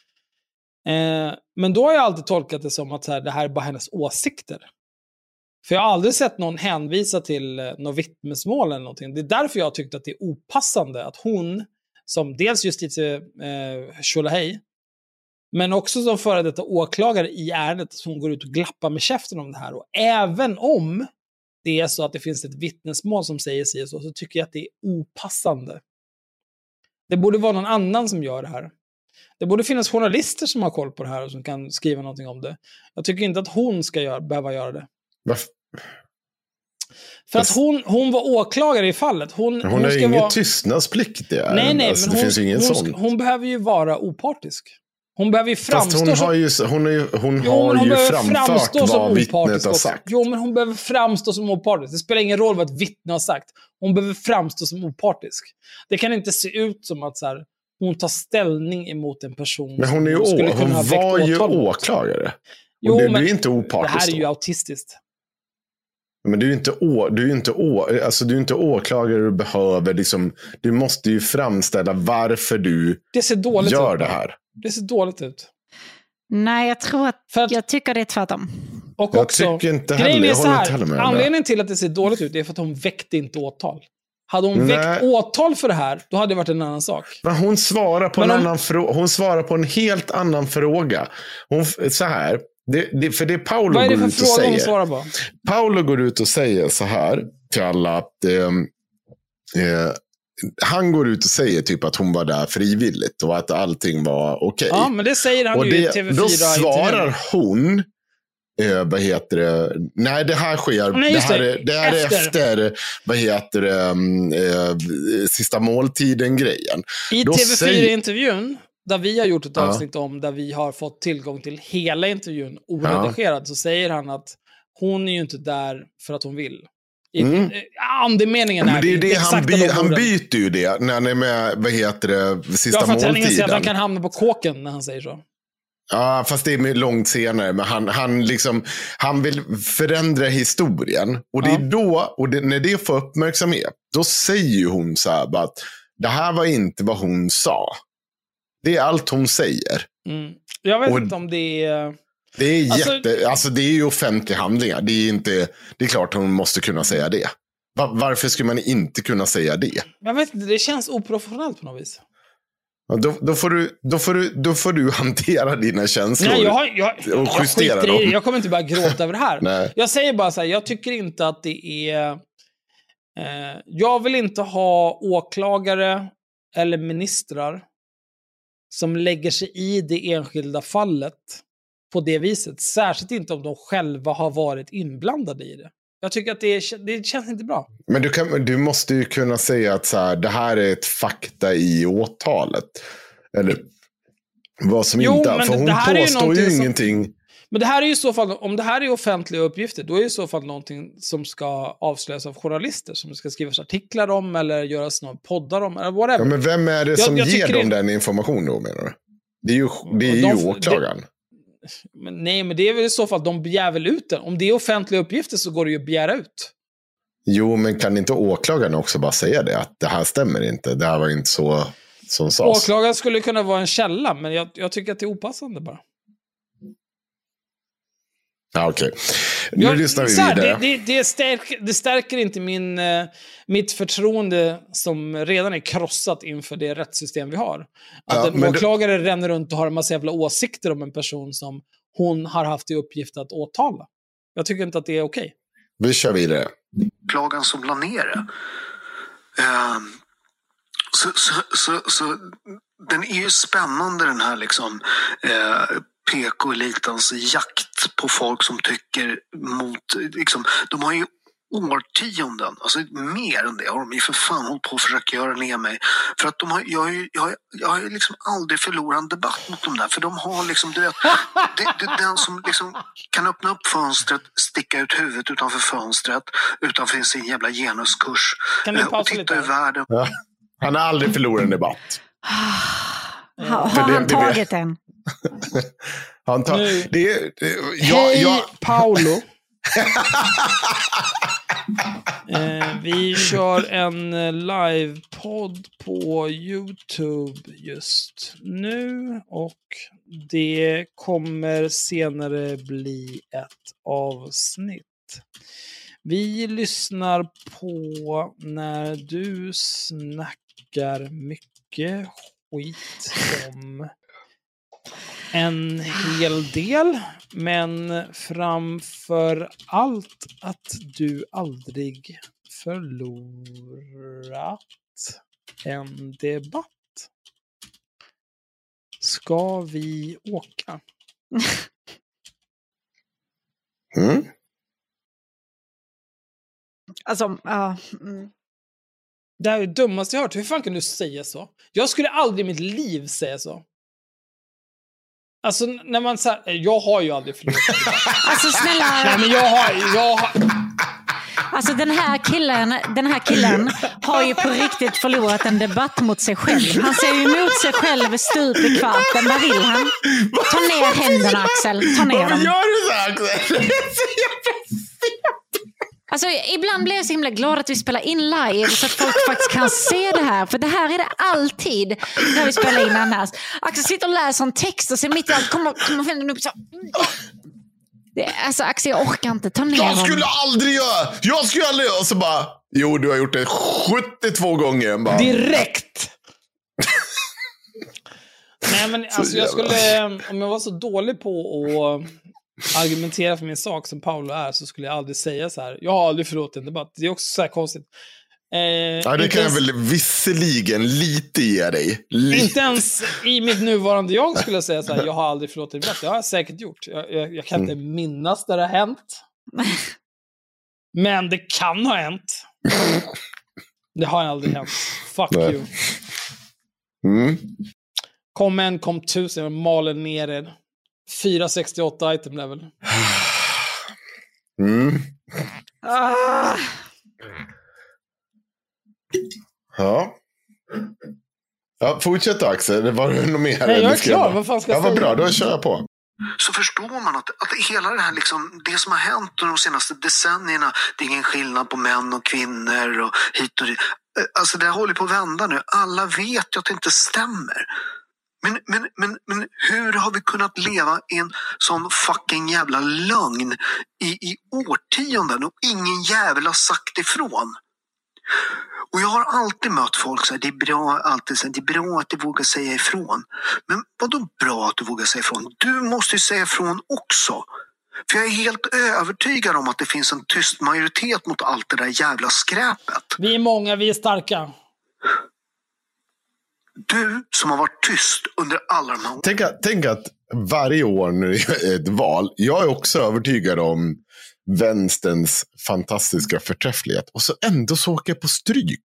Eh, men då har jag alltid tolkat det som att så här, det här är bara hennes åsikter. För jag har aldrig sett någon hänvisa till eh, något vittnesmål eller någonting. Det är därför jag tyckte att det är opassande att hon, som dels justitie eh, Tjolahej, men också som före detta åklagare i ärendet, som hon går ut och glappar med käften om det här. Och även om det är så att det finns ett vittnesmål som säger sig så, så tycker jag att det är opassande. Det borde vara någon annan som gör det här. Det borde finnas journalister som har koll på det här och som kan skriva någonting om det. Jag tycker inte att hon ska göra, behöva göra det. Varför? För att hon, hon var åklagare i fallet. Hon, hon hon har ska ju ingen vara... tystnadsplikt där. Nej, nej, alltså, men det hon, finns ju ingen hon, sån. hon behöver ju vara opartisk. Hon behöver ju framstå Fast hon som... har ju, hon har ju, hon jo, har hon ju framfört vad vittnet har sagt. Jo, men hon behöver framstå som opartisk. Det spelar ingen roll vad ett vittne har sagt. Hon behöver framstå som opartisk. Det kan inte se ut som att så här, hon tar ställning emot en person. Men hon, är ju hon, skulle hon kunna ha var ju åtal. åklagare. Jo, och det men blir inte opartisk. det här är ju då. autistiskt. Men du är ju inte, å, du är inte, å, alltså du är inte åklagare, du behöver liksom, du måste ju framställa varför du det ser dåligt gör ut. det här. Det ser dåligt ut. Nej, jag tror att, För att jag tycker det är tvärtom. Och Jag också, tycker inte grejen heller, är jag så håller här, inte heller med. anledningen till att det ser dåligt ut är för att hon väckte inte åtal. Hade hon Nej. väckt åtal för det här, då hade det varit en annan sak. Men hon svarar på Men en om- annan fråga. Hon svarar på en helt annan fråga. Hon, så här, det, det, för det Paolo Vad är det går för ut och fråga hon säger. svarar på? Paolo går ut och säger så här till alla att eh, eh, han går ut och säger typ att hon var där frivilligt och att allting var okej. Ja, men det säger han Och ju i det, T V fyra. då svarar intervjun. hon, eh, vad heter det, nej det här sker, Nej, det just här, det. är, det här är Efter. efter, vad heter det, mm, eh, sista måltiden-grejen. I Då T V säger- fyra-intervjun, där vi har gjort ett Ja. avsnitt om, där vi har fått tillgång till hela intervjun oredigerad, så säger han att hon är ju inte där för att hon vill. I, Mm. eh, Andemeningen är Men det är inte det han, exakta by, de han orden. byter ju det när han är med, vad heter det, sista Ja, för att han inser att måltiden. han kan hamna på kåken när han säger så. Ja, fast det är mer långt senare. Men han, han, liksom, han vill förändra historien. Och det Ja. är då, och det, när det får uppmärksamhet, då säger ju hon så här bara att det här var inte vad hon sa. Det är allt hon säger. Mm. Jag vet Och- inte om det är... Det är, Alltså- jätte, alltså det är ju offentliga handlingar. Det är, inte, det är klart hon måste kunna säga det. Va- varför skulle man inte kunna säga det? Jag vet inte, det känns oprofessionellt på något vis. Ja, Då, då, får du, då, får du, då får du hantera dina känslor. Nej, jag, har, jag, och jag justera skiter i det. dem. Jag kommer inte bara gråta över det här. Nej. Jag säger bara så här, jag tycker inte att det är... Eh, jag vill inte ha åklagare eller ministrar som lägger sig i det enskilda fallet på det viset. Särskilt inte om de själva har varit inblandade i det. Jag tycker att det, är, det känns inte bra. Men du, kan, du måste ju kunna säga att så här, det här är ett fakta i åtalet. Eller vad som Jo, inte... men För det- hon det här är ju påstår ju någonting som- ingenting. Men det här är ju i så fall, om det här är offentliga uppgifter, då är det i så fall någonting som ska avslöjas av journalister, som ska skrivas artiklar om eller göras några poddar om, eller whatever. Ja, men vem är det Jag- som jag ger tycker dem det- den informationen då, menar du? Det är ju, det är Och de- ju åklagaren. Men nej, men det är väl i så fall, de begär väl ut den. Om det är offentliga uppgifter så går det ju att begära ut. Jo, men kan inte åklagaren också bara säga det? Att det här stämmer inte. Det här var inte så som sades. Åklagaren skulle kunna vara en källa, men jag, jag tycker att det är opassande bara. Ja, okej. Nu Jag- lyssnar vi så här, vidare. Det, det, det, stärker, det stärker inte min, eh, mitt förtroende som redan är krossat inför det rättssystem vi har. Att Ja, en men det- åklagare ränner runt och har en massa jävla åsikter om en person som hon har haft i uppgift att åtala. Jag tycker inte att det är okej. Vi kör vidare. Klagan som la ner det. Ehm, så, så, så, så den är ju spännande, den här liksom eh, P K-elitens jakt på folk som tycker mot, liksom, de har ju årtionden, alltså mer än det har de ju för fan hållit på att försöka göra ner mig. För att de har, jag har ju jag, har- jag har ju liksom aldrig förlorat en debatt mot dem där, för de har liksom, du vet, det, det, den som liksom kan öppna upp fönstret, sticka ut huvudet utanför fönstret, utanför sin jävla genuskurs Kan du eh, och pausa titta lite? i världen. Ja. Han har aldrig förlorat en debatt. Har, För har det- han det- tagit den? Han tar, Nu- det, är- det, jag, Hej, jag, Paolo. eh, vi kör en eh, livepodd på YouTube just nu och det kommer senare bli ett avsnitt. Vi lyssnar på när du snackar mycket skit om en hel del, men framför allt att du aldrig förlorat en debatt. Ska vi åka? Mm. Alltså, ja. Mm. Det här är det dummaste jag hört. Hur fan kan du säga så? Jag skulle aldrig i mitt liv säga så. Alltså, när man säger... Jag har ju aldrig förlorat. Alltså, snälla... Nej, men jag har... Jag har... Alltså, den här killen, den här killen har ju på riktigt förlorat en debatt mot sig själv. Han ser ju emot sig själv stup i kvarten. Vad vill han? Ta ner händerna, Axel. Ta ner dem. Varför gör du så här, Axel? Alltså, ibland blir jag så himla glad att vi spelar in live så att folk faktiskt kan se det här. För det här är det alltid när vi spelar in annars. Axel sitter och läser en text och sen mitt i allt kommer, kommer händerna upp så... Det, alltså, Axel, jag orkar inte. Ta ner Jag dem. skulle aldrig göra! Jag skulle aldrig göra! Och så bara... Jo, du har gjort det sjuttiotvå gånger. Bara. Direkt! Nej, men alltså, jag skulle... Om jag var så dålig på att argumentera för min sak som Paolo är, så skulle jag aldrig säga så här. Jag har aldrig förlåtit en debatt. Det är också så här konstigt. Eh, ja, det kan jag väl visserligen lite ge dig. Lite. Inte ens i mitt nuvarande jag skulle jag säga så här. Jag har aldrig förlåtit en debatt. Det har jag säkert gjort. Jag, jag, jag kan Mm. inte minnas där det har hänt. Men det kan ha hänt. Det har aldrig hänt. Fuck Nej. you. Mm. Kom en, kom tusen och maler ner er. fyra sextioåtta item level. Mm. Ah. Ja. Ja, fortsätt då, Axel. Det var något mer. Nej, jag är klar. Vad fan ska jag ja, vad säga? bra, då kör jag på. Så förstår man att, att hela det här liksom, det som har hänt de senaste decennierna, det är ingen skillnad på män och kvinnor och hit och dit. Alltså det här håller på att vända nu. Alla vet ju att det inte stämmer. Men, men, men, men hur har vi kunnat leva i en sån fucking jävla lögn i, i årtionden och ingen jävel har sagt ifrån? Och jag har alltid mött folk så här, det är bra, alltid, så här, det är bra att du vågar säga ifrån. Men vadå bra att du vågar säga ifrån? Du måste ju säga ifrån också. För jag är helt övertygad om att det finns en tyst majoritet mot allt det där jävla skräpet. Vi är många, vi är starka. Du som har varit tyst under alla de här... Tänk att, tänk att varje år när det är ett val, jag är också övertygad om vänsterns fantastiska förträfflighet. Och så ändå så åker jag på stryk.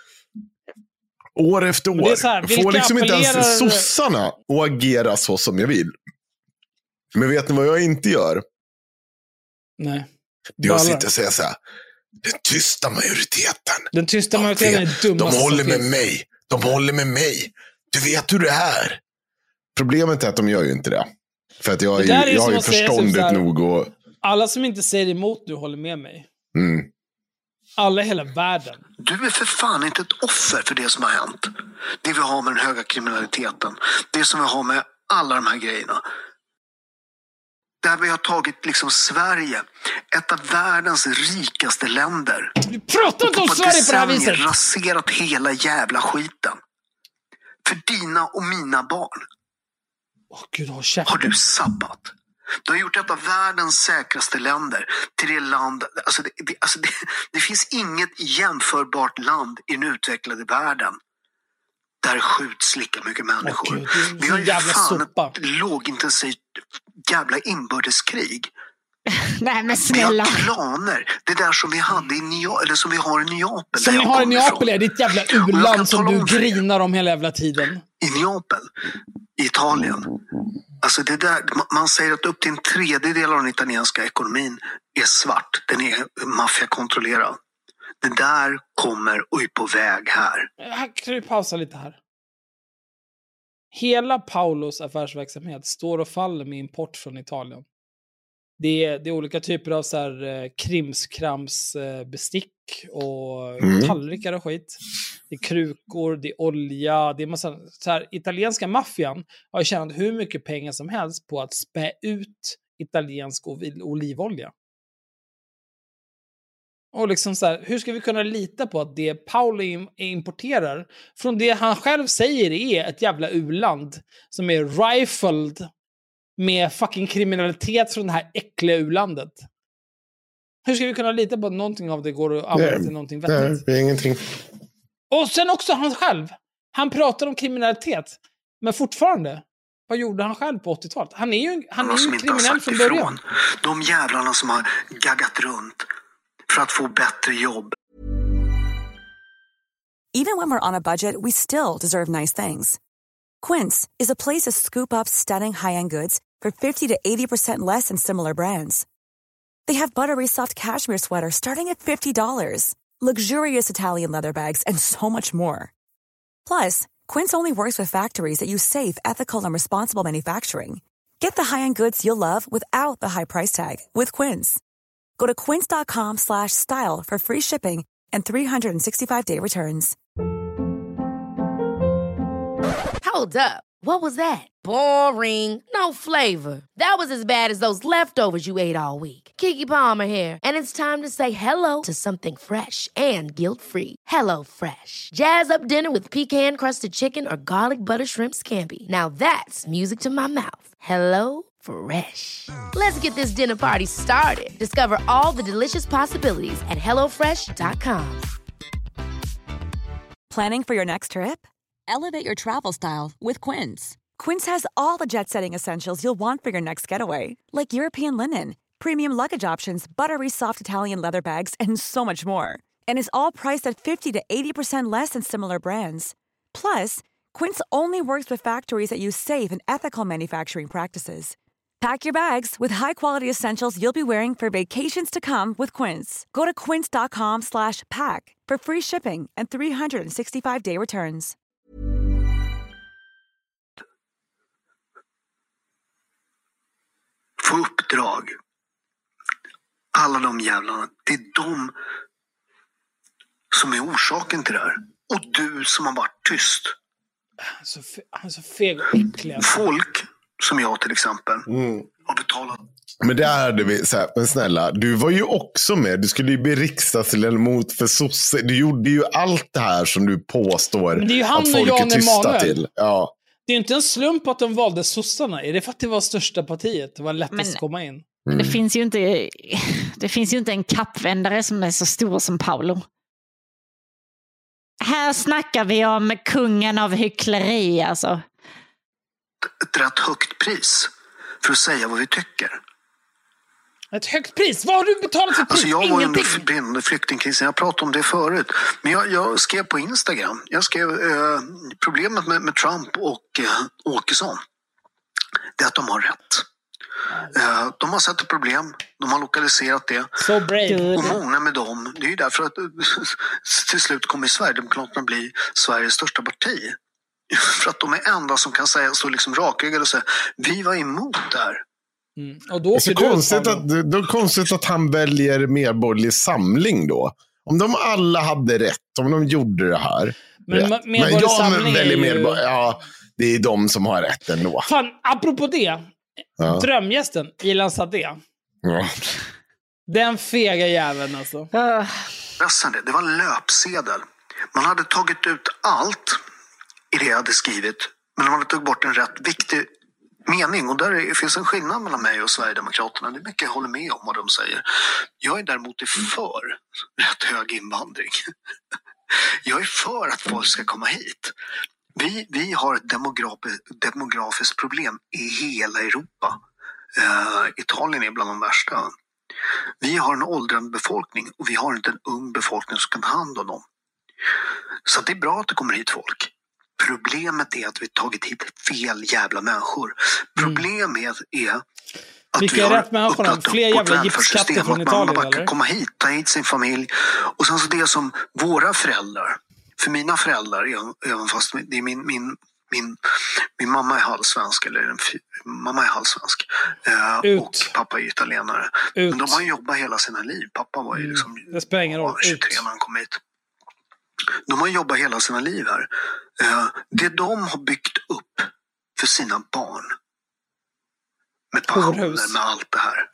År efter år. Här, får liksom inte ens appellerar... sossarna att agera så som jag vill. Men vet ni vad jag inte gör? Nej. Det jag sitter och säger så här. Den tysta majoriteten. Den tysta majoriteten är dummaste. De håller som med finns. mig. De håller med mig. Du vet hur det är. Problemet är att de gör ju inte det. För att jag, är ju, är jag har ju att säga förståndigt här, nog och... Alla som inte säger emot nu håller med mig. Mm. Alla i hela världen. Du är för fan inte ett offer för det som har hänt. Det vi har med den höga kriminaliteten. Det som vi har med alla de här grejerna. Där vi har tagit liksom Sverige, ett av världens rikaste länder. Du pratar inte om Sverige på det här viset. Raserat hela jävla skiten. För dina och mina barn. Åh, Gud, har, käft. har du sabbat. Du har gjort ett av världens säkraste länder till det land. Alltså det, det, alltså det, det finns inget jämförbart land i den utvecklade världen där skjuts lika mycket människor. Åh, Gud, vi har ju jävla fan sopa. ett lågintensivt jävla inbördeskrig. Nej, men snälla. Vi har klaner. Det där som vi hade i Nya, eller som vi har i Neapel. Som ni har i Neapel är ditt jävla u-land som du om grinar om hela jävla tiden. I Neapel, i Italien. Alltså det där, man säger att upp till en tredjedel av den italienska ekonomin är svart. Den är maffiakontrollerad. Det där kommer och är på väg här. Här kan vi pausa lite här. Hela Paulos affärsverksamhet står och faller med import från Italien. Det är, det är olika typer av så här, eh, krimskrams eh, bestick och Mm. tallrikar och skit. Det är krukor, det är olja, det är massa så här, italienska maffian har ju tjänat hur mycket pengar som helst på att spä ut italiensk ol- olivolja. Och liksom så här, hur ska vi kunna lita på att det Paolo im- importerar från det han själv säger är ett jävla u-land som är rifled med fucking kriminalitet från det här äckliga u-landet? Hur ska vi kunna lita på att någonting av det går att använda till någonting vettigt? Nej, det är ingenting. Och sen också han själv. Han pratar om kriminalitet. Men fortfarande, vad gjorde han själv på åttiotalet? Han är ju, han är ju som kriminell från början. Ifrån. De jävlarna som har gaggat runt för att få bättre jobb. Even when we're on a budget, we still deserve nice things. Quince is a place to scoop up stunning high-end goods for fifty to eighty percent less than similar brands. They have buttery soft cashmere sweaters starting at fifty dollars, luxurious Italian leather bags, and so much more. Plus, Quince only works with factories that use safe, ethical, and responsible manufacturing. Get the high-end goods you'll love without the high price tag with Quince. Go to quince.com slash style for free shipping and three sixty-five day returns. Hold up. What was that? Boring. No flavor. That was as bad as those leftovers you ate all week. Keke Palmer here, and it's time to say hello to something fresh and guilt-free. Hello Fresh. Jazz up dinner with pecan-crusted chicken or garlic butter shrimp scampi. Now that's music to my mouth. Hello Fresh. Let's get this dinner party started. Discover all the delicious possibilities at hello fresh dot com. Planning for your next trip? Elevate your travel style with Quince. Quince has all the jet-setting essentials you'll want for your next getaway, like European linen, premium luggage options, buttery soft Italian leather bags, and so much more. And is all priced at fifty to eighty percent less than similar brands. Plus, Quince only works with factories that use safe and ethical manufacturing practices. Pack your bags with high-quality essentials you'll be wearing for vacations to come with Quince. Go to quince.com slash pack for free shipping and three sixty-five day returns. Få uppdrag. Alla de jävlarna. Det är de som är orsaken till det här. Och du som har varit tyst. Så fe- han är så feg och äcklig. Folk som jag till exempel mm. har betalat. Men där hade vi så här, men snälla, du var ju också med. Du skulle ju bli riksdagsledamot för sosse. Du gjorde ju allt det här som du påstår men det är ju han att folk och Jan är tysta Emanuel. till. Ja. Det är inte en slump att de valde sossarna. Är det för att det var största partiet? Det var lättast Men, att komma in. Mm. Det finns ju inte, det finns ju inte en kappvändare som är så stor som Paolo. Här snackar vi om kungen av hyckleri, alltså. Ett rätt högt pris för att säga vad vi tycker. Ett högt pris? Vad har du betalat för pris? Alltså jag var Ingenting. under brinnande flyktingkrisen, jag pratade om det förut. Men jag, jag skrev på Instagram, jag skrev eh, problemet med, med Trump och eh, Åkesson, det är att de har rätt. Eh, de har sett ett problem, de har lokaliserat det. So brave. Och många med dem, det är ju därför att till slut kommer Sverigedemokraterna bli Sveriges största parti. För att de är enda som kan säga så liksom rakryggade och säga, vi var emot det här. Mm. Och då det är så du konstigt att, det, det är konstigt att han väljer Medborgerlig Samling då. Om de alla hade rätt, om de gjorde det här. Men, rätt. Men jag Samling väljer ju... medborg... Ja, det är de som har rätt ändå. Fan, apropå det. Ja. Drömgästen, Ilan Sadeh. Ja. Den fega jäveln alltså. Uh. Det var en löpsedel. Man hade tagit ut allt i det jag hade skrivit. Men man hade tagit bort en rätt viktig mening. Och där finns en skillnad mellan mig och Sverigedemokraterna. Det är mycket jag håller med om vad de säger. Jag är däremot för rätt hög invandring. Jag är för att folk ska komma hit. Vi, vi har ett demografiskt, demografiskt problem i hela Europa. Uh, Italien är bland de värsta. Vi har en åldrande befolkning och vi har inte en ung befolkning som kan ta hand om dem. Så det är bra att det kommer hit folk. Problemet är att vi tagit hit fel jävla människor. Problemet är att vilka vi är har rätt människorna? Fler jävla gipskatter från Italien, man bara eller? kan komma hit, ta hit sin familj. Och sen så det som våra föräldrar, för mina föräldrar, även fast det är min, min, min, min mamma är halvsvensk, eller mamma är halvsvensk. Eh, och pappa är italienare. Ut. Men de har jobbat hela sina liv. Pappa var ju liksom det spelar ingen roll. tjugotre när han kom hit. De har jobbat hela sina liv här. Eh, det de har byggt upp för sina barn, med pensioner, med allt det här,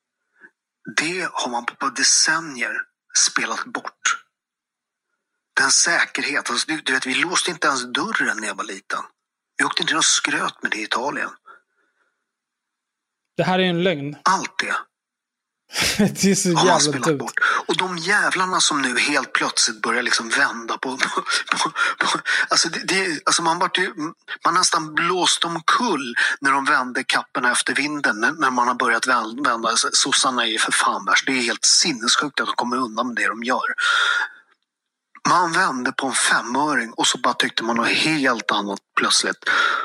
det har man på decennier spelat bort. Den säkerhet, alltså, du, du vet, vi låste inte ens dörren när jag var liten. Vi åkte inte och skröt med det i Italien. Det här är en lögn. Allt det Det är så jävla dumt. Bort. Och de jävlarna som nu helt plötsligt börjar liksom vända på... på, på, på alltså, det, det, alltså man, var till, man nästan blåst omkull när de vände kapporna efter vinden. När, när man har börjat vända. vända. Alltså, sossarna är för fan värst. Det är helt sinnessjukt att de kommer undan med det de gör. Man vände på en femöring och så bara tyckte man något helt annat plötsligt.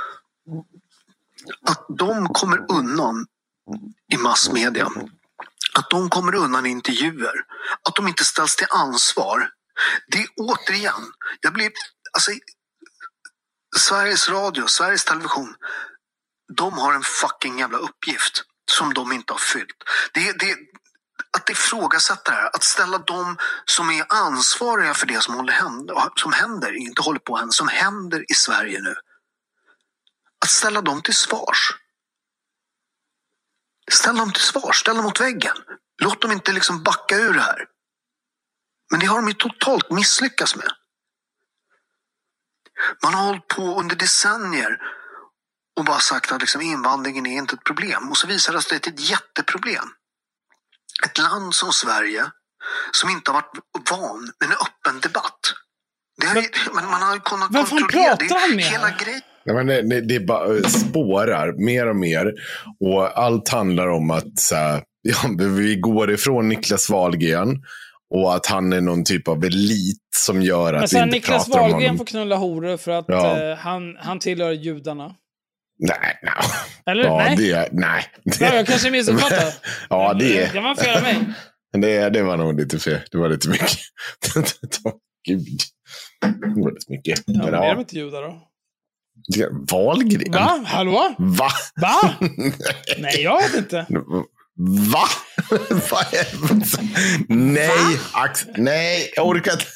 Att de kommer undan i massmedia. Att de kommer undan i intervjuer. Att de inte ställs till ansvar. Det är återigen. Jag blir, alltså, Sveriges Radio, Sveriges Television. De har en fucking jävla uppgift. Som de inte har fyllt. Det, det, att ifrågasätta det här. Att ställa dem som är ansvariga för det som, håller händer, som händer. Inte håller på än. Som händer i Sverige nu. Att ställa dem till svars. Ställ dem till svars, ställ dem mot väggen. Låt dem inte liksom backa ur det här. Men det har de ju totalt misslyckats med. Man har hållit på under decennier och bara sagt att liksom invandringen är inte ett problem. Och så visar det sig att det är ett jätteproblem. Ett land som Sverige som inte har varit van med en öppen debatt. Det har, men, man har ju kunnat vad kontrollera fan pratar han med? Hela grejen. Ja, men det, det bara spårar mer och mer. Och allt handlar om att så här, ja, vi går ifrån Niklas Wahlgren. Och att han är någon typ av elit som gör att vi inte Niklas pratar om honom. Wahlgren får knulla horor för att ja. eh, han, han tillhör judarna. Nej, nej. Eller ja, nej? Det, nej. Det, ja, jag kanske missuppfattar. ja, det kan man fela mig. Det, det var nog lite fel. Det var lite mycket. Gud. Det var lite mycket. Ja, men är de inte judar då? Wahlgren? Va? Hallå? Va? Va? Nej, jag vet inte. Va? Vad är det? Nej, Va? Ax, nej, jag orkar inte.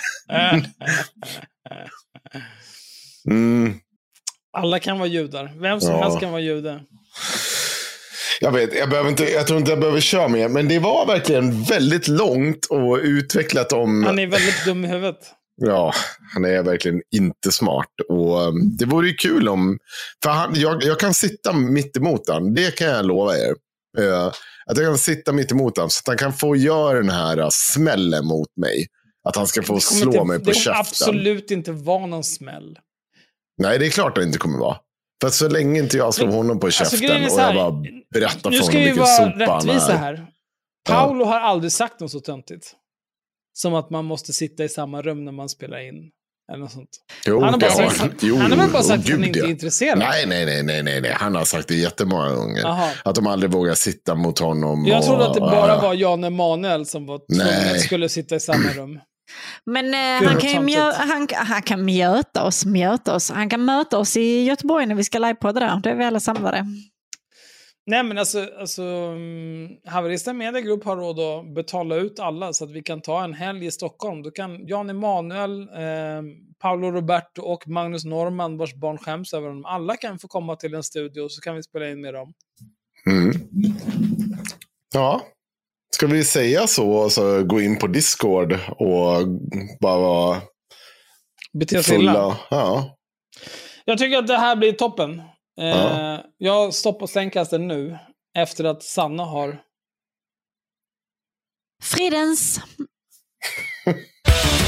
mm. Alla kan vara judar. Vem som ja. helst kan vara jude. Jag vet, jag, behöver inte, jag tror inte jag behöver köra mer. Men det var verkligen väldigt långt och utvecklat om... Han är väldigt dum i huvudet. Ja, han är verkligen inte smart. Och um, det vore ju kul om... För han, jag, jag kan sitta mitt emot han. Det kan jag lova er. Uh, att jag kan sitta mitt emot han. Så att han kan få göra den här uh, smällen mot mig. Att han ska få slå inte, mig på det käften. Det kommer absolut inte vara någon smäll. Nej, det är klart att det inte kommer vara. För att så länge inte jag slår honom på käften alltså, och jag bara berättar för honom vilken sopa han är. Nu ska vi vara rättvisa här. Paolo ja. har aldrig sagt något så töntigt. Som att man måste sitta i samma rum när man spelar in. Eller något sånt. Jo, han har bara sagt, har, jo, han har bara jo, sagt att gud, han inte är ja. intresserad. Nej, nej, nej, nej, nej, nej. Han har sagt det jättemånga gånger. Aha. Att de aldrig vågar sitta mot honom. Jag och, trodde att det bara uh, var Jan Emanuel som var tvungen att skulle sitta i samma rum. Men eh, han, kan ju mjö- han, han kan möta oss, möta oss. Han kan möta oss i Göteborg när vi ska livepodda där. Det är vi alla samlade. Nej, men alltså, alltså Haverista Media Group har råd att betala ut alla så att vi kan ta en helg i Stockholm. Då kan Jan Emanuel, eh, Paolo Roberto och Magnus Norman, vars barn skäms över dem. Alla kan få komma till en studio så kan vi spela in med dem. Mm. Ja. Ska vi säga så och så gå in på Discord och bara vara bete sig illa? Ja. Jag tycker att det här blir toppen. Eh, ja. Jag stoppar slängkasten nu efter att Sanna har Fridens